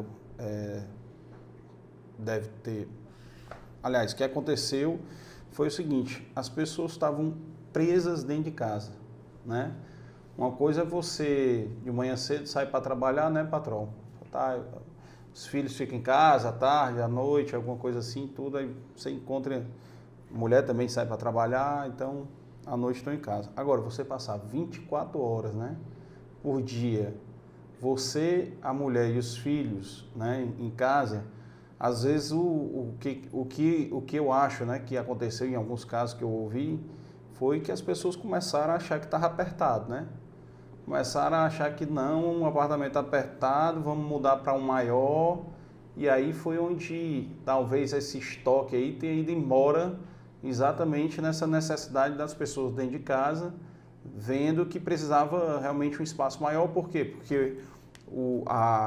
S3: deve ter... Aliás, o que aconteceu foi o seguinte, as pessoas estavam presas dentro de casa, né? Uma coisa é você, de manhã cedo, sair para trabalhar, né, patrão? Tá, os filhos ficam em casa, à tarde, à noite, alguma coisa assim, tudo, aí você encontra... Mulher também sai para trabalhar, então, à noite estão em casa. Agora, você passar 24 horas, né, por dia, você, a mulher e os filhos, né, em casa, às vezes o que eu acho, né, que aconteceu em alguns casos que eu ouvi, foi que as pessoas começaram a achar que estava apertado, né? Começaram a achar que não, um apartamento apertado, vamos mudar para um maior. E aí foi onde talvez esse estoque aí tenha ido embora exatamente nessa necessidade das pessoas dentro de casa, vendo que precisava realmente um espaço maior. Por quê? Porque o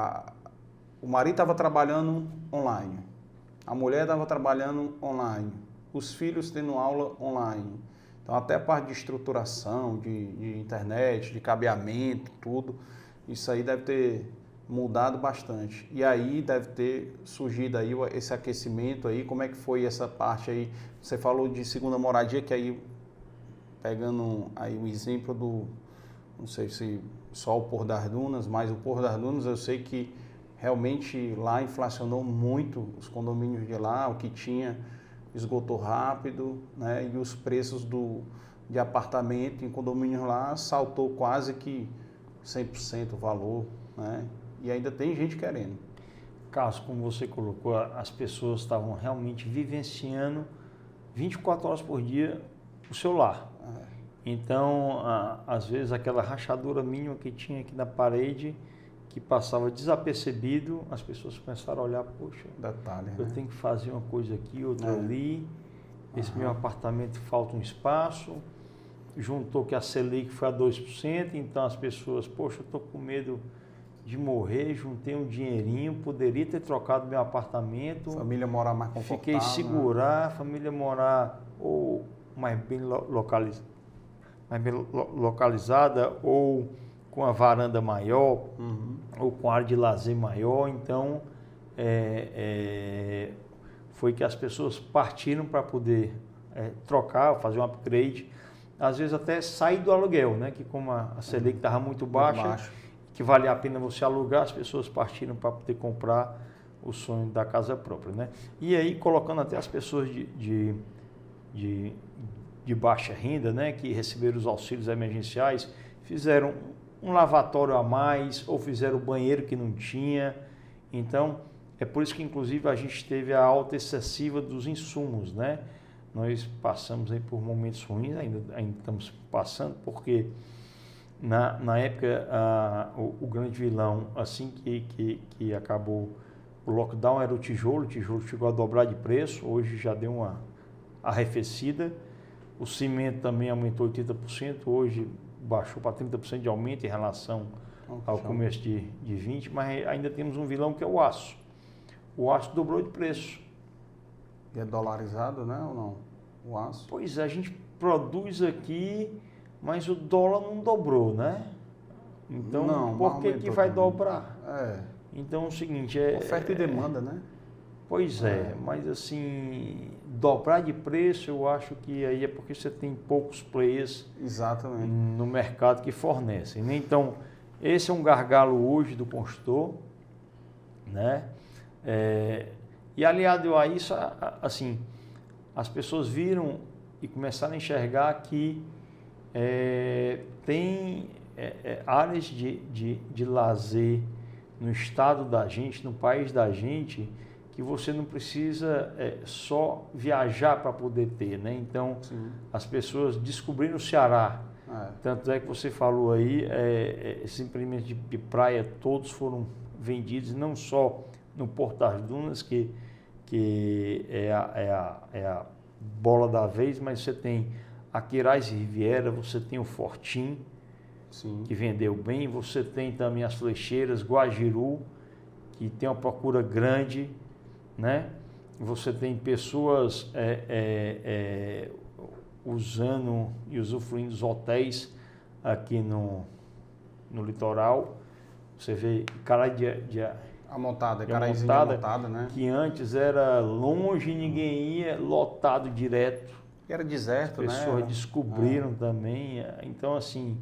S3: marido estava trabalhando online, a mulher estava trabalhando online, os filhos tendo aula online. Então, até a parte de estruturação, de internet, de cabeamento, tudo, isso aí deve ter mudado bastante. E aí deve ter surgido aí esse aquecimento aí. Como é que foi essa parte aí? Você falou de segunda moradia, que aí, pegando aí o exemplo do, não sei se só o Porto das Dunas, mas o Porto das Dunas eu sei que realmente lá inflacionou muito os condomínios de lá, o que tinha esgotou rápido, né? E os preços de apartamento em condomínios lá saltou quase que 100% o valor, né? E ainda tem gente querendo.
S4: Carlos, como você colocou, as pessoas estavam realmente vivenciando 24 horas por dia o seu lar. Então, às vezes, aquela rachadura mínima que tinha aqui na parede, que passava desapercebido, as pessoas começaram a olhar, poxa,
S3: detalhe,
S4: eu
S3: né?
S4: tenho que fazer uma coisa aqui, outra ali, esse meu apartamento falta um espaço, juntou que a Selic foi a 2%, então as pessoas, poxa, eu estou com medo de morrer, juntei um dinheirinho, poderia ter trocado meu apartamento.
S3: Família morar mais confortável.
S4: Fiquei segurar, né? Família morar ou mais bem localizada, ou com a varanda maior, ou com área de lazer maior. Então, foi que as pessoas partiram para poder trocar, fazer um upgrade, às vezes até sair do aluguel, né? Que como a Selic estava muito baixa, que valia a pena você alugar, as pessoas partiram para poder comprar o sonho da casa própria, né? E aí, colocando até as pessoas de baixa renda, né? Que receberam os auxílios emergenciais, fizeram um lavatório a mais, ou fizeram o banheiro que não tinha. Então, é por isso que, inclusive, a gente teve a alta excessiva dos insumos, né? Nós passamos aí por momentos ruins, ainda estamos passando, porque na época o grande vilão, assim que acabou o lockdown, era o tijolo chegou a dobrar de preço, hoje já deu uma arrefecida. O cimento também aumentou 80%, hoje baixou para 30% de aumento em relação ao começo de 20%, mas ainda temos um vilão que é o aço. O aço dobrou de preço.
S3: E é dolarizado, né, ou não? O aço?
S4: Pois é, a gente produz aqui, mas o dólar não dobrou, né? Então,
S3: não,
S4: por que vai
S3: também
S4: dobrar? Então, é o seguinte...
S3: oferta e demanda, né?
S4: Pois mas assim, dobrar de preço, eu acho que aí é porque você tem poucos players
S3: exatamente
S4: no mercado que fornecem, né? Então, esse é um gargalo hoje do construtor, né? E aliado a isso, assim, as pessoas viram e começaram a enxergar que tem áreas de lazer no estado da gente, no país da gente, que você não precisa só viajar para poder ter, né? Então, sim, as pessoas descobriram o Ceará. Tanto é que você falou aí, esses empreendimentos de praia todos foram vendidos, não só no Porto das Dunas, que é a bola da vez, mas você tem a Queirais Riviera, você tem o Fortim, sim, que vendeu bem, você tem também as Flecheiras, Guajiru, que tem uma procura grande, né? Você tem pessoas usando e usufruindo dos hotéis aqui no litoral. Você vê Cará
S3: Amontada, Caraizinho amontada, né?
S4: Que antes era longe, ninguém ia, lotado direto.
S3: Era deserto, né?
S4: As pessoas descobriram também. Então, assim,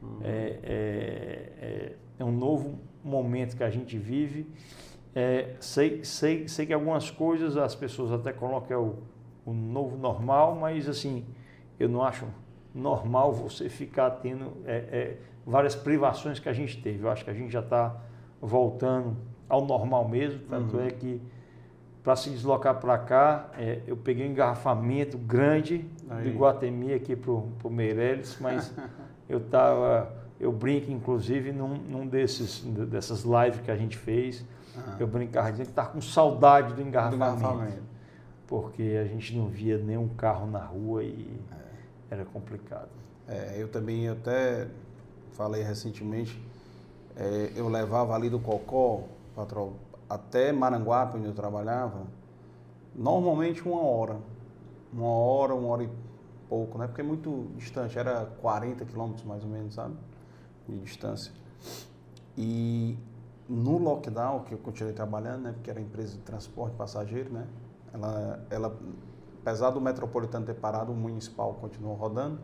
S4: é um novo momento que a gente vive. Sei que algumas coisas as pessoas até colocam o novo normal, mas, assim, eu não acho normal você ficar tendo várias privações que a gente teve. Eu acho que a gente já está voltando ao normal mesmo, tanto é que para se deslocar para cá, eu peguei um engarrafamento grande do Iguatemi aqui para o Meireles, mas eu brinco inclusive num dessas lives que a gente fez, eu brincava dizendo que estava com saudade do engarrafamento, porque a gente não via nenhum carro na rua e era complicado.
S3: Eu também até falei recentemente, eu levava ali do Cocó, patrão, até Maranguape, onde eu trabalhava, normalmente uma hora e pouco, né? Porque é muito distante, era 40 quilômetros mais ou menos, sabe? De distância. E no lockdown, que eu continuei trabalhando, né? Porque era empresa de transporte passageiro, né? Ela apesar do metropolitano ter parado, o municipal continuou rodando.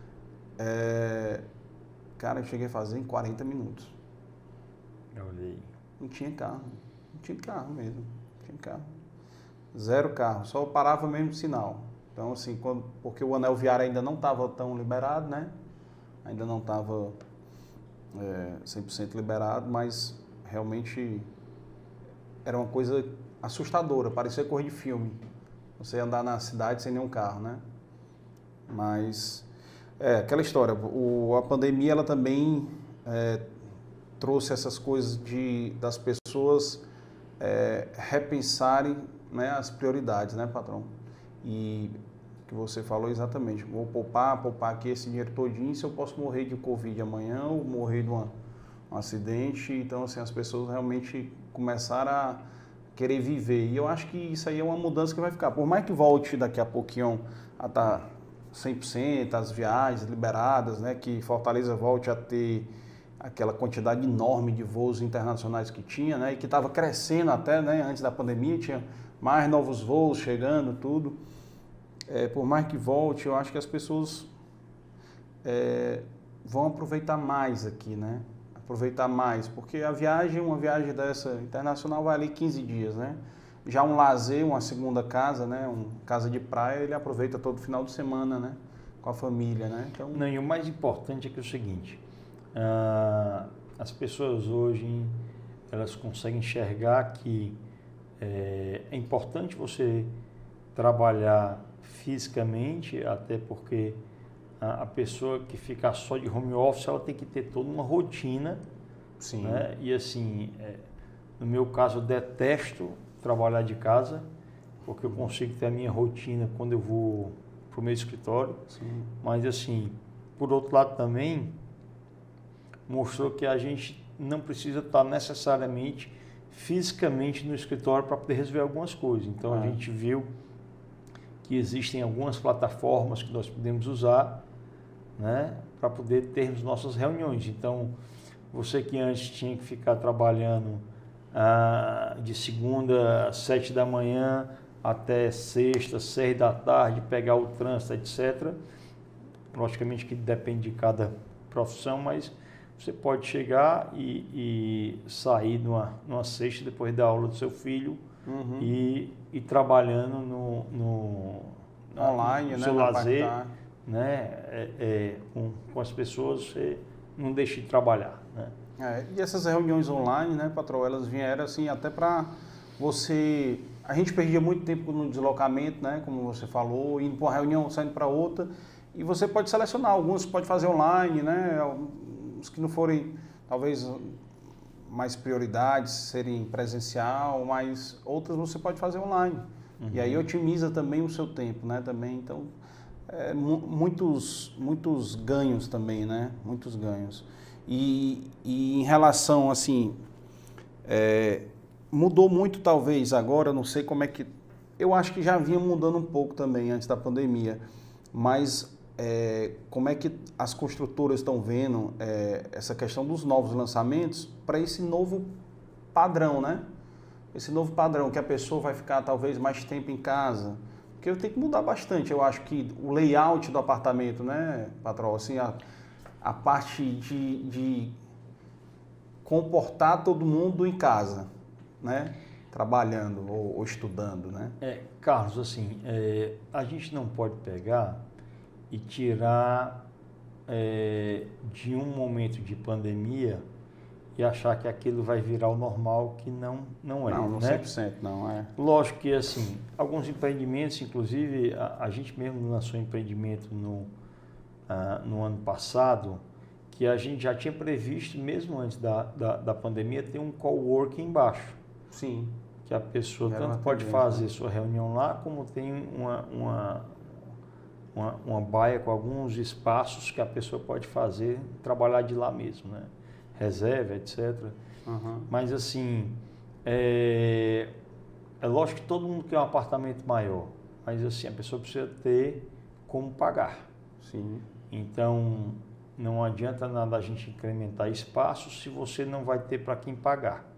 S3: Cara, eu cheguei a fazer em 40 minutos.
S4: Eu olhei.
S3: Não tinha carro mesmo, não tinha carro. Zero carro, só parava mesmo no sinal. Então, assim, porque o anel viário ainda não estava tão liberado, né? Ainda não estava 100% liberado, mas realmente era uma coisa assustadora, parecia coisa de filme. Você andar na cidade sem nenhum carro, né? Mas, aquela história, a pandemia, ela também trouxe essas coisas das pessoas repensarem, né, as prioridades, né, patrão? E que você falou exatamente, vou poupar aqui esse dinheiro todinho, se eu posso morrer de Covid amanhã ou morrer de um acidente. Então, assim, as pessoas realmente começaram a querer viver. E eu acho que isso aí é uma mudança que vai ficar. Por mais que volte daqui a pouquinho a estar 100%, as viagens liberadas, né, que Fortaleza volte a ter aquela quantidade enorme de voos internacionais que tinha, né, e que estava crescendo até, né, antes da pandemia, tinha mais novos voos chegando, tudo. Por mais que volte, eu acho que as pessoas vão aproveitar mais aqui, né? Aproveitar mais, porque uma viagem dessa internacional vai ali 15 dias, né? Já um lazer, uma segunda casa, né? Casa de praia, ele aproveita todo final de semana, né? Com a família, né? Então...
S4: Não, e o mais importante é que é o seguinte, as pessoas hoje, elas conseguem enxergar que é importante você trabalhar fisicamente, até porque a pessoa que fica só de home office, ela tem que ter toda uma rotina.
S3: Sim.
S4: Né? E assim, no meu caso, eu detesto trabalhar de casa, porque eu consigo ter a minha rotina quando eu vou para o meu escritório.
S3: Sim.
S4: Mas assim, por outro lado também, mostrou que a gente não precisa estar necessariamente fisicamente no escritório para poder resolver algumas coisas. Então, a gente viu que existem algumas plataformas que nós podemos usar, né, para poder termos nossas reuniões. Então, você que antes tinha que ficar trabalhando de segunda às 7 da manhã até sexta, 6 da tarde, pegar o trânsito, etc. Logicamente que depende de cada profissão, mas você pode chegar e sair numa sexta depois da aula do seu filho, e trabalhando
S3: online,
S4: no
S3: né?
S4: seu
S3: Na
S4: lazer,
S3: parte
S4: né? Com as pessoas, você não deixe de trabalhar, né?
S3: E essas reuniões online, né, patrão, elas vieram assim até para você... A gente perdia muito tempo no deslocamento, né, como você falou, indo para uma reunião, saindo para outra, e você pode selecionar, alguns pode fazer online, né, os que não forem, talvez, mais prioridades, serem presencial, mas outras você pode fazer online. Uhum. E aí otimiza também o seu tempo, né, também, então, muitos ganhos também, né, muitos ganhos. E em relação, assim, mudou muito talvez agora, não sei como é que... Eu acho que já vinha mudando um pouco também antes da pandemia, mas como é que as construtoras estão vendo essa questão dos novos lançamentos para esse novo padrão, né? Esse novo padrão, que a pessoa vai ficar talvez mais tempo em casa, porque eu tenho que mudar bastante, eu acho que o layout do apartamento, né, patrão, assim, a parte de comportar todo mundo em casa, né? Trabalhando ou estudando, né?
S4: Carlos, assim, a gente não pode pegar e tirar de um momento de pandemia e achar que aquilo vai virar o normal, que não é.
S3: Não,
S4: né?
S3: 100% não é.
S4: Lógico que, assim, alguns empreendimentos, inclusive, a gente mesmo lançou um empreendimento no ano passado, que a gente já tinha previsto, mesmo antes da pandemia, ter um coworking embaixo.
S3: Sim.
S4: Que a pessoa tanto pode fazer sua reunião lá, como tem uma baia com alguns espaços que a pessoa pode fazer, trabalhar de lá mesmo, né? Reserva, etc.
S3: Uhum.
S4: Mas, assim, é lógico que todo mundo quer um apartamento maior, mas, assim, a pessoa precisa ter como pagar.
S3: Sim.
S4: Então, não adianta nada a gente incrementar espaço se você não vai ter para quem pagar.